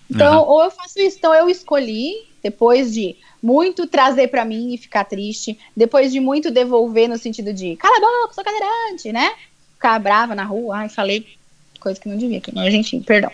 S1: Então,
S8: Uhum.
S1: ou eu faço isso. Então, eu escolhi, depois de muito trazer pra mim e ficar triste, depois de muito devolver no sentido de, cala a boca, sou cadeirante, né? Ficar brava na rua, ai, falei coisa que não devia, que não, gente, perdão.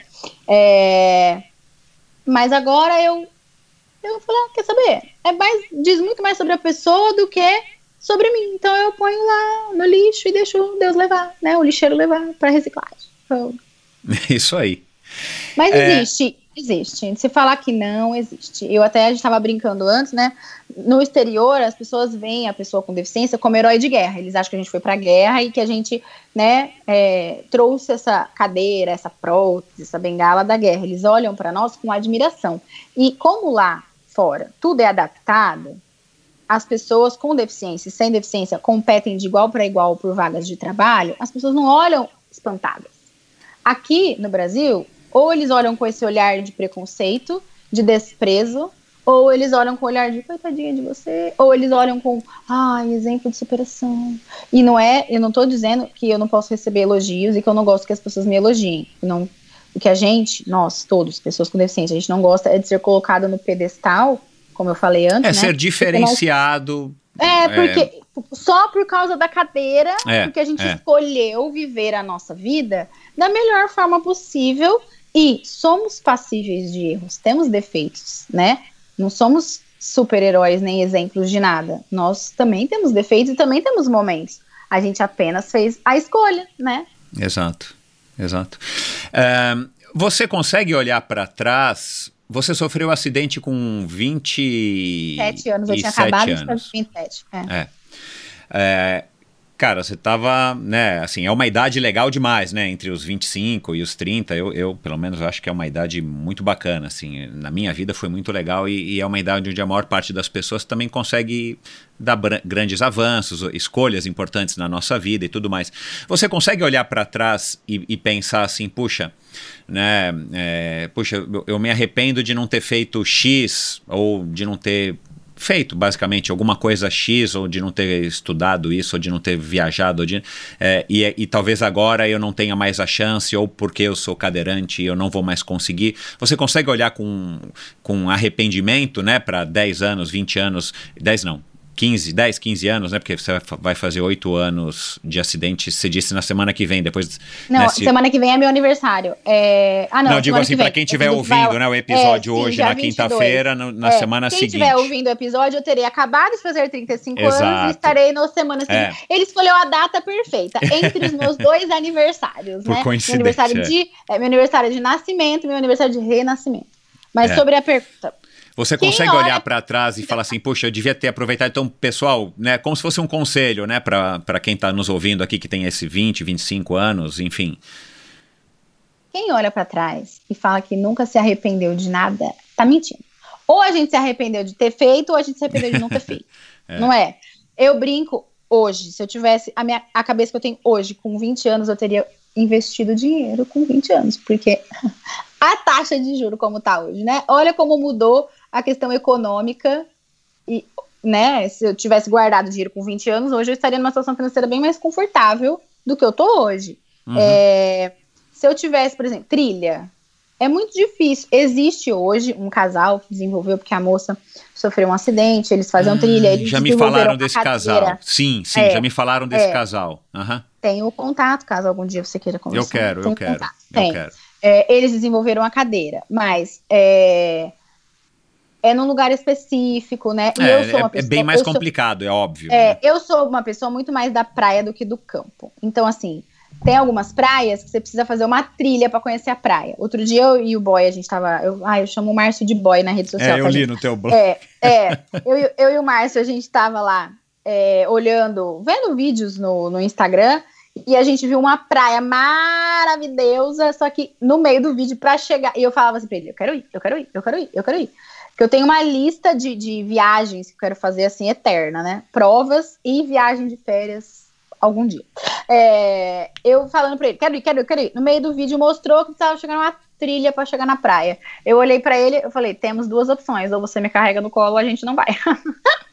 S1: É... Mas agora eu, eu falei, ah, quer saber? É mais, diz muito mais sobre a pessoa do que sobre mim. Então eu ponho lá no lixo e deixo Deus levar, né? O lixeiro levar pra reciclagem. Então,
S8: Isso aí.
S1: mas
S8: É.
S1: existe, existe. Se falar que não, existe. Eu até, a gente estava brincando antes, né? No exterior, as pessoas veem a pessoa com deficiência como herói de guerra. Eles acham que a gente foi pra guerra e que a gente, né, é, trouxe essa cadeira, essa prótese, essa bengala da guerra. Eles olham para nós com admiração. E como lá fora tudo é adaptado, as pessoas com deficiência e sem deficiência competem de igual para igual por vagas de trabalho, as pessoas não olham espantadas. Aqui no Brasil, ou eles olham com esse olhar de preconceito, de desprezo, ou eles olham com o olhar de coitadinha de você, ou eles olham com, ai, exemplo de superação. E não é, eu não tô dizendo que eu não posso receber elogios e que eu não gosto que as pessoas me elogiem. Não, o que a gente, nós todos, pessoas com deficiência, a gente não gosta é de ser colocado no pedestal, como eu falei antes,
S8: É
S1: né?
S8: ser diferenciado.
S1: É, porque é. só por causa da cadeira,
S8: É,
S1: porque a gente
S8: é.
S1: escolheu viver a nossa vida da melhor forma possível e somos passíveis de erros, temos defeitos, né? Não somos super-heróis nem exemplos de nada. Nós também temos defeitos e também temos momentos. A gente apenas fez a escolha, né?
S8: Exato, exato. É, você consegue olhar para trás? Você sofreu um acidente com vinte
S1: Sete anos, eu tinha
S8: sete
S1: acabado
S8: anos.
S1: de fazer vinte e sete. É.
S8: É. É, cara, você tava, né, assim, é uma idade legal demais, né, entre os vinte e cinco e os trinta, eu, eu pelo menos acho que é uma idade muito bacana, assim, na minha vida foi muito legal e, e é uma idade onde a maior parte das pessoas também consegue dar grandes avanços, escolhas importantes na nossa vida e tudo mais. Você consegue olhar para trás e, e pensar assim, puxa, né, é, puxa, eu, eu me arrependo de não ter feito X ou de não ter feito, basicamente, alguma coisa X, ou de não ter estudado isso, ou de não ter viajado, ou de, é, e, e talvez agora eu não tenha mais a chance, ou porque eu sou cadeirante e eu não vou mais conseguir. Você consegue olhar com, com arrependimento, né, para dez anos, vinte anos, dez não, quinze, dez, quinze anos, né? Porque você vai fazer oito anos de acidente, você disse na semana que vem, depois...
S1: Não,
S8: né, se...
S1: semana que vem é meu aniversário. É... Ah, não,
S8: não, digo assim, para quem estiver ouvindo, vai... né, o episódio é, sim, hoje, na quinta-feira, na é, semana
S1: quem
S8: seguinte.
S1: Quem estiver ouvindo o episódio, eu terei acabado de fazer trinta e cinco
S8: Exato.
S1: anos e estarei na semana seguinte. É. Ele escolheu a data perfeita, entre os meus dois aniversários,
S8: Por
S1: né?
S8: coincidência.
S1: Meu aniversário, de, é, meu aniversário de nascimento e meu aniversário de renascimento. Mas é. sobre a pergunta...
S8: Você
S1: Quem
S8: consegue
S1: olha...
S8: olhar para trás e falar assim, poxa, eu devia ter aproveitado. Então, pessoal, né, como se fosse um conselho, né, para quem está nos ouvindo aqui, que tem esse vinte, vinte e cinco anos, enfim.
S1: Quem olha para trás e fala que nunca se arrependeu de nada, tá mentindo. Ou a gente se arrependeu de ter feito, ou a gente se arrependeu de não ter feito. É. Não é? Eu brinco hoje, se eu tivesse a, minha, a cabeça que eu tenho hoje, com vinte anos, eu teria investido dinheiro com vinte anos, porque a taxa de juro como tá hoje, né? Olha como mudou a questão econômica e, né, se eu tivesse guardado dinheiro com vinte anos, hoje eu estaria numa situação financeira bem mais confortável do que eu tô hoje. Uhum. É, se eu tivesse, por exemplo, trilha, é muito difícil. Existe hoje um casal que desenvolveu, porque a moça sofreu um acidente, eles faziam ah, trilha, eles
S8: já me falaram desse casal. Sim, sim, é, já me falaram desse é, casal. Uhum.
S1: Tem o contato, caso algum dia você queira conversar.
S8: Eu quero,
S1: tem
S8: eu quero,
S1: contato.
S8: eu
S1: tem.
S8: quero.
S1: É, eles desenvolveram a cadeira, mas é, é num lugar específico, né? E
S8: é,
S1: eu sou uma
S8: é,
S1: pessoa,
S8: é bem mais
S1: sou,
S8: complicado, é óbvio.
S1: É,
S8: né?
S1: Eu sou uma pessoa muito mais da praia do que do campo. Então, assim, tem algumas praias que você precisa fazer uma trilha pra conhecer a praia. Outro dia eu e o boy, a gente tava... Eu, ah, eu chamo o Márcio de boy na rede social.
S8: É, eu li
S1: gente,
S8: no teu blog.
S1: É, é eu, eu e o Márcio, a gente tava lá é, olhando, vendo vídeos no, no Instagram... E a gente viu uma praia maravilhosa, só que no meio do vídeo pra chegar... E eu falava assim pra ele, eu quero ir, eu quero ir, eu quero ir, eu quero ir. Porque eu tenho uma lista de, de viagens que eu quero fazer, assim, eterna, né? Provas e viagem de férias algum dia. É, eu falando pra ele, quero ir, quero ir, quero ir. No meio do vídeo mostrou que precisava chegar numa trilha pra chegar na praia. Eu olhei pra ele, eu falei, temos duas opções, ou você me carrega no colo ou a gente não vai.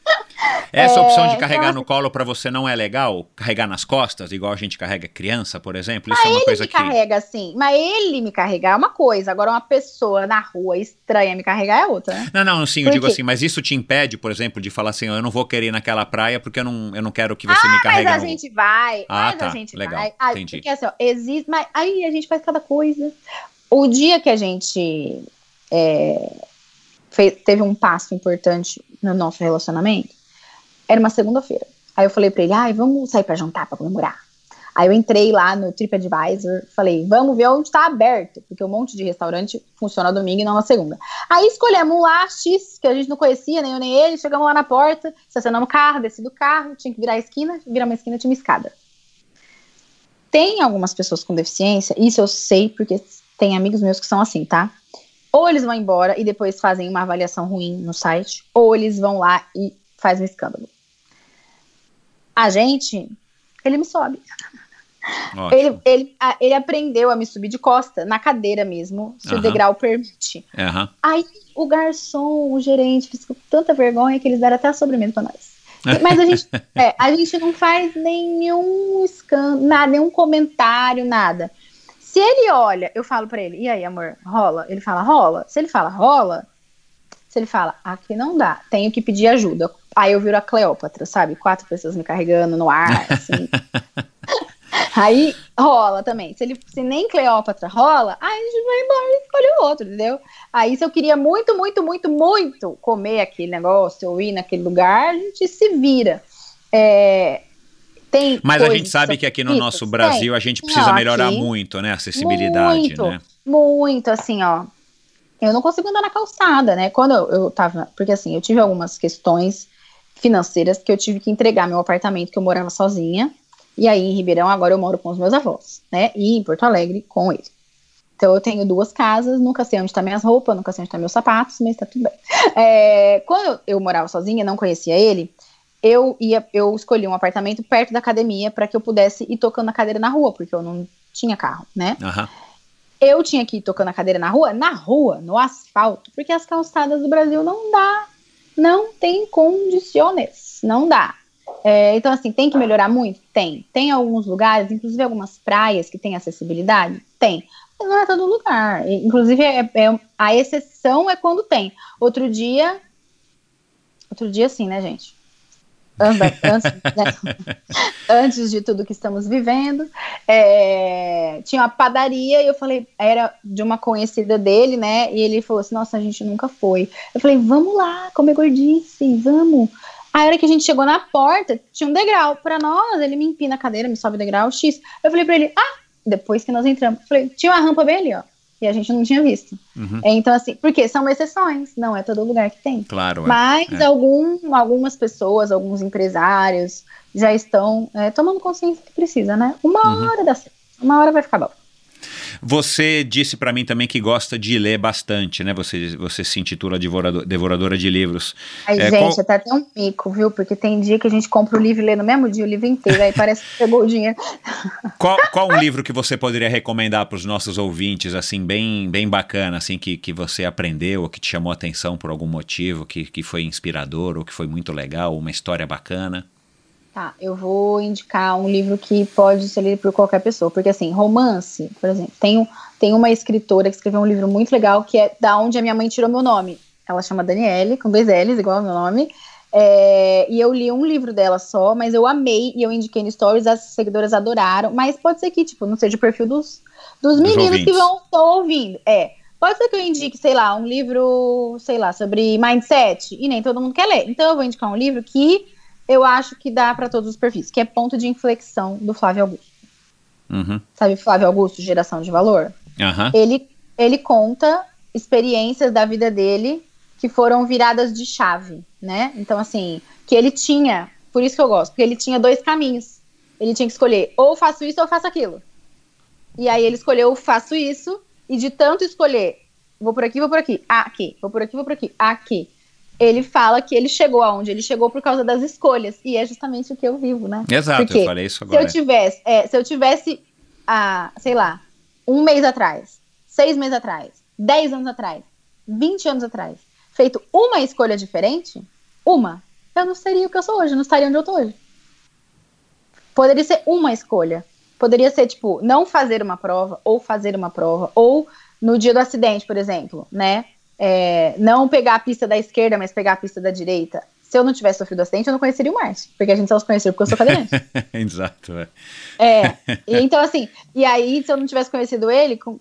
S8: Essa
S1: É,
S8: opção de carregar
S1: então,
S8: no colo pra você não é legal? Carregar nas costas, igual a gente carrega criança, por exemplo? Isso
S1: Mas
S8: é uma
S1: ele
S8: coisa
S1: me
S8: que...
S1: carrega assim, mas ele me carregar é uma coisa, agora uma pessoa na rua estranha me carregar é outra, né?
S8: Não, não, sim, eu
S1: Por
S8: digo
S1: quê?
S8: assim, mas isso te impede, por exemplo, de falar assim, eu não vou querer ir naquela praia porque eu não, eu não quero que você me
S1: Mas
S8: carregue
S1: a
S8: no...
S1: gente vai,
S8: Ah,
S1: mas
S8: tá,
S1: a gente
S8: legal,
S1: vai. Aí,
S8: entendi.
S1: porque assim, ó, existe, mas aí a gente faz cada coisa. O dia que a gente é, fez, teve um passo importante no nosso relacionamento, era uma segunda-feira. Aí eu falei pra ele, ai, vamos sair pra jantar, pra comemorar. Aí eu entrei lá no TripAdvisor, falei, vamos ver onde tá aberto, porque um monte de restaurante funciona domingo e não na segunda. Aí escolhemos um lá, X, que a gente não conhecia, nem eu nem ele, chegamos lá na porta, estacionamos o carro, desci do carro, tinha que virar a esquina, virar uma esquina, tinha uma escada. Tem algumas pessoas com deficiência, isso eu sei, porque tem amigos meus que são assim, tá? Ou eles vão embora e depois fazem uma avaliação ruim no site, ou eles vão lá e fazem um escândalo. A gente, ele me sobe. Ele, ele, a, ele aprendeu a me subir de costa, na cadeira mesmo, se
S8: Uhum.
S1: o degrau permite.
S8: Uhum.
S1: Aí o garçom, o gerente, fez com tanta vergonha que eles deram até a sobremesa pra nós. Mas a gente, é, a gente não faz nenhum escândalo, nada, nenhum comentário, nada. Se ele olha, eu falo pra ele, e aí, amor, rola? Ele fala, rola. Se ele fala, rola, se ele fala, aqui não dá, tenho que pedir ajuda. Aí eu viro a Cleópatra, sabe? Quatro pessoas me carregando no ar, assim. Aí rola também. Se, ele, se nem Cleópatra rola, aí a gente vai embora e escolhe o outro, entendeu? Aí se eu queria muito, muito, muito, muito comer aquele negócio ou ir naquele lugar, a gente se vira. É, tem
S8: Mas a gente
S1: coisas
S8: sabe
S1: que
S8: que aqui
S1: são
S8: no
S1: bonitas?
S8: nosso Brasil
S1: Tem.
S8: a gente precisa
S1: Não,
S8: melhorar
S1: aqui,
S8: muito, né? A acessibilidade,
S1: muito,
S8: né?
S1: muito, assim, ó. Eu não consigo andar na calçada, né? Quando eu, eu tava... Porque assim, eu tive algumas questões financeiras que eu tive que entregar meu apartamento, que eu morava sozinha. E aí, em Ribeirão, agora eu moro com os meus avós, né? E em Porto Alegre, com ele. Então, eu tenho duas casas, nunca sei onde tá minhas roupas, nunca sei onde tá meus sapatos, mas tá tudo bem. É, quando eu, eu morava sozinha, não conhecia ele, eu, ia, eu escolhi um apartamento perto da academia para que eu pudesse ir tocando a cadeira na rua, porque eu não tinha carro, né?
S8: Uhum.
S1: Eu tinha que ir tocando a cadeira na rua, na rua, no asfalto, porque as calçadas do Brasil não dá, não tem condições, não dá. É, então, assim, tem que melhorar muito? Tem. Tem alguns lugares, inclusive algumas praias que têm acessibilidade? Tem. Mas não é todo lugar. Inclusive, é, é, a exceção é quando tem. Outro dia... Outro dia, sim, né, gente? Antes, antes, né? Antes de tudo que estamos vivendo, é, tinha uma padaria e eu falei, era de uma conhecida dele, né? E ele falou assim, nossa, a gente nunca foi. Eu falei, vamos lá, comer gordice, vamos. A hora que a gente chegou na porta, tinha um degrau pra nós, ele me empina a cadeira, me sobe o degrau, X. Eu falei pra ele, ah, depois que nós entramos, eu falei, tinha uma rampa bem ali, ó, e a gente não tinha visto.
S8: Uhum.
S1: Então, assim, porque são exceções, não é todo lugar que tem.
S8: Claro, é.
S1: Mas
S8: é.
S1: Algum, algumas pessoas, alguns empresários já estão é, tomando consciência que precisa, né? Uma
S8: Uhum.
S1: hora dá certo, uma hora vai ficar bom.
S8: Você disse pra mim também que gosta de ler bastante, né? Você, você se intitula devorador, devoradora de livros.
S1: Ai,
S8: é,
S1: gente,
S8: qual...
S1: até tem um mico, viu? Porque tem dia que a gente compra o livro e lê no mesmo dia o livro inteiro, aí parece que pegou o dinheiro.
S8: Qual, qual um livro que você poderia recomendar para os nossos ouvintes, assim, bem, bem bacana, assim, que, que você aprendeu ou que te chamou a atenção por algum motivo, que, que foi inspirador ou que foi muito legal, uma história bacana?
S1: Tá, eu vou indicar um livro que pode ser lido por qualquer pessoa, porque assim, romance, por exemplo, tem, tem uma escritora que escreveu um livro muito legal, que é Da Onde a Minha Mãe Tirou Meu Nome. Ela chama Daniele, com dois L's, igual ao meu nome, é, e eu li um livro dela só, mas eu amei, e eu indiquei no Stories, as seguidoras adoraram, mas pode ser que, tipo, não seja o perfil dos, dos meninos ouvintes que vão estar ouvindo, é. Pode ser que eu indique, sei lá, um livro, sei lá, sobre mindset, e nem todo mundo quer ler. Então eu vou indicar um livro que eu acho que dá para todos os perfis, que é Ponto de Inflexão, do Flávio Augusto.
S8: Uhum.
S1: Sabe Flávio Augusto, Geração de Valor?
S8: Uhum.
S1: Ele, ele conta experiências da vida dele que foram viradas de chave, né? Então, assim, que ele tinha, por isso que eu gosto, porque ele tinha dois caminhos. Ele tinha que escolher, ou faço isso ou faço aquilo. E aí ele escolheu, faço isso, e de tanto escolher, vou por aqui, vou por aqui, aqui, vou por aqui, vou por aqui, aqui. Ele fala que ele chegou aonde ele chegou por causa das escolhas, e é justamente o que eu vivo, né?
S8: Exato,
S1: porque
S8: eu falei isso agora.
S1: Se eu tivesse, é, se eu tivesse, ah, sei lá, um mês atrás, seis meses atrás, dez anos atrás, vinte anos atrás, feito uma escolha diferente, uma, eu não seria o que eu sou hoje, eu não estaria onde eu tô hoje. Poderia ser uma escolha. Poderia ser, tipo, não fazer uma prova, ou fazer uma prova, ou no dia do acidente, por exemplo, né? É, não pegar a pista da esquerda, mas pegar a pista da direita. Se eu não tivesse sofrido acidente, eu não conheceria o Márcio, porque a gente só se conheceu porque eu sou cadeirante.
S8: Exato, é.
S1: É, e então assim, e aí se eu não tivesse conhecido ele, com,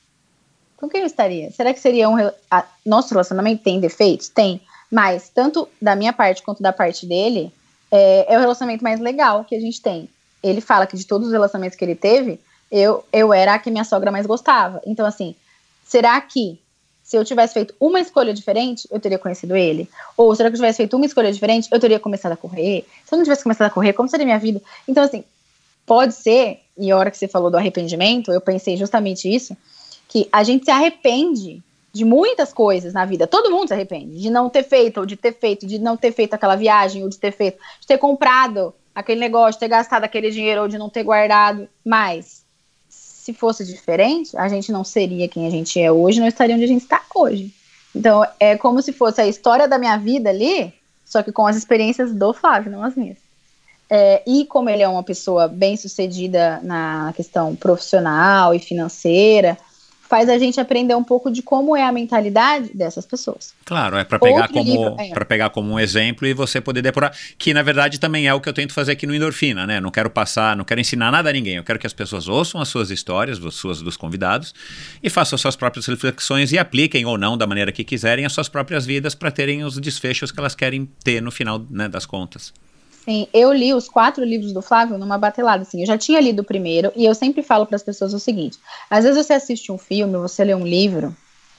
S1: com quem eu estaria? Será que seria um... A, nosso relacionamento tem defeitos? Tem, mas tanto da minha parte quanto da parte dele, é, é o relacionamento mais legal que a gente tem. Ele fala que de todos os relacionamentos que ele teve, eu, eu era a que minha sogra mais gostava. Então assim, será que se eu tivesse feito uma escolha diferente, eu teria conhecido ele? Ou será que eu tivesse feito uma escolha diferente, eu teria começado a correr? Se eu não tivesse começado a correr, como seria minha vida? Então, assim, pode ser, e a hora que você falou do arrependimento, eu pensei justamente isso, que a gente se arrepende de muitas coisas na vida. Todo mundo se arrepende de não ter feito, ou de ter feito, de não ter feito aquela viagem, ou de ter feito, de ter comprado aquele negócio, de ter gastado aquele dinheiro, ou de não ter guardado. Mas se fosse diferente, a gente não seria quem a gente é hoje, não estaria onde a gente está hoje. Então, é como se fosse a história da minha vida ali, só que com as experiências do Flávio, não as minhas. É, e como ele é uma pessoa bem-sucedida na questão profissional e financeira, faz a gente aprender um pouco de como é a mentalidade dessas pessoas.
S8: Claro, é para pegar,
S1: Outro
S8: como,
S1: livro, é.
S8: para pegar como um exemplo e você poder depurar, que na verdade também é o que eu tento fazer aqui no Endorfina, né? Não quero passar, não quero ensinar nada a ninguém, eu quero que as pessoas ouçam as suas histórias, as suas dos convidados, e façam as suas próprias reflexões e apliquem ou não, da maneira que quiserem, as suas próprias vidas para terem os desfechos que elas querem ter no final, né, das contas.
S1: Sim, eu li os quatro livros do Flávio numa batelada, assim, eu já tinha lido o primeiro, e eu sempre falo para as pessoas o seguinte, às vezes você assiste um filme, você lê um livro,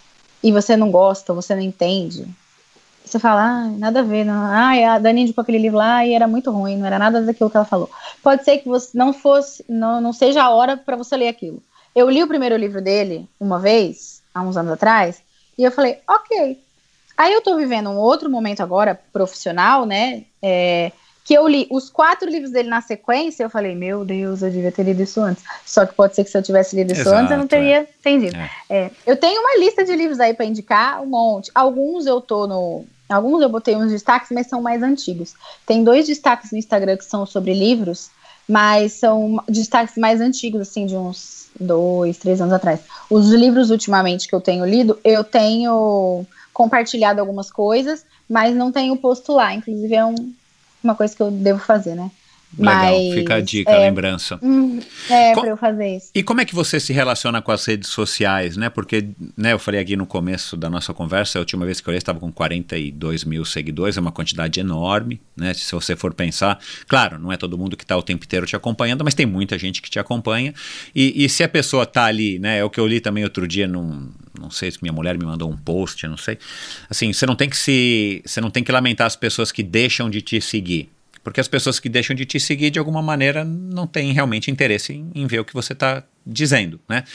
S1: e você não gosta, você não entende, você fala, ah, nada a ver, não. Ah, a Dani indicou aquele livro lá e era muito ruim, não era nada daquilo que ela falou. Pode ser que você não fosse, não, não seja a hora para você ler aquilo. Eu li o primeiro livro dele uma vez, há uns anos atrás, e eu falei, ok. Aí eu tô vivendo um outro momento agora, profissional, né, é... que eu li os quatro livros dele na sequência, eu falei, meu Deus, eu devia ter lido isso antes. Só que pode ser que se eu tivesse lido isso
S8: Exato,
S1: antes, eu não teria
S8: é.
S1: entendido.
S8: É.
S1: É, eu tenho uma lista de livros aí para indicar, um monte. Alguns eu tô no... Alguns eu botei uns destaques, mas são mais antigos. Tem dois destaques no Instagram que são sobre livros, mas são destaques mais antigos, assim, de uns dois, três anos atrás. Os livros, ultimamente, que eu tenho lido, eu tenho compartilhado algumas coisas, mas não tenho posto lá. Inclusive, é um... uma coisa que eu devo fazer, né?
S8: Legal,
S1: Mas,
S8: fica a dica,
S1: é,
S8: a lembrança.
S1: Hum, é,
S8: Com-
S1: pra eu fazer isso.
S8: E como é que você se relaciona com as redes sociais, né? Porque, né, eu falei aqui no começo da nossa conversa, a última vez que eu olhei estava com quarenta e dois mil seguidores, é uma quantidade enorme, né? Se você for pensar, claro, não é todo mundo que está o tempo inteiro te acompanhando, mas tem muita gente que te acompanha. E, e se a pessoa está ali, né? É o que eu li também outro dia num... Não sei se minha mulher me mandou um post, eu não sei. Assim, você não tem que se... Você não tem que lamentar as pessoas que deixam de te seguir. Porque as pessoas que deixam de te seguir, de alguma maneira, não têm realmente interesse em, em ver o que você está dizendo, né?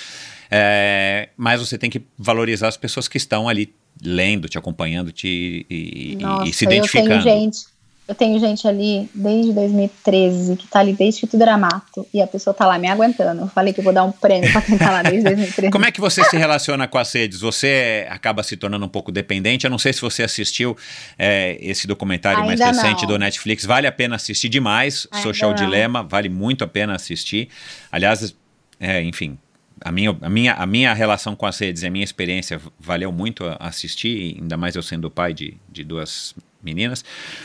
S8: É, mas você tem que valorizar as pessoas que estão ali lendo, te acompanhando, te, e,
S1: Nossa,
S8: e se identificando.
S1: Eu tenho gente, eu tenho gente ali desde dois mil e treze, que tá ali desde que tudo era mato, e a pessoa tá lá me aguentando. Eu falei que eu vou dar um prêmio pra quem tá lá desde dois mil e treze.
S8: Como é que você se relaciona com as redes? Você acaba se tornando um pouco dependente? Eu não sei se você assistiu é, esse documentário
S1: Ainda
S8: mais recente
S1: não.
S8: do Netflix. Vale a pena assistir demais.
S1: Ainda
S8: Social
S1: não.
S8: Dilemma, vale muito a pena assistir. Aliás, é, enfim, a minha, a, minha, a minha relação com as redes, a minha experiência valeu muito a assistir, ainda mais eu sendo pai de, de duas meninas.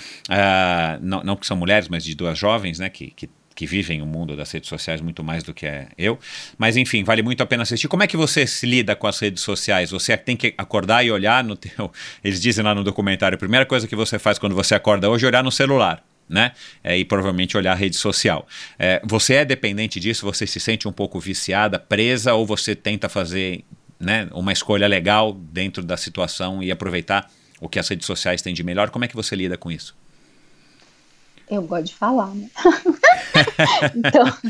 S8: Uh, não, não que são mulheres, mas de duas jovens, né, que, que, que vivem o mundo das redes sociais muito mais do que eu, mas enfim, vale muito a pena assistir. Como é que você se lida com as redes sociais? Você tem que acordar e olhar no teu... Eles dizem lá no documentário, a primeira coisa que você faz quando você acorda hoje é olhar no celular, né, é, e provavelmente olhar a rede social. É, você é dependente disso? Você se sente um pouco viciada, presa, ou você tenta fazer, né, uma escolha legal dentro da situação e aproveitar o que as redes sociais têm de melhor? Como é que você lida com isso?
S1: Eu gosto de falar, né? Então,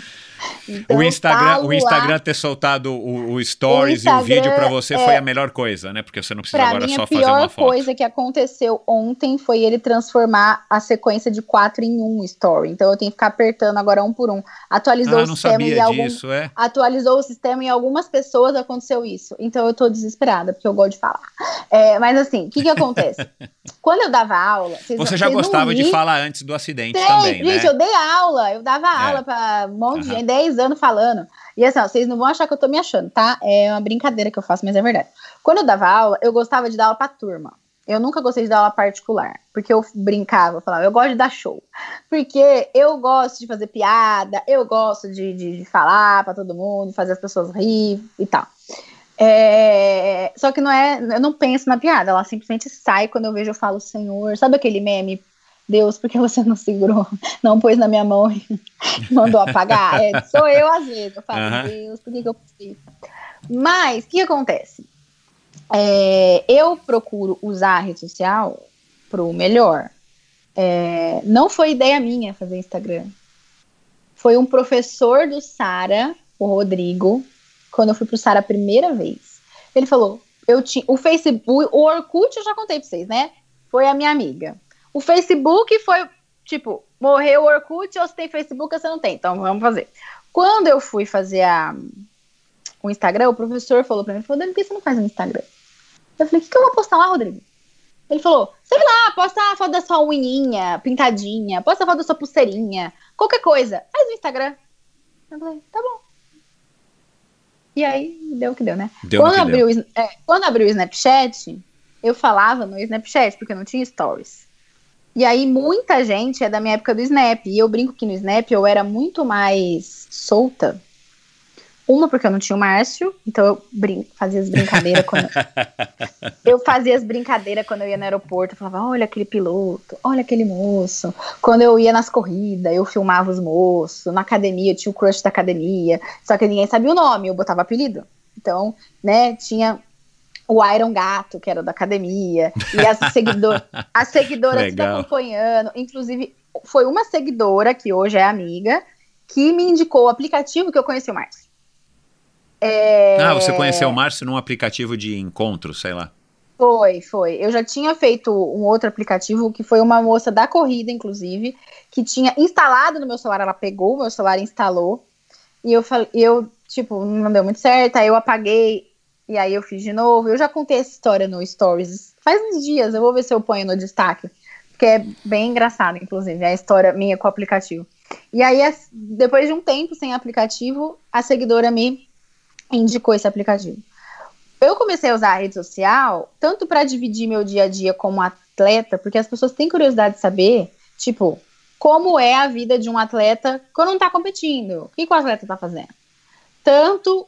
S1: Então,
S8: o Instagram,
S1: eu
S8: o Instagram
S1: lá,
S8: ter soltado o, o stories
S1: o
S8: e o vídeo pra você
S1: é,
S8: foi a melhor coisa, né? Porque você não precisa
S1: pra
S8: agora
S1: mim,
S8: só
S1: a
S8: fazer uma
S1: pior
S8: foto.
S1: coisa que aconteceu ontem foi ele transformar a sequência de quatro em um story. Então eu tenho que ficar apertando agora um por um. Atualizou
S8: Ah,
S1: o
S8: não
S1: sistema
S8: sabia
S1: e algum,
S8: disso, é?
S1: atualizou o sistema e algumas pessoas aconteceu isso. Então eu tô desesperada, porque eu gosto de falar. É, mas assim, o que que acontece? Quando eu dava aula... Vocês,
S8: Você já
S1: vocês
S8: gostava
S1: não
S8: de
S1: ri,
S8: falar antes do acidente
S1: Tem,
S8: também, né?
S1: gente, eu dei aula, eu dava aula
S8: É.
S1: pra um monte de
S8: Aham.
S1: gente, dez anos falando. E assim, ó, vocês não vão achar que eu tô me achando, tá? É uma brincadeira que eu faço, mas é verdade. Quando eu dava aula, eu gostava de dar aula pra turma. Eu nunca gostei de dar aula particular, porque eu brincava, eu falava, eu gosto de dar show. Porque eu gosto de fazer piada, eu gosto de, de, de falar pra todo mundo, fazer as pessoas rir e tal. É, só que não é, eu não penso na piada, ela simplesmente sai quando eu vejo, eu falo, Senhor, sabe aquele meme? Deus, por que você não segurou, não pôs na minha mão e mandou apagar? É, sou eu às vezes, eu falo,
S8: Aham.
S1: Deus, por que, que eu fiz? Mas, o que acontece? É, eu procuro usar a rede social pro melhor. É, não foi ideia minha fazer Instagram. Foi um professor do Sara, o Rodrigo, quando eu fui pro Sara a primeira vez. Ele falou, eu tinha, o Facebook, o Orkut eu já contei pra vocês, né? Foi a minha amiga. O Facebook foi, tipo, morreu o Orkut, ou você tem Facebook ou você não tem, então vamos fazer. Quando eu fui fazer a, o Instagram, o professor falou pra mim, falou, Dani, por que você não faz um Instagram? Eu falei, o que, que eu vou postar lá, Rodrigo? Ele falou, sei lá, posta a foto da sua unhinha pintadinha, posta a foto da sua pulseirinha, qualquer coisa, faz no Instagram. Eu falei, tá bom. E aí, deu o que deu, né?
S8: Deu
S1: quando,
S8: que
S1: abriu,
S8: deu.
S1: É, quando abriu o Snapchat, eu falava no Snapchat, porque não tinha stories. E aí, muita gente é da minha época do Snap. E eu brinco que no Snap eu era muito mais solta. Uma, porque eu não tinha o Márcio. Então eu brin- fazia as brincadeiras quando... eu fazia as brincadeiras quando eu ia no aeroporto. Eu falava, olha aquele piloto, olha aquele moço. Quando eu ia nas corridas, eu filmava os moços. Na academia, eu tinha o crush da academia. Só que ninguém sabia o nome, eu botava apelido. Então, né, tinha... o Iron Gato, que era da academia, e as, seguidor, as seguidoras que estão acompanhando, inclusive foi uma seguidora, que hoje é amiga, que me indicou o aplicativo que eu conheci o Márcio. É...
S8: Ah, você conheceu o Márcio num aplicativo de encontro, sei lá.
S1: Foi, foi. Eu já tinha feito um outro aplicativo, que foi uma moça da corrida, inclusive, que tinha instalado no meu celular, ela pegou o meu celular e instalou, e eu, falei, eu tipo, não deu muito certo, aí eu apaguei. E aí eu fiz de novo. Eu já contei essa história no Stories faz uns dias. Eu vou ver se eu ponho no destaque, porque é bem engraçado, inclusive, a história minha com o aplicativo. E aí, depois de um tempo sem aplicativo, a seguidora me indicou esse aplicativo. Eu comecei a usar a rede social tanto para dividir meu dia a dia como atleta, porque as pessoas têm curiosidade de saber, tipo, como é a vida de um atleta quando não tá competindo. O que, que o atleta tá fazendo? Tanto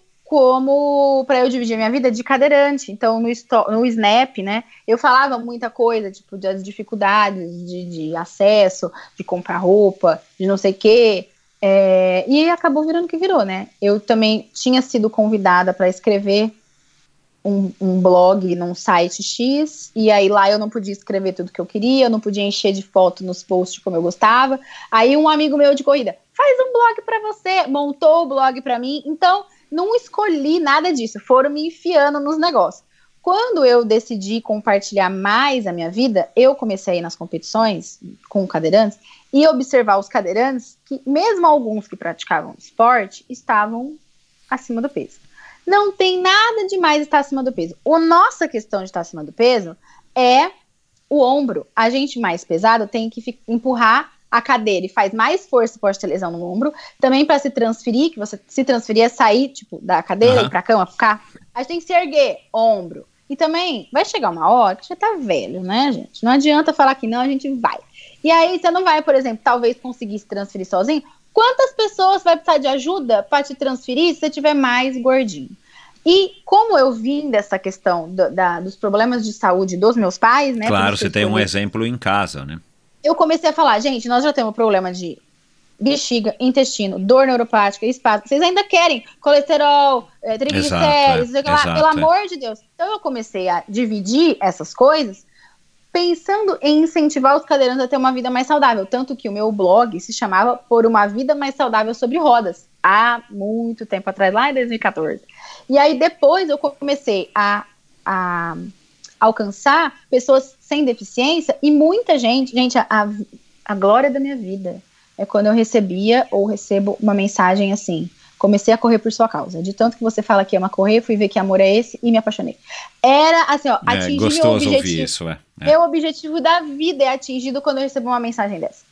S1: como para eu dividir a minha vida de cadeirante. Então, no, no Snap, né, eu falava muita coisa, tipo, das dificuldades de, de acesso, de comprar roupa, de não sei o quê, é, e acabou virando o que virou, né? Eu também tinha sido convidada para escrever um, um blog num site X, e aí lá eu não podia escrever tudo que eu queria, eu não podia encher de foto nos posts como eu gostava. Aí um amigo meu de corrida, faz um blog para você, montou o blog para mim, então não escolhi nada disso, foram me enfiando nos negócios. Quando eu decidi compartilhar mais a minha vida, eu comecei a ir nas competições com cadeirantes e observar os cadeirantes que, mesmo alguns que praticavam esporte, estavam acima do peso. Não tem nada demais estar acima do peso. A nossa questão de estar acima do peso é o ombro. A gente mais pesado tem que empurrar a cadeira e faz mais força, pode ter lesão no ombro, também para se transferir, que você se transferir é sair, tipo, da cadeira, uhum. ir pra cama, ficar, a gente tem que se erguer, ombro, e também vai chegar uma hora que você tá velho, né, gente, não adianta falar que não, a gente vai, e aí você não vai, por exemplo, talvez conseguir se transferir sozinho, quantas pessoas vai precisar de ajuda para te transferir se você tiver mais gordinho? E como eu vim dessa questão do, da, dos problemas de saúde dos meus pais, né?
S8: Claro, você tem um exemplo em casa, né?
S1: Eu comecei a falar, gente, nós já temos problema de bexiga, intestino, dor neuropática, espasmo. Vocês ainda querem colesterol, é, triglicéridos, é, lá, pelo é. amor de Deus. Então eu comecei a dividir essas coisas pensando em incentivar os cadeirantes a ter uma vida mais saudável. Tanto que o meu blog se chamava Por uma Vida Mais Saudável sobre Rodas. há muito tempo atrás, lá em dois mil e catorze. E aí depois eu comecei a, a alcançar pessoas sem deficiência e muita gente, gente, a, a glória da minha vida é quando eu recebia ou recebo uma mensagem assim: comecei a correr por sua causa. De tanto que você fala que ama correr, fui ver que amor é esse e me apaixonei. Era assim, ó,
S8: é,
S1: atingir
S8: gostoso
S1: meu objetivo.
S8: Ouvir isso, é. É.
S1: Meu objetivo da vida é atingido quando eu recebo uma mensagem dessa.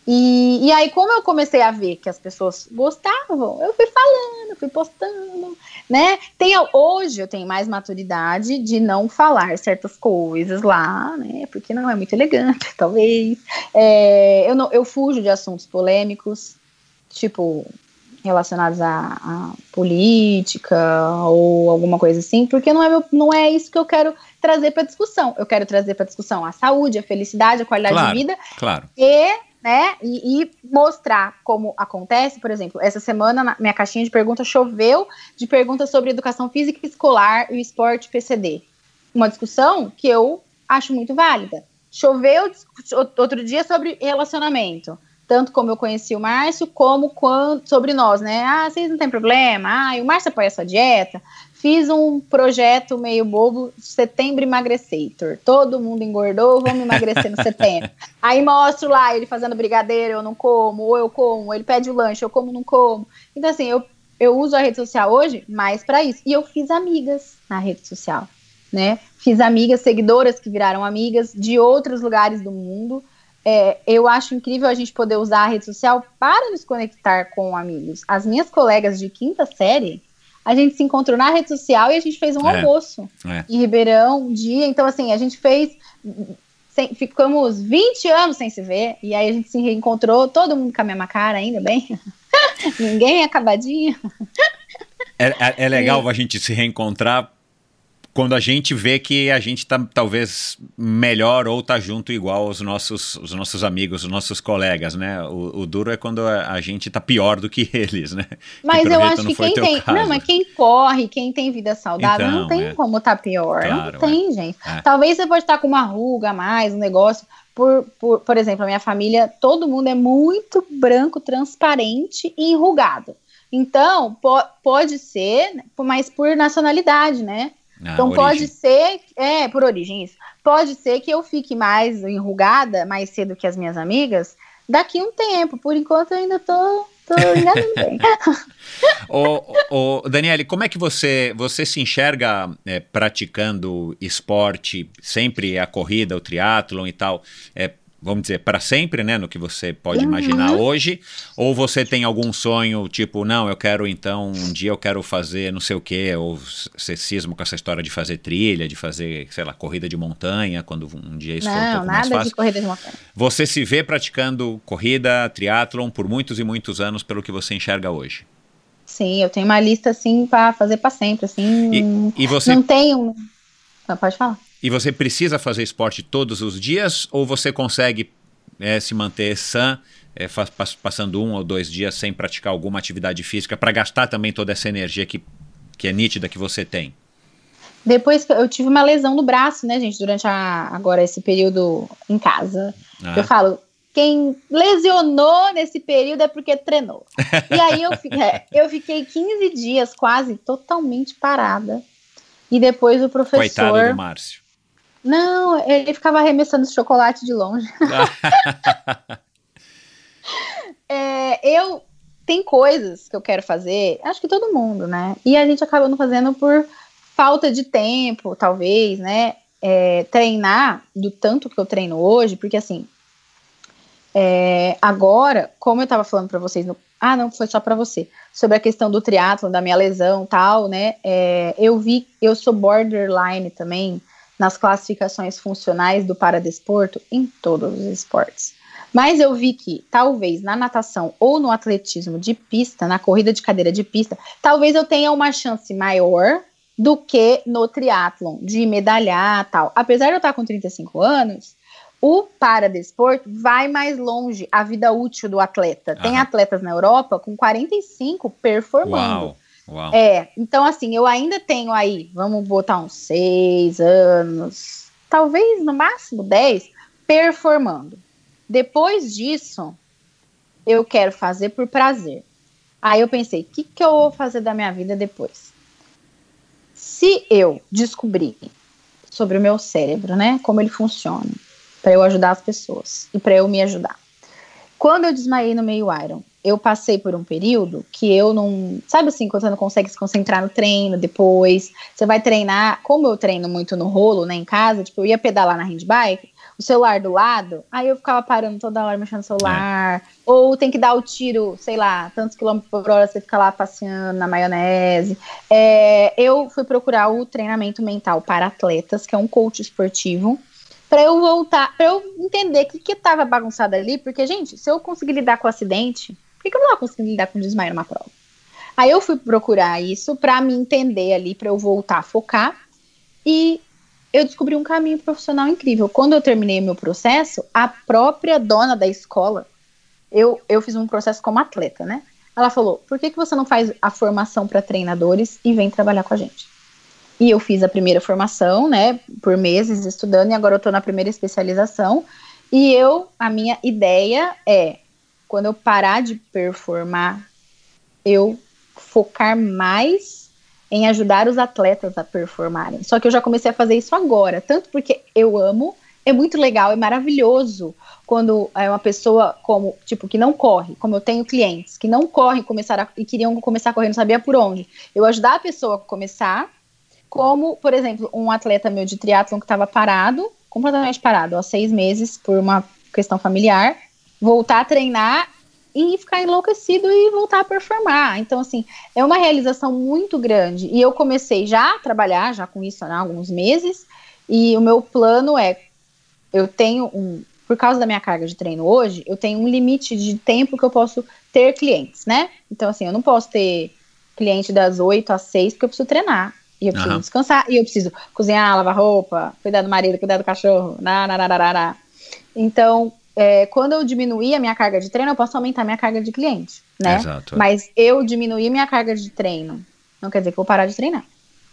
S1: E, e aí, como eu comecei a ver que as pessoas gostavam, eu fui falando, fui postando, né? Tem, hoje eu tenho mais maturidade de não falar certas coisas lá, né? Porque não é muito elegante, talvez. É, eu, não, eu fujo de assuntos polêmicos, tipo, relacionados à, à política ou alguma coisa assim, porque não é, meu, não é isso que eu quero trazer para discussão. Eu quero trazer para discussão a saúde, a felicidade, a qualidade
S8: claro,
S1: de vida.
S8: Claro.
S1: E... né, e, e mostrar como acontece. Por exemplo, essa semana na minha caixinha de perguntas choveu de perguntas sobre educação física escolar e esporte P C D. Uma discussão que eu acho muito válida. Choveu outro dia sobre relacionamento, tanto como eu conheci o Márcio, como quando, sobre nós, né? Ah, vocês não tem problema, ah, o Márcio apoia a sua dieta. Fiz um projeto meio bobo, Setembro Emagrecator. Todo mundo engordou, vamos emagrecer no setembro. Aí mostro lá ele fazendo brigadeiro, eu não como, ou eu como, ele pede o lanche, eu como, não como. Então assim, eu, eu uso a rede social hoje mais pra isso. E eu fiz amigas na rede social, né? Fiz amigas, seguidoras que viraram amigas de outros lugares do mundo. É, eu acho incrível a gente poder usar a rede social para nos conectar com amigos. As minhas colegas de quinta série, a gente se encontrou na rede social e a gente fez um é, almoço é. em Ribeirão, um dia. Então, assim, a gente fez... Sem, ficamos vinte anos sem se ver. E aí a gente se reencontrou, todo mundo com a mesma cara, ainda bem. Ninguém é acabadinho.
S8: É, é, é legal e... a gente se reencontrar quando a gente vê que a gente tá talvez melhor ou tá junto igual aos nossos, os nossos amigos, os nossos colegas, né? O, o duro é quando a, a gente tá pior do que eles, né?
S1: Mas
S8: que
S1: eu acho que quem tem...
S8: caso.
S1: Não, mas quem corre, quem tem vida saudável, então, não tem é. como tá pior. Claro, não tem, é. gente. É. Talvez você pode estar com uma ruga a mais, um negócio... Por, por, por exemplo, a minha família, todo mundo é muito branco, transparente e enrugado. Então, po, pode ser, mas por nacionalidade, né? Ah, então origem. Pode ser, é, por origem isso, pode ser que eu fique mais enrugada mais cedo que as minhas amigas daqui a um tempo, por enquanto eu ainda tô, tô enganando bem.
S8: ô, ô, Daniele, como é que você, você se enxerga é, praticando esporte, sempre a corrida, o triatlon e tal, é, vamos dizer, para sempre, né, no que você pode uhum. imaginar hoje, ou você tem algum sonho, tipo, não, eu quero então, um dia eu quero fazer não sei o quê, ou você cisma com essa história de fazer trilha, de fazer, sei lá, corrida de montanha, quando um dia isso
S1: não,
S8: for um pouco mais fácil.
S1: Não, nada de corrida de montanha.
S8: Você se vê praticando corrida, triatlon, por muitos e muitos anos, pelo que você enxerga hoje?
S1: Sim, eu tenho uma lista, assim, para fazer para sempre, assim,
S8: e, e você...
S1: não tenho... Pode falar.
S8: E você precisa fazer esporte todos os dias ou você consegue é, se manter sã, é, fa- passando um ou dois dias sem praticar alguma atividade física para gastar também toda essa energia que, que é nítida que você tem?
S1: Depois que eu tive uma lesão no braço, né, gente, durante a, agora esse período em casa. Ah. Eu falo, quem lesionou nesse período é porque treinou. E aí eu, é, eu fiquei quinze dias quase totalmente parada. E depois o professor...
S8: Coitado do Márcio.
S1: Não, ele ficava arremessando chocolate de longe. é, eu tem coisas que eu quero fazer, acho que todo mundo, né? E a gente acaba não fazendo por falta de tempo, talvez, né? É, treinar do tanto que eu treino hoje, porque assim, é, agora, como eu tava falando pra vocês no Ah, não, foi só para você. Sobre a questão do triatlon, da minha lesão e tal, né? É, eu vi, eu sou borderline também nas classificações funcionais do paradesporto em todos os esportes. Mas eu vi que, talvez, na natação ou no atletismo de pista, na corrida de cadeira de pista, talvez eu tenha uma chance maior do que no triatlon, de medalhar e tal. Apesar de eu estar com trinta e cinco anos... O paradesporto vai mais longe, a vida útil do atleta. Tem Aham. atletas na Europa com quarenta e cinco performando.
S8: Uau, uau.
S1: É, então assim, eu ainda tenho aí, vamos botar uns seis anos, talvez no máximo dez, performando. Depois disso, eu quero fazer por prazer. Aí eu pensei, o que, que eu vou fazer da minha vida depois? Se eu descobrir sobre o meu cérebro, né, como ele funciona, para eu ajudar as pessoas e para eu me ajudar. Quando eu desmaiei no meio Iron, eu passei por um período que eu não... Sabe assim, quando você não consegue se concentrar no treino depois, você vai treinar, como eu treino muito no rolo, né, em casa, tipo, eu ia pedalar na handbike, o celular do lado, aí eu ficava parando toda hora mexendo no celular, é. Ou tem que dar o tiro, sei lá, tantos quilômetros por hora, você fica lá passeando na maionese. É, eu fui procurar o treinamento mental para atletas, que é um coach esportivo, para eu voltar, para eu entender o que que tava bagunçado ali, porque, gente, se eu conseguir lidar com o acidente, por que, que eu não vou conseguir lidar com o desmaio numa prova? Aí eu fui procurar isso para me entender ali, para eu voltar a focar, e eu descobri um caminho profissional incrível. Quando eu terminei meu processo, a própria dona da escola, eu, eu fiz um processo como atleta, né? Ela falou, por que, que você não faz a formação para treinadores e vem trabalhar com a gente? E eu fiz a primeira formação, né, por meses estudando, e agora eu tô na primeira especialização. E eu, a minha ideia é, quando eu parar de performar, eu focar mais em ajudar os atletas a performarem. Só que eu já comecei a fazer isso agora, tanto porque eu amo, é muito legal, é maravilhoso quando é uma pessoa como, tipo, que não corre, como eu tenho clientes, que não correm começar a, e queriam começar a correr, não sabia por onde. Eu ajudar a pessoa a começar, como, por exemplo, um atleta meu de triatlon que estava parado, completamente parado, há seis meses, por uma questão familiar, voltar a treinar e ficar enlouquecido e voltar a performar. Então, assim, é uma realização muito grande. E eu comecei já a trabalhar já com isso há alguns meses, e o meu plano é, eu tenho um, por causa da minha carga de treino hoje, eu tenho um limite de tempo que eu posso ter clientes, né? Então, assim, eu não posso ter cliente das oito às seis, porque eu preciso treinar. E eu preciso uhum. descansar, e eu preciso cozinhar, lavar roupa, cuidar do marido, cuidar do cachorro, narararará. Então, é, quando eu diminuir a minha carga de treino, eu posso aumentar a minha carga de cliente, né?
S8: Exato.
S1: Mas eu diminuir minha carga de treino, não quer dizer que eu vou parar de treinar.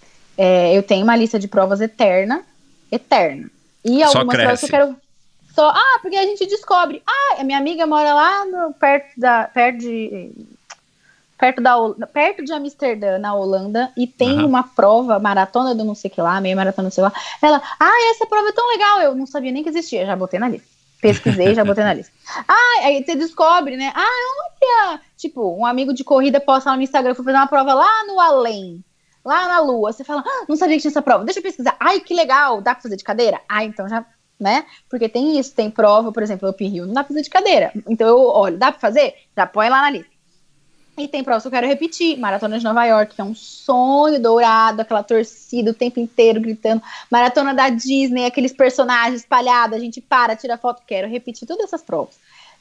S1: É, eu tenho uma lista de provas eterna, eterna. E algumas provas que eu quero... Só, ah, porque a gente descobre. Ah, a minha amiga mora lá no, perto, da, perto de... Perto, da, perto de Amsterdã, na Holanda, e tem uhum. uma prova, maratona do não sei o que lá, meia maratona não sei lá. Ela, ah, essa prova é tão legal, eu não sabia nem que existia, já botei na lista. Pesquisei, já botei na lista. Ah, aí você descobre, né? Ah, olha, tipo, um amigo de corrida posta lá no Instagram, fui fazer uma prova lá no além, lá na Lua. Você fala, ah, não sabia que tinha essa prova, deixa eu pesquisar. Ai, que legal, dá pra fazer de cadeira? Ah, então já, né? Porque tem isso, tem prova, por exemplo, Up Hill, não dá pra fazer de cadeira. Então eu olho, dá pra fazer? Já põe lá na lista. E tem provas que eu quero repetir, Maratona de Nova York, que é um sonho dourado, aquela torcida o tempo inteiro gritando, Maratona da Disney, aqueles personagens espalhados, a gente para, tira foto, quero repetir todas essas provas.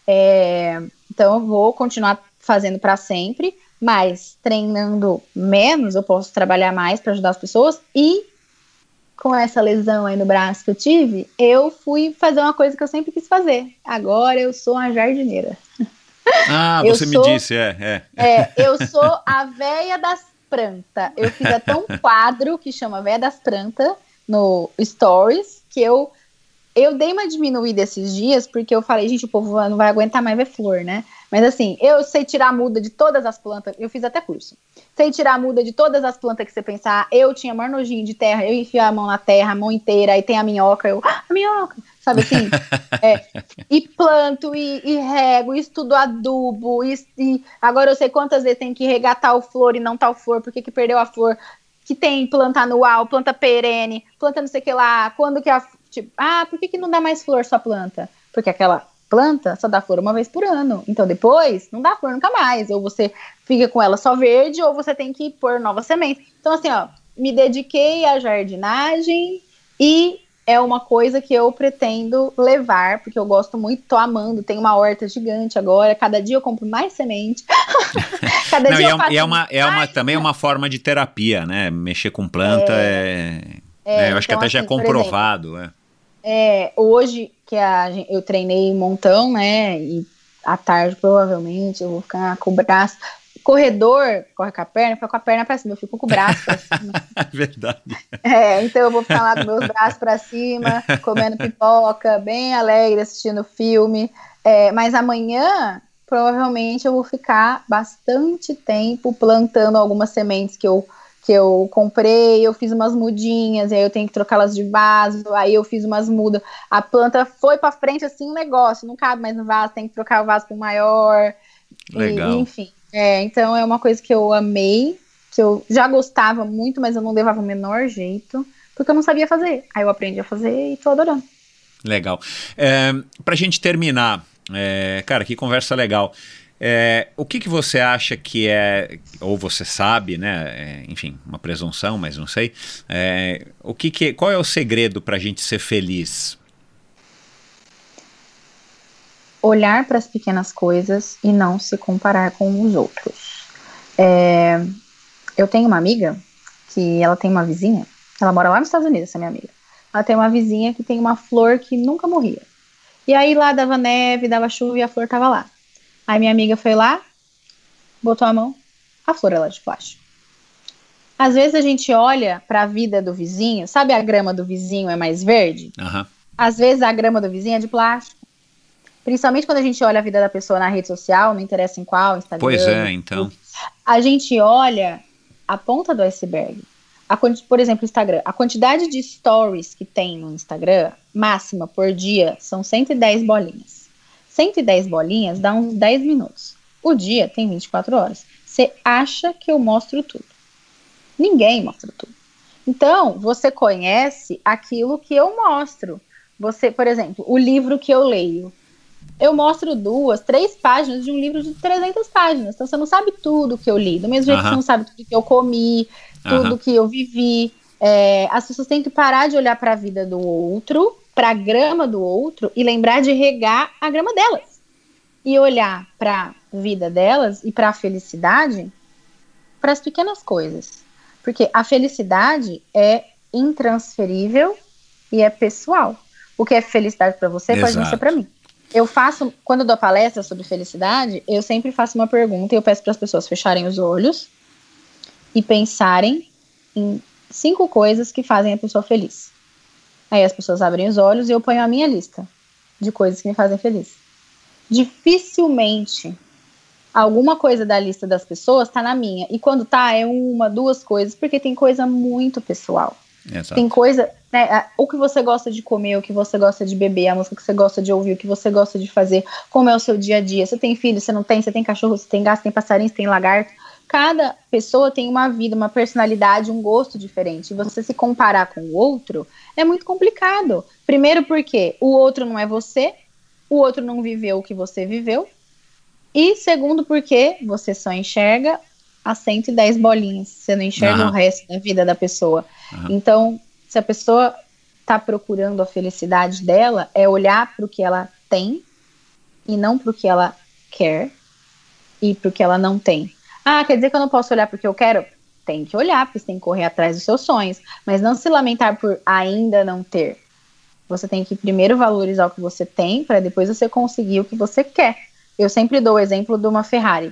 S1: É, então eu vou continuar fazendo para sempre, mas treinando menos, eu posso trabalhar mais para ajudar as pessoas, e com essa lesão aí no braço que eu tive, eu fui fazer uma coisa que eu sempre quis fazer. Agora eu sou uma jardineira.
S8: Ah, você sou, me disse, é, é.
S1: É, eu sou a véia das plantas. Eu fiz até um quadro que chama Véia das Plantas no Stories, que eu, eu dei uma diminuída esses dias, porque eu falei, gente, o povo não vai aguentar mais ver flor, né? Mas assim, eu sei tirar a muda de todas as plantas, eu fiz até curso. Sei tirar a muda de todas as plantas que você pensar. Eu tinha maior nojinho de terra, eu enfio a mão na terra, a mão inteira, aí tem a minhoca, eu, ah, a minhoca, sabe assim? É, e planto, e, e rego, e estudo adubo, e, e agora eu sei quantas vezes tem que regar tal flor e não tal flor, porque que perdeu a flor, que tem planta anual, planta perene, planta não sei o que lá, quando que a, tipo, ah, por que que não dá mais flor sua planta? Porque aquela planta só dá flor uma vez por ano, então depois não dá flor nunca mais, ou você fica com ela só verde, ou você tem que pôr novas sementes. Então assim, ó, me dediquei à jardinagem, e é uma coisa que eu pretendo levar, porque eu gosto muito, tô amando, tem uma horta gigante agora, cada dia eu compro mais semente. Cada
S8: não,
S1: dia
S8: e
S1: eu
S8: é,
S1: faço
S8: e é, uma, é uma,
S1: mais,
S8: também
S1: né?
S8: uma forma de terapia, né? Mexer com planta é... é, é eu acho
S1: então,
S8: que até já
S1: assim,
S8: é comprovado,
S1: exemplo,
S8: é.
S1: É, hoje que a, eu treinei um montão, né, e à tarde provavelmente eu vou ficar com o braço, corredor, corre com a perna, fica com a perna pra cima, eu fico com o braço pra cima.
S8: Verdade.
S1: É, então eu vou ficar lá com meus braços pra cima, comendo pipoca, bem alegre, assistindo filme, é, mas amanhã provavelmente eu vou ficar bastante tempo plantando algumas sementes que eu, que eu comprei, eu fiz umas mudinhas, e aí eu tenho que trocá-las de vaso, aí eu fiz umas mudas, a planta foi pra frente assim, um negócio, não cabe mais no vaso, tem que trocar o vaso pro maior,
S8: Legal.
S1: E, enfim. É, então é uma coisa que eu amei, que eu já gostava muito, mas eu não levava o menor jeito, porque eu não sabia fazer, aí eu aprendi a fazer e tô adorando.
S8: Legal. É, pra gente terminar, é, cara, que conversa legal. É, o que, que você acha que é, ou você sabe, né? É, enfim, uma presunção, mas não sei. É, o que que, qual é o segredo pra gente ser feliz?
S1: Olhar para as pequenas coisas e não se comparar com os outros. É, eu tenho uma amiga que ela tem uma vizinha, ela mora lá nos Estados Unidos, essa minha amiga. Ela tem uma vizinha que tem uma flor que nunca morria. E aí lá dava neve, dava chuva e a flor tava lá. Aí minha amiga foi lá, botou a mão, a flor era de plástico. Às vezes a gente olha para a vida do vizinho, sabe a grama do vizinho é mais verde?
S8: Uhum.
S1: Às vezes a grama do vizinho é de plástico. Principalmente quando a gente olha a vida da pessoa na rede social, não interessa em qual, Instagram.
S8: Pois é, então.
S1: A gente olha a ponta do iceberg. A, por exemplo, Instagram. A quantidade de stories que tem no Instagram, máxima por dia, são cento e dez bolinhas. cento e dez bolinhas dá uns dez minutos. O dia tem vinte e quatro horas. Você acha que eu mostro tudo? Ninguém mostra tudo. Então, você conhece aquilo que eu mostro. Você, por exemplo, o livro que eu leio. Eu mostro duas, três páginas de um livro de trezentas páginas. Então, você não sabe tudo que eu li. Do mesmo jeito uh-huh. que você não sabe tudo que eu comi, tudo uh-huh. que eu vivi. É, as pessoas têm que parar de olhar para a vida do outro, para a grama do outro, e lembrar de regar a grama delas. E olhar para a vida delas e para a felicidade, para as pequenas coisas. Porque a felicidade é intransferível e é pessoal. O que é felicidade para você
S8: Exato.
S1: Pode não ser para mim. Eu faço, quando eu dou palestra sobre felicidade, eu sempre faço uma pergunta e eu peço para as pessoas fecharem os olhos e pensarem em cinco coisas que fazem a pessoa feliz. Aí as pessoas abrem os olhos e eu ponho a minha lista de coisas que me fazem feliz. Dificilmente alguma coisa da lista das pessoas tá na minha. E quando tá, é uma, duas coisas, porque tem coisa muito pessoal.
S8: Exato.
S1: Tem coisa, né, o que você gosta de comer, o que você gosta de beber, a música que você gosta de ouvir, o que você gosta de fazer, como é o seu dia a dia. Você tem filho, você não tem, você tem cachorro, você tem gato, você tem passarinho, você tem lagarto. Cada pessoa tem uma vida, uma personalidade, um gosto diferente. E você se comparar com o outro é muito complicado. Primeiro porque o outro não é você, o outro não viveu o que você viveu. E segundo porque você só enxerga as cento e dez bolinhas. Você não enxerga uhum. o resto da vida da pessoa. Uhum. Então, se a pessoa está procurando a felicidade dela, é olhar para o que ela tem e não para o que ela quer e para o que ela não tem. Ah, quer dizer que eu não posso olhar para o que eu quero? Tem que olhar, porque você tem que correr atrás dos seus sonhos. Mas não se lamentar por ainda não ter. Você tem que primeiro valorizar o que você tem para depois você conseguir o que você quer. Eu sempre dou o exemplo de uma Ferrari.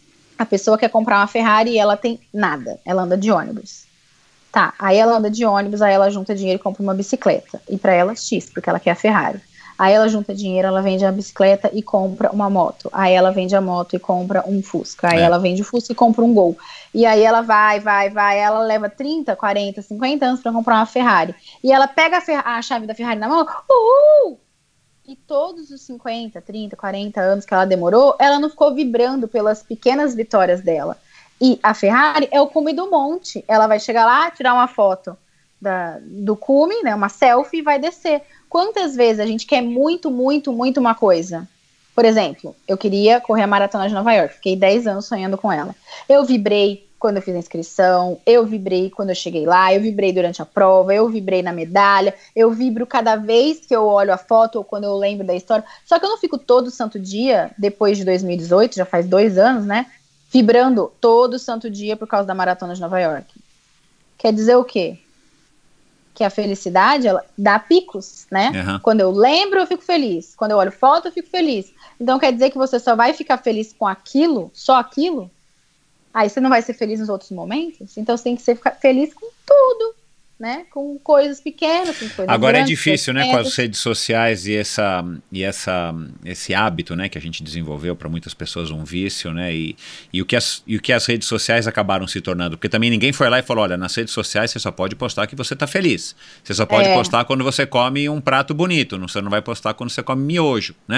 S1: A pessoa quer comprar uma Ferrari e ela tem nada. Ela anda de ônibus. Tá, aí ela anda de ônibus, aí ela junta dinheiro e compra uma bicicleta. E pra ela, X, porque ela quer a Ferrari. Aí ela junta dinheiro, ela vende a bicicleta e compra uma moto. Aí ela vende a moto e compra um Fusca. Aí é. ela vende o Fusca e compra um Gol. E aí ela vai, vai, vai. Ela leva trinta, quarenta, cinquenta anos pra comprar uma Ferrari. E ela pega a, Fer- a chave da Ferrari na mão. Uhul! E todos os cinquenta, trinta, quarenta anos que ela demorou, ela não ficou vibrando pelas pequenas vitórias dela. E a Ferrari é o cume do monte. Ela vai chegar lá, tirar uma foto da, do cume, né, uma selfie, e vai descer. Quantas vezes a gente quer muito, muito, muito uma coisa? Por exemplo, eu queria correr a maratona de Nova York. Fiquei dez anos sonhando com ela. Eu vibrei quando eu fiz a inscrição, eu vibrei quando eu cheguei lá, eu vibrei durante a prova, eu vibrei na medalha, eu vibro cada vez que eu olho a foto ou quando eu lembro da história. Só que eu não fico todo santo dia, depois de dois mil e dezoito, já faz dois anos, né? Vibrando todo santo dia por causa da maratona de Nova York. Quer dizer o quê? Que a felicidade, ela dá picos, né? Uhum. Quando eu lembro, eu fico feliz. Quando eu olho foto, eu fico feliz. Então quer dizer que você só vai ficar feliz com aquilo, só aquilo? Aí você não vai ser feliz nos outros momentos? Então você tem que ser feliz com tudo, né? Com coisas pequenas, com coisas
S8: Agora
S1: grandes,
S8: é difícil, né, com
S1: pequenas.
S8: as redes sociais e, essa, e essa, esse hábito, né, que a gente desenvolveu, para muitas pessoas um vício, né, e, e, o que as, e o que as redes sociais acabaram se tornando, porque também ninguém foi lá e falou, olha, nas redes sociais você só pode postar que você tá feliz, você só pode
S1: É.
S8: postar quando você come um prato bonito, não, você não vai postar quando você come miojo, né.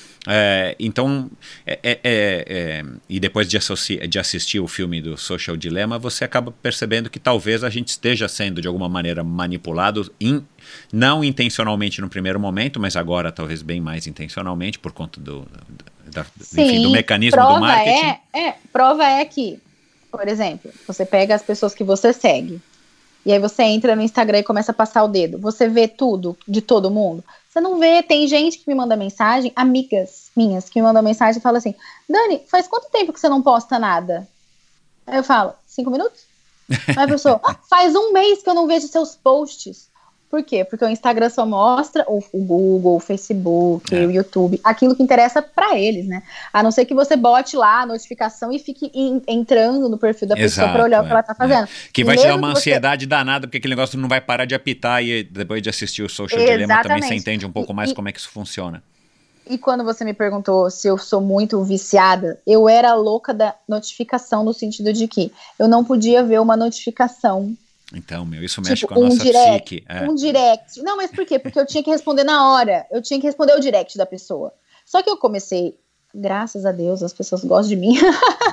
S8: É, então, é, é, é, e depois de, associ, de assistir o filme do Social Dilemma, você acaba percebendo que talvez a gente esteja sendo de alguma maneira manipulado, in, não intencionalmente no primeiro momento, mas agora talvez bem mais intencionalmente por conta do, da,
S1: Sim,
S8: enfim, do mecanismo
S1: prova
S8: do marketing.
S1: É, é, prova é que, por exemplo, você pega as pessoas que você segue, e aí você entra no Instagram e começa a passar o dedo, você vê tudo de todo mundo. Você não vê, tem gente que me manda mensagem, amigas minhas que me mandam mensagem e falam assim, Dani, faz quanto tempo que você não posta nada? Aí eu falo, cinco minutos? Aí a pessoa, ah, faz um mês que eu não vejo seus posts. Por quê? Porque o Instagram só mostra o, o Google, o Facebook,
S8: É.
S1: o YouTube, aquilo que interessa pra eles, né? A não ser que você bote lá a notificação e fique in, entrando no perfil da pessoa
S8: Exato,
S1: pra olhar
S8: é,
S1: o que ela tá fazendo.
S8: é. Que vai te dar
S1: Mesmo
S8: uma
S1: que você-
S8: ansiedade danada, porque aquele negócio não vai parar de apitar e depois de assistir o Social Dilemma também você
S1: Exatamente.
S8: entende um pouco mais
S1: E-
S8: como é que isso funciona.
S1: E quando você me perguntou se eu sou muito viciada, eu era louca da notificação, no sentido de que eu não podia ver uma notificação,
S8: Então, meu, isso mexe
S1: tipo
S8: com a
S1: um
S8: nossa
S1: direct,
S8: psique. É.
S1: um direct. Não, mas por quê? Porque eu tinha que responder na hora, eu tinha que responder o direct da pessoa. Só que eu comecei, graças a Deus, as pessoas gostam de mim.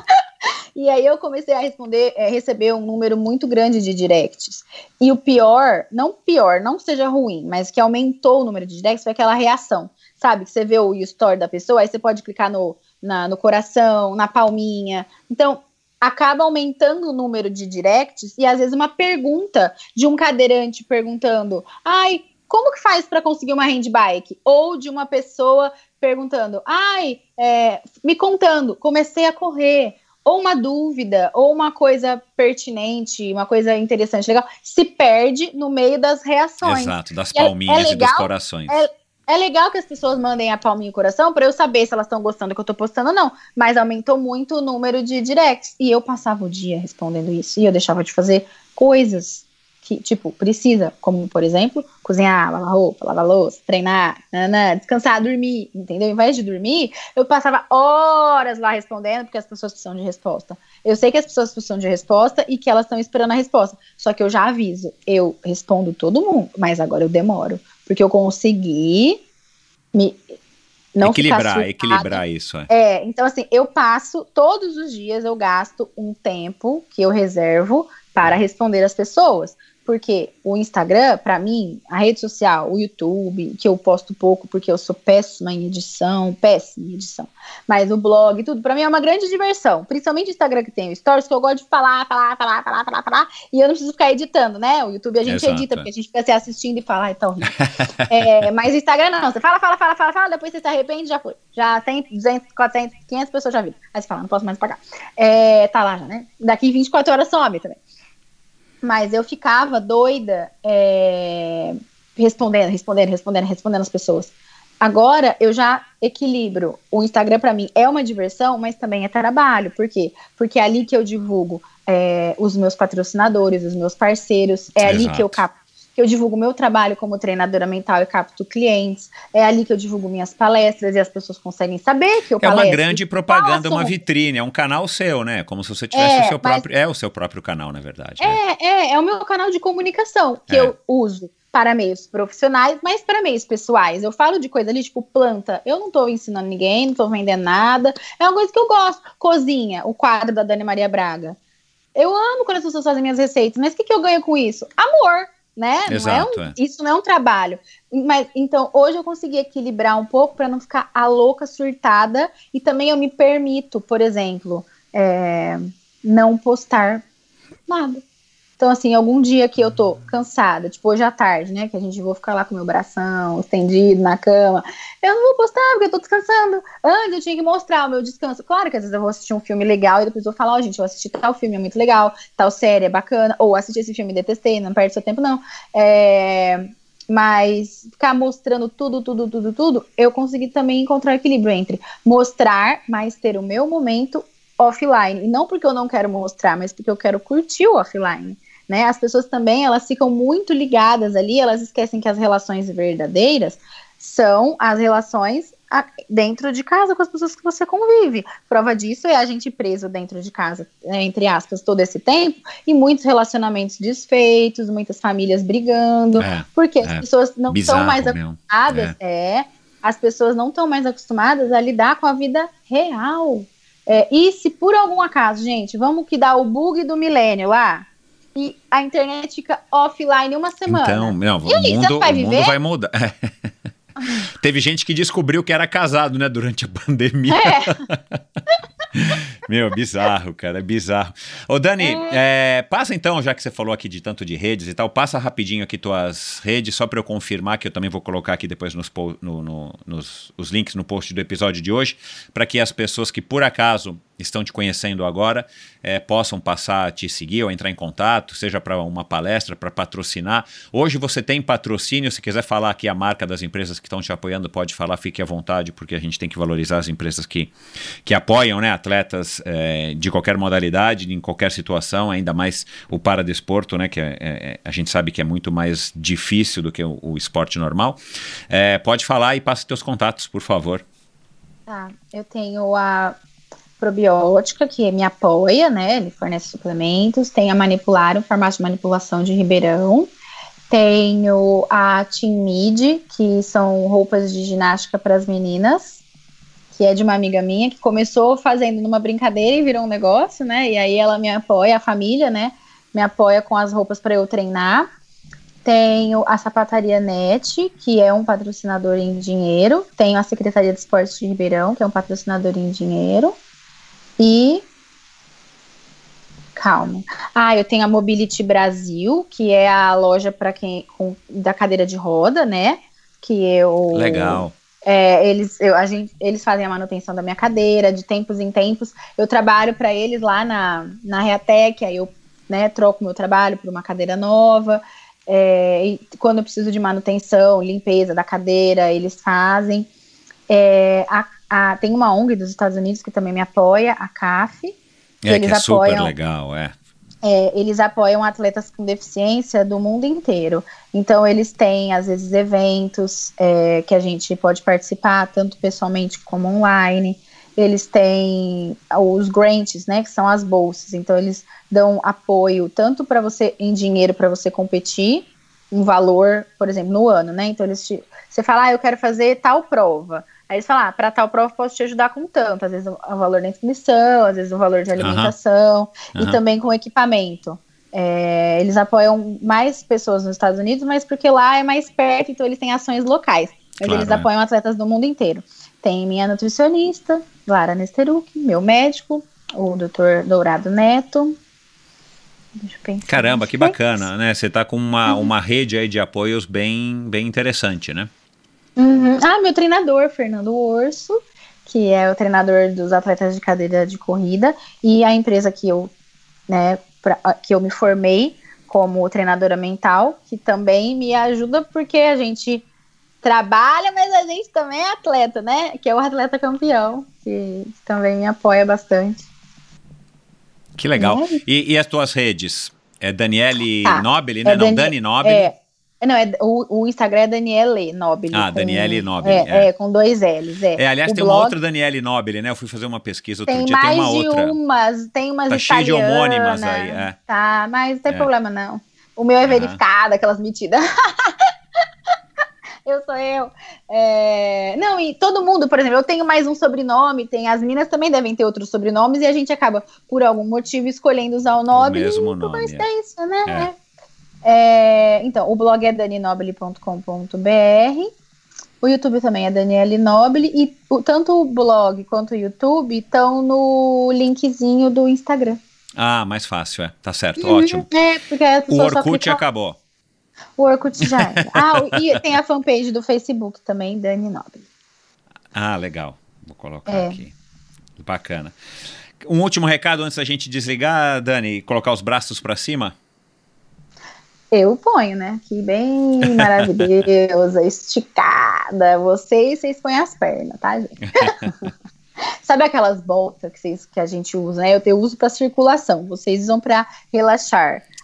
S1: E aí eu comecei a responder, é, receber um número muito grande de directs. E o pior, não pior, não seja ruim, mas que aumentou o número de directs foi aquela reação. Sabe, que você vê o story da pessoa, aí você pode clicar no, na, no coração, na palminha. Então, acaba aumentando o número de directs e às vezes uma pergunta de um cadeirante perguntando, ai, como que faz para conseguir uma handbike? Ou de uma pessoa perguntando, ai, é, me contando, comecei a correr. Ou uma dúvida, ou uma coisa pertinente, uma coisa interessante, legal, se perde no meio das reações.
S8: Exato, das
S1: E é-
S8: palminhas
S1: é
S8: e dos
S1: legal,
S8: corações.
S1: é- É legal que as pessoas mandem a palminha e o coração pra eu saber se elas estão gostando do que eu tô postando ou não. Mas aumentou muito o número de directs. E eu passava o dia respondendo isso. E eu deixava de fazer coisas que, tipo, precisa. Como, por exemplo, cozinhar, lavar roupa, lavar louça, treinar, nanã, descansar, dormir. Entendeu? Ao invés de dormir, eu passava horas lá respondendo, porque as pessoas precisam de resposta. Eu sei que as pessoas precisam de resposta e que elas estão esperando a resposta. Só que eu já aviso. Eu respondo todo mundo, mas agora eu demoro. Porque eu consegui me não
S8: equilibrar,
S1: ficar surtada.
S8: equilibrar isso. É.
S1: É, então assim, eu passo, todos os dias eu gasto um tempo que eu reservo para responder as pessoas. Porque o Instagram, pra mim, a rede social, o YouTube, que eu posto pouco porque eu sou péssima em edição, péssima em edição, mas o blog e tudo, pra mim é uma grande diversão. Principalmente o Instagram que tem o Stories, que eu gosto de falar, falar, falar, falar, falar, falar, e eu não preciso ficar editando, né? O YouTube a gente
S8: Exato,
S1: edita,
S8: é.
S1: porque a gente fica se assistindo e fala, ai, tá horrível. É, mas o Instagram não, você fala, fala, fala, fala, fala, depois você se arrepende, já foi. Já tem duzentas, quatrocentas, quinhentas pessoas já viram. Aí você fala, não posso mais pagar. É, tá lá já, né? Daqui vinte e quatro horas some também. Mas eu ficava doida é, respondendo, respondendo, respondendo, respondendo as pessoas. Agora eu já equilibro. O Instagram pra mim é uma diversão, mas também é trabalho. Por quê? Porque é ali que eu divulgo é, os meus patrocinadores, os meus parceiros. É ali
S8: Exato.
S1: que eu capto, que eu divulgo o meu trabalho como treinadora mental e capto clientes. É ali que eu divulgo minhas palestras e as pessoas conseguem saber que eu
S8: É uma
S1: palestro.
S8: grande propaganda,
S1: Faço.
S8: uma vitrine, é um canal seu, né? Como se você tivesse
S1: É,
S8: o seu
S1: mas-
S8: próprio. É o seu próprio canal, na verdade. né?
S1: É, é, é o meu canal de comunicação, que
S8: É.
S1: eu uso para meios profissionais, mas para meios pessoais. Eu falo de coisa ali, tipo planta. Eu não tô ensinando ninguém, não tô vendendo nada. É uma coisa que eu gosto. Cozinha, o quadro da Dani Maria Braga. Eu amo quando as pessoas fazem minhas receitas, mas o que, que eu ganho com isso? Amor, né?
S8: Exato,
S1: não é um,
S8: é.
S1: Isso não é um trabalho. Mas, então, hoje eu consegui equilibrar um pouco para não ficar a louca surtada. E também eu me permito, por exemplo, é, não postar nada. Então, assim, algum dia que eu tô cansada, tipo hoje à tarde, né, que a gente vou ficar lá com o meu bração estendido na cama, eu não vou postar porque eu tô descansando. Antes eu tinha que mostrar o meu descanso. Claro que às vezes eu vou assistir um filme legal e depois eu vou falar, ó, oh, gente, eu assisti tal filme, é muito legal, tal série é bacana, ou assisti esse filme e detestei, não perde seu tempo, não. É... Mas ficar mostrando tudo, tudo, tudo, tudo, eu consegui também encontrar equilíbrio entre mostrar, mas ter o meu momento offline. E não porque eu não quero mostrar, mas porque eu quero curtir o offline. né? As pessoas também, elas ficam muito ligadas ali, elas esquecem que as relações verdadeiras são as relações a, dentro de casa com as pessoas que você convive. Prova disso é a gente preso dentro de casa, né, entre aspas, todo esse tempo, e muitos relacionamentos desfeitos, muitas famílias brigando, é, porque é, as pessoas não estão mais acostumadas, é. é, as pessoas não estão mais acostumadas a lidar com a vida real. É, e se por algum acaso, gente, vamos que dá o bug do milênio lá, e a internet fica offline uma semana.
S8: Então, não,
S1: e aí,
S8: o, mundo,
S1: vai
S8: o mundo vai mudar. Teve gente que descobriu que era casado, né, durante a pandemia. É. Meu, bizarro, cara, é bizarro. Ô, Dani, é. É, passa então, já que você falou aqui de tanto de redes e tal, passa rapidinho aqui tuas redes, só para eu confirmar, que eu também vou colocar aqui depois nos, no, no, nos os links no post do episódio de hoje, para que as pessoas que por acaso estão te conhecendo agora, é, possam passar a te seguir ou entrar em contato, seja para uma palestra, para patrocinar. Hoje você tem patrocínio, se quiser falar aqui a marca das empresas que estão te apoiando, pode falar, fique à vontade, porque a gente tem que valorizar as empresas que, que apoiam, né, atletas é, de qualquer modalidade, em qualquer situação, ainda mais o paradesporto, né, que é, é, a gente sabe que é muito mais difícil do que o, o esporte normal. É, pode falar e passa teus contatos, por favor.
S1: Tá, eu tenho a Probiótica, que me apoia, né, ele fornece suplementos, tem a Manipular, um farmácia de manipulação de Ribeirão, tenho a Team Mid, que são roupas de ginástica para as meninas, que é de uma amiga minha, que começou fazendo numa brincadeira e virou um negócio, né, e aí ela me apoia, a família, né, me apoia com as roupas para eu treinar. Tenho a Sapataria Net, que é um patrocinador em dinheiro, tenho a Secretaria de Esportes de Ribeirão, que é um patrocinador em dinheiro. E calma. Ah, eu tenho a Mobility Brasil, que é a loja para quem com, da cadeira de roda, né? Que eu
S8: legal.
S1: É, eles, eu, a gente, eles fazem a manutenção da minha cadeira, de tempos em tempos. Eu trabalho para eles lá na, na Reatec, aí eu, né, troco meu trabalho por uma cadeira nova. É, e quando eu preciso de manutenção, limpeza da cadeira, eles fazem. É, a Ah, tem uma O N G dos Estados Unidos que também me apoia, a C A F. Que
S8: é,
S1: eles
S8: que é
S1: apoiam,
S8: super legal, é.
S1: é. Eles apoiam atletas com deficiência do mundo inteiro. Então, eles têm, às vezes, eventos é, que a gente pode participar, tanto pessoalmente como online. Eles têm os grants, né, que são as bolsas. Então, eles dão apoio tanto para você, em dinheiro, para você competir, um valor, por exemplo, no ano, né? Então, eles te, você fala, ah, eu quero fazer tal prova. Aí eles falam, ah, para tal prova posso te ajudar com tanto, às vezes o, o valor da inscrição, às vezes o valor de alimentação, uhum. e uhum. também com equipamento. É, eles apoiam mais pessoas nos Estados Unidos, mas porque lá é mais perto, então eles têm ações locais. Mas claro, eles é. apoiam atletas do mundo inteiro. Tem minha nutricionista, Lara Nesteruk, meu médico, o doutor Dourado Neto. Deixa eu pensar.
S8: Caramba, que bacana, né? Você tá com uma, uhum. uma rede aí de apoios bem, bem interessante, né?
S1: Uhum. Ah, meu treinador, Fernando Orso, que é o treinador dos atletas de cadeira de corrida, e a empresa que eu, né, pra, que eu me formei como treinadora mental, que também me ajuda porque a gente trabalha, mas a gente também é atleta, né? Que é o atleta campeão, que também me apoia bastante.
S8: Que legal. É. E, e as tuas redes? É Daniele ah, Nobili, né? É Não, Dani, Dani Nobili.
S1: É. Não, é, o, o Instagram é Daniele Nobili.
S8: Ah, com, Daniele Nobili.
S1: É, é. é, com dois L's. É,
S8: é aliás,
S1: o
S8: tem
S1: blog,
S8: uma outra Daniele Nobili, né? Eu fui fazer uma pesquisa outro
S1: tem
S8: dia, tem uma
S1: mais de
S8: outra.
S1: Umas, tem umas
S8: tá cheio de homônimas aí, é.
S1: Tá, mas não tem é. problema, não. O meu é uhum. verificado, aquelas metidas. Eu sou eu. É... Não, e todo mundo, por exemplo, eu tenho mais um sobrenome, tem as meninas também devem ter outros sobrenomes, e a gente acaba, por algum motivo, escolhendo usar o nome.
S8: O mesmo
S1: e,
S8: nome.
S1: Coincidência, né? É. É, então, o blog é dani nobili ponto com ponto b r, o YouTube também é Daniele Nobili, e o, tanto o blog quanto o YouTube estão no linkzinho do Instagram.
S8: Ah, mais fácil, é. Tá certo, uhum, ótimo.
S1: É, porque a
S8: o Orkut só acabou.
S1: O Orkut já era. Ah, e tem a fanpage do Facebook também, Dani Nobili.
S8: Ah, legal. Vou colocar é. aqui. Bacana. Um último recado antes da gente desligar, Dani, colocar os braços para cima?
S1: Eu ponho, né? Aqui bem maravilhosa, esticada. Vocês, vocês põem as pernas, tá, gente? Sabe aquelas botas que, vocês, que a gente usa, né? Eu, eu uso para circulação, vocês usam para relaxar.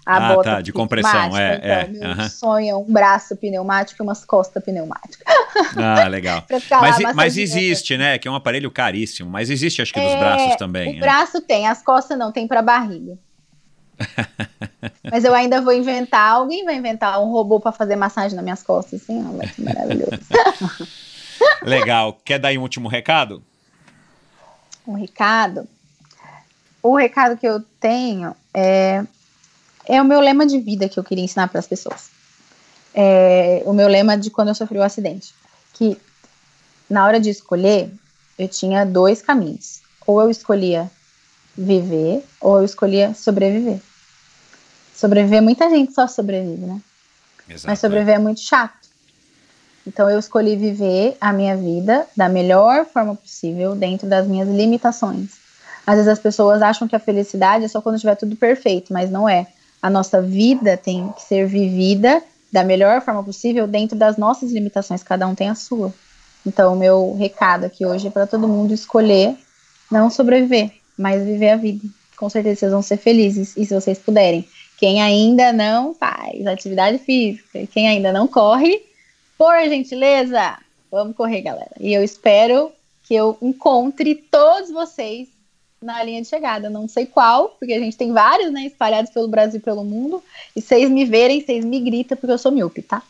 S1: A
S8: ah,
S1: bota
S8: tá, de compressão, é,
S1: então,
S8: é.
S1: Meu
S8: Uh-huh.
S1: sonho é um braço pneumático e umas costas pneumáticas.
S8: Ah, legal.
S1: mas,
S8: mas existe, né? Que é um aparelho caríssimo, mas existe acho que dos
S1: é,
S8: braços também.
S1: O
S8: né?
S1: braço tem, as costas não, tem pra barriga. Mas eu ainda vou inventar, alguém vai inventar um robô pra fazer massagem nas minhas costas, assim, ó, vai ser maravilhoso.
S8: Legal. Quer dar aí um último recado?
S1: Um recado? O recado que eu tenho é, é o meu lema de vida que eu queria ensinar para as pessoas. É o meu lema de quando eu sofri o acidente. Que na hora de escolher, eu tinha dois caminhos. Ou eu escolhia viver, ou eu escolhia sobreviver. Sobreviver, muita gente só sobrevive, né?
S8: Exato,
S1: mas sobreviver é. é muito chato. Então eu escolhi viver a minha vida da melhor forma possível, dentro das minhas limitações. Às vezes as pessoas acham que a felicidade é só quando estiver tudo perfeito, mas não é. A nossa vida tem que ser vivida da melhor forma possível dentro das nossas limitações, cada um tem a sua. Então o meu recado aqui hoje é para todo mundo escolher não sobreviver, mas viver a vida. Com certeza vocês vão ser felizes, e se vocês puderem. Quem ainda não faz atividade física, quem ainda não corre, por gentileza, vamos correr, galera. E eu espero que eu encontre todos vocês na linha de chegada. Não sei qual, porque a gente tem vários, né, espalhados pelo Brasil e pelo mundo. E vocês me verem, vocês me gritam, porque eu sou míope, tá?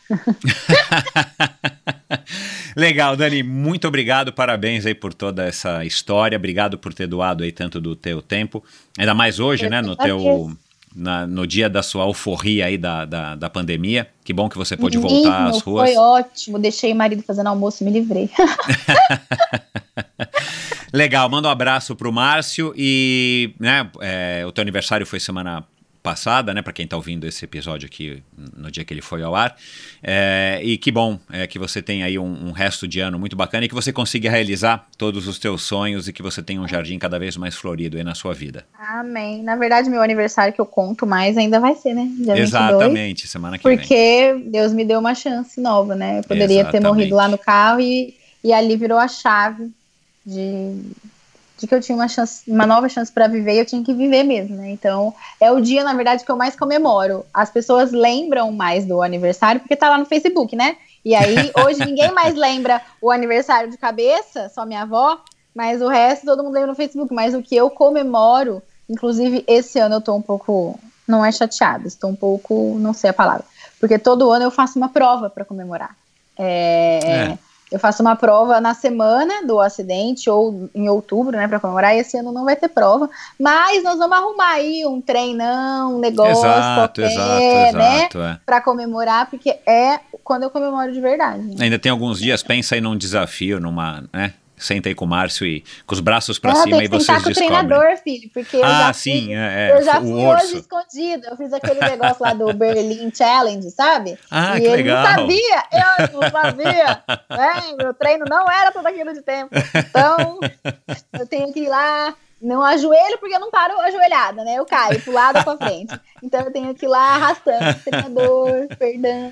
S8: Legal, Dani, muito obrigado, parabéns aí por toda essa história, obrigado por ter doado aí tanto do teu tempo, ainda mais hoje, eu né, no teu... Na, no dia da sua euforia aí da, da, da pandemia. Que bom que você pôde
S1: Menino,
S8: voltar às ruas.
S1: Foi ótimo, deixei o marido fazendo almoço e me livrei.
S8: Legal, manda um abraço pro Márcio e né, é, o teu aniversário foi semana passada, né, para quem tá ouvindo esse episódio aqui no dia que ele foi ao ar, é, e que bom é, que você tem aí um, um resto de ano muito bacana e que você consiga realizar todos os teus sonhos e que você tenha um jardim cada vez mais florido aí na sua vida.
S1: Amém. Na verdade, meu aniversário que eu conto mais ainda vai ser, né? Dia
S8: Exatamente,
S1: vinte e dois,
S8: semana que
S1: porque
S8: vem.
S1: Porque Deus me deu uma chance nova, né? Eu poderia
S8: Exatamente.
S1: ter morrido lá no carro e, e ali virou a chave de... de que eu tinha uma chance, uma nova chance para viver e eu tinha que viver mesmo, né? Então, é o dia, na verdade, que eu mais comemoro. As pessoas lembram mais do aniversário porque tá lá no Facebook, né? E aí, hoje, ninguém mais lembra o aniversário de cabeça, só minha avó, mas o resto todo mundo lembra no Facebook. Mas o que eu comemoro, inclusive, esse ano eu tô um pouco, não é chateada, estou um pouco, não sei a palavra, porque todo ano eu faço uma prova para comemorar. É... é. Eu faço uma prova na semana do acidente ou em outubro, né, para comemorar. E esse ano não vai ter prova, mas nós vamos arrumar aí um treinão, um negócio
S8: exato,
S1: qualquer,
S8: exato,
S1: né,
S8: exato, é.
S1: para comemorar, porque é quando eu comemoro de verdade. Né?
S8: Ainda tem alguns dias, pensa aí num desafio, numa, né? Senta aí com o Márcio e com os braços pra
S1: não,
S8: cima e vocês descobrem.
S1: Tem que sentar com o treinador, filho, porque eu
S8: ah,
S1: já
S8: sim,
S1: fui,
S8: é,
S1: eu já
S8: o
S1: fui
S8: urso.
S1: hoje escondido. Eu fiz aquele negócio lá do Berlin Challenge, sabe?
S8: Ah,
S1: e
S8: que
S1: ele
S8: legal.
S1: não sabia, eu não sabia. né? Meu treino não era tudo aquilo de tempo. Então, eu tenho que ir lá. Não ajoelho porque eu não paro ajoelhada, né? Eu caio pro lado ou pra frente. Então eu tenho que ir lá arrastando o treinador, perdão.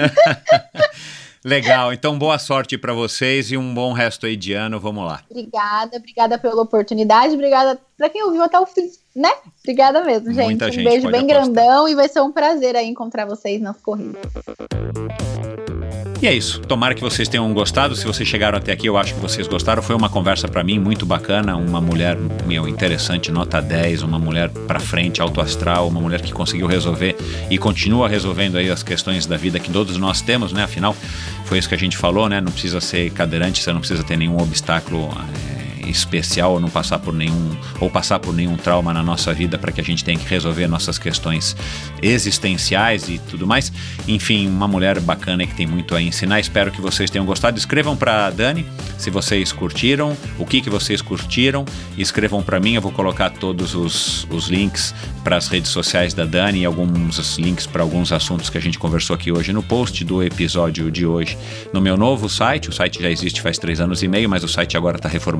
S8: Legal, então boa sorte para vocês e um bom resto aí de ano, vamos lá.
S1: Obrigada, obrigada pela oportunidade, obrigada para quem ouviu até o fim, né? Obrigada mesmo, gente.
S8: Muita
S1: um
S8: gente
S1: beijo bem
S8: apostar.
S1: grandão e vai ser um prazer aí encontrar vocês nas corridas.
S8: E é isso, tomara que vocês tenham gostado, se vocês chegaram até aqui eu acho que vocês gostaram, foi uma conversa pra mim muito bacana, uma mulher, meu, interessante, nota dez, uma mulher pra frente, alto astral, uma mulher que conseguiu resolver e continua resolvendo aí as questões da vida que todos nós temos, né, afinal, foi isso que a gente falou, né, não precisa ser cadeirante, você não precisa ter nenhum obstáculo é, especial ou não passar por nenhum, ou passar por nenhum trauma na nossa vida para que a gente tenha que resolver nossas questões existenciais e tudo mais. Enfim, uma mulher bacana que tem muito a ensinar. Espero que vocês tenham gostado. Escrevam para Dani se vocês curtiram, o que que vocês curtiram. Escrevam para mim, eu vou colocar todos os, os links para as redes sociais da Dani e alguns links para alguns assuntos que a gente conversou aqui hoje no post do episódio de hoje no meu novo site. O site já existe faz três anos e meio, mas o site agora está reformulado, está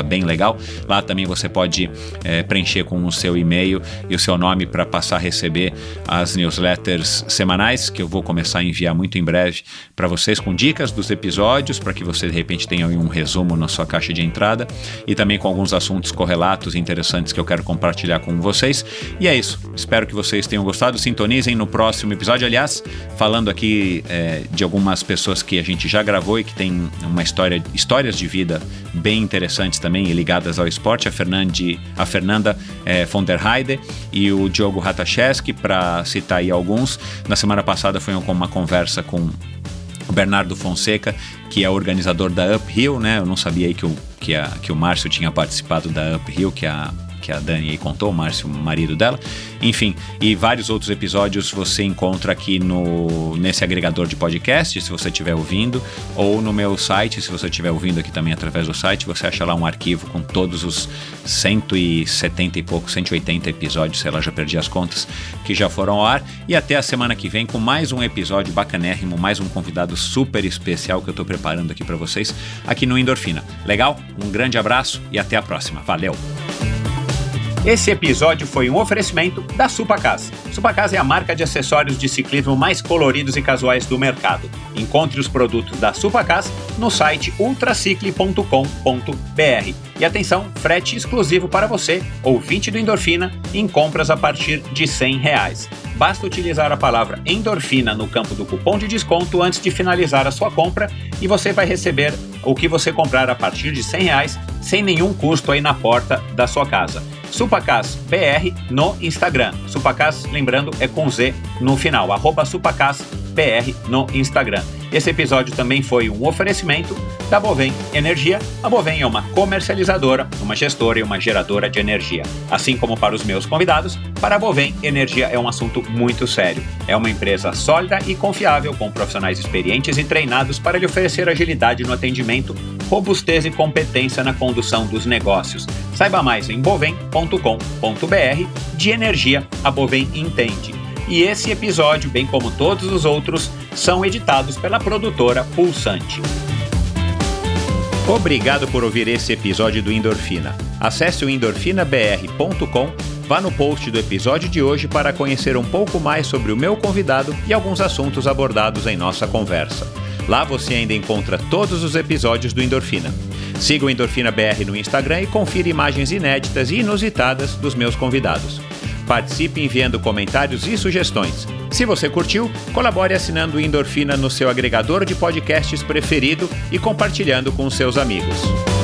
S8: bem legal. Lá também você pode é, preencher com o seu e-mail e o seu nome para passar a receber as newsletters semanais, que eu vou começar a enviar muito em breve para vocês, com dicas dos episódios, para que você de repente tenha um resumo na sua caixa de entrada, e também com alguns assuntos correlatos interessantes que eu quero compartilhar com vocês. E é isso, espero que vocês tenham gostado. Sintonizem no próximo episódio, aliás, falando aqui é, de algumas pessoas que a gente já gravou e que tem uma história, histórias de vida bem interessantes também e ligadas ao esporte, a, Fernandi, a Fernanda é, von der Heide e o Diogo Ratacheski, para citar aí alguns. Na semana passada foi uma conversa com o Bernardo Fonseca, que é organizador da Uphill, né? Eu não sabia aí que o, que a, que o Márcio tinha participado da Uphill, que a que a Dani aí contou, o Márcio, o marido dela. Enfim, e vários outros episódios você encontra aqui no, nesse agregador de podcast, se você estiver ouvindo, ou no meu site, se você estiver ouvindo aqui também através do site, você acha lá um arquivo com todos os cento e setenta e poucos, cento e oitenta episódios, sei lá, já perdi as contas, que já foram ao ar. E até a semana que vem com mais um episódio bacanérrimo, mais um convidado super especial que eu tô preparando aqui para vocês, aqui no Endorfina. Legal? Um grande abraço e até a próxima. Valeu! Esse episódio foi um oferecimento da Supacaz. Supacaz é a marca de acessórios de ciclismo mais coloridos e casuais do mercado. Encontre os produtos da Supacaz no site ultracicle ponto com ponto b r. E atenção, frete exclusivo para você, ouvinte do Endorfina, em compras a partir de cem reais. Basta utilizar a palavra endorfina no campo do cupom de desconto antes de finalizar a sua compra e você vai receber o que você comprar a partir de cem reais sem nenhum custo aí na porta da sua casa. Supacaz B R no Instagram. Supacaz, lembrando, é com Z no final. Arroba Supacaz B R no Instagram. Esse episódio também foi um oferecimento da Bovem Energia. A Bovem é uma comercializadora, uma gestora e uma geradora de energia. Assim como para os meus convidados, para a Bovem, energia é um assunto muito sério. É uma empresa sólida e confiável, com profissionais experientes e treinados para lhe oferecer agilidade no atendimento, robustez e competência na condução dos negócios. Saiba mais em bovem ponto com ponto b r. De energia, a Bovem entende. E esse episódio, bem como todos os outros, são editados pela produtora Pulsante. Obrigado por ouvir esse episódio do Endorfina. Acesse o endorfina b r ponto com, vá no post do episódio de hoje para conhecer um pouco mais sobre o meu convidado e alguns assuntos abordados em nossa conversa. Lá você ainda encontra todos os episódios do Endorfina. Siga o Endorfina B R no Instagram e confira imagens inéditas e inusitadas dos meus convidados. Participe enviando comentários e sugestões. Se você curtiu, colabore assinando o Endorfina no seu agregador de podcasts preferido e compartilhando com seus amigos.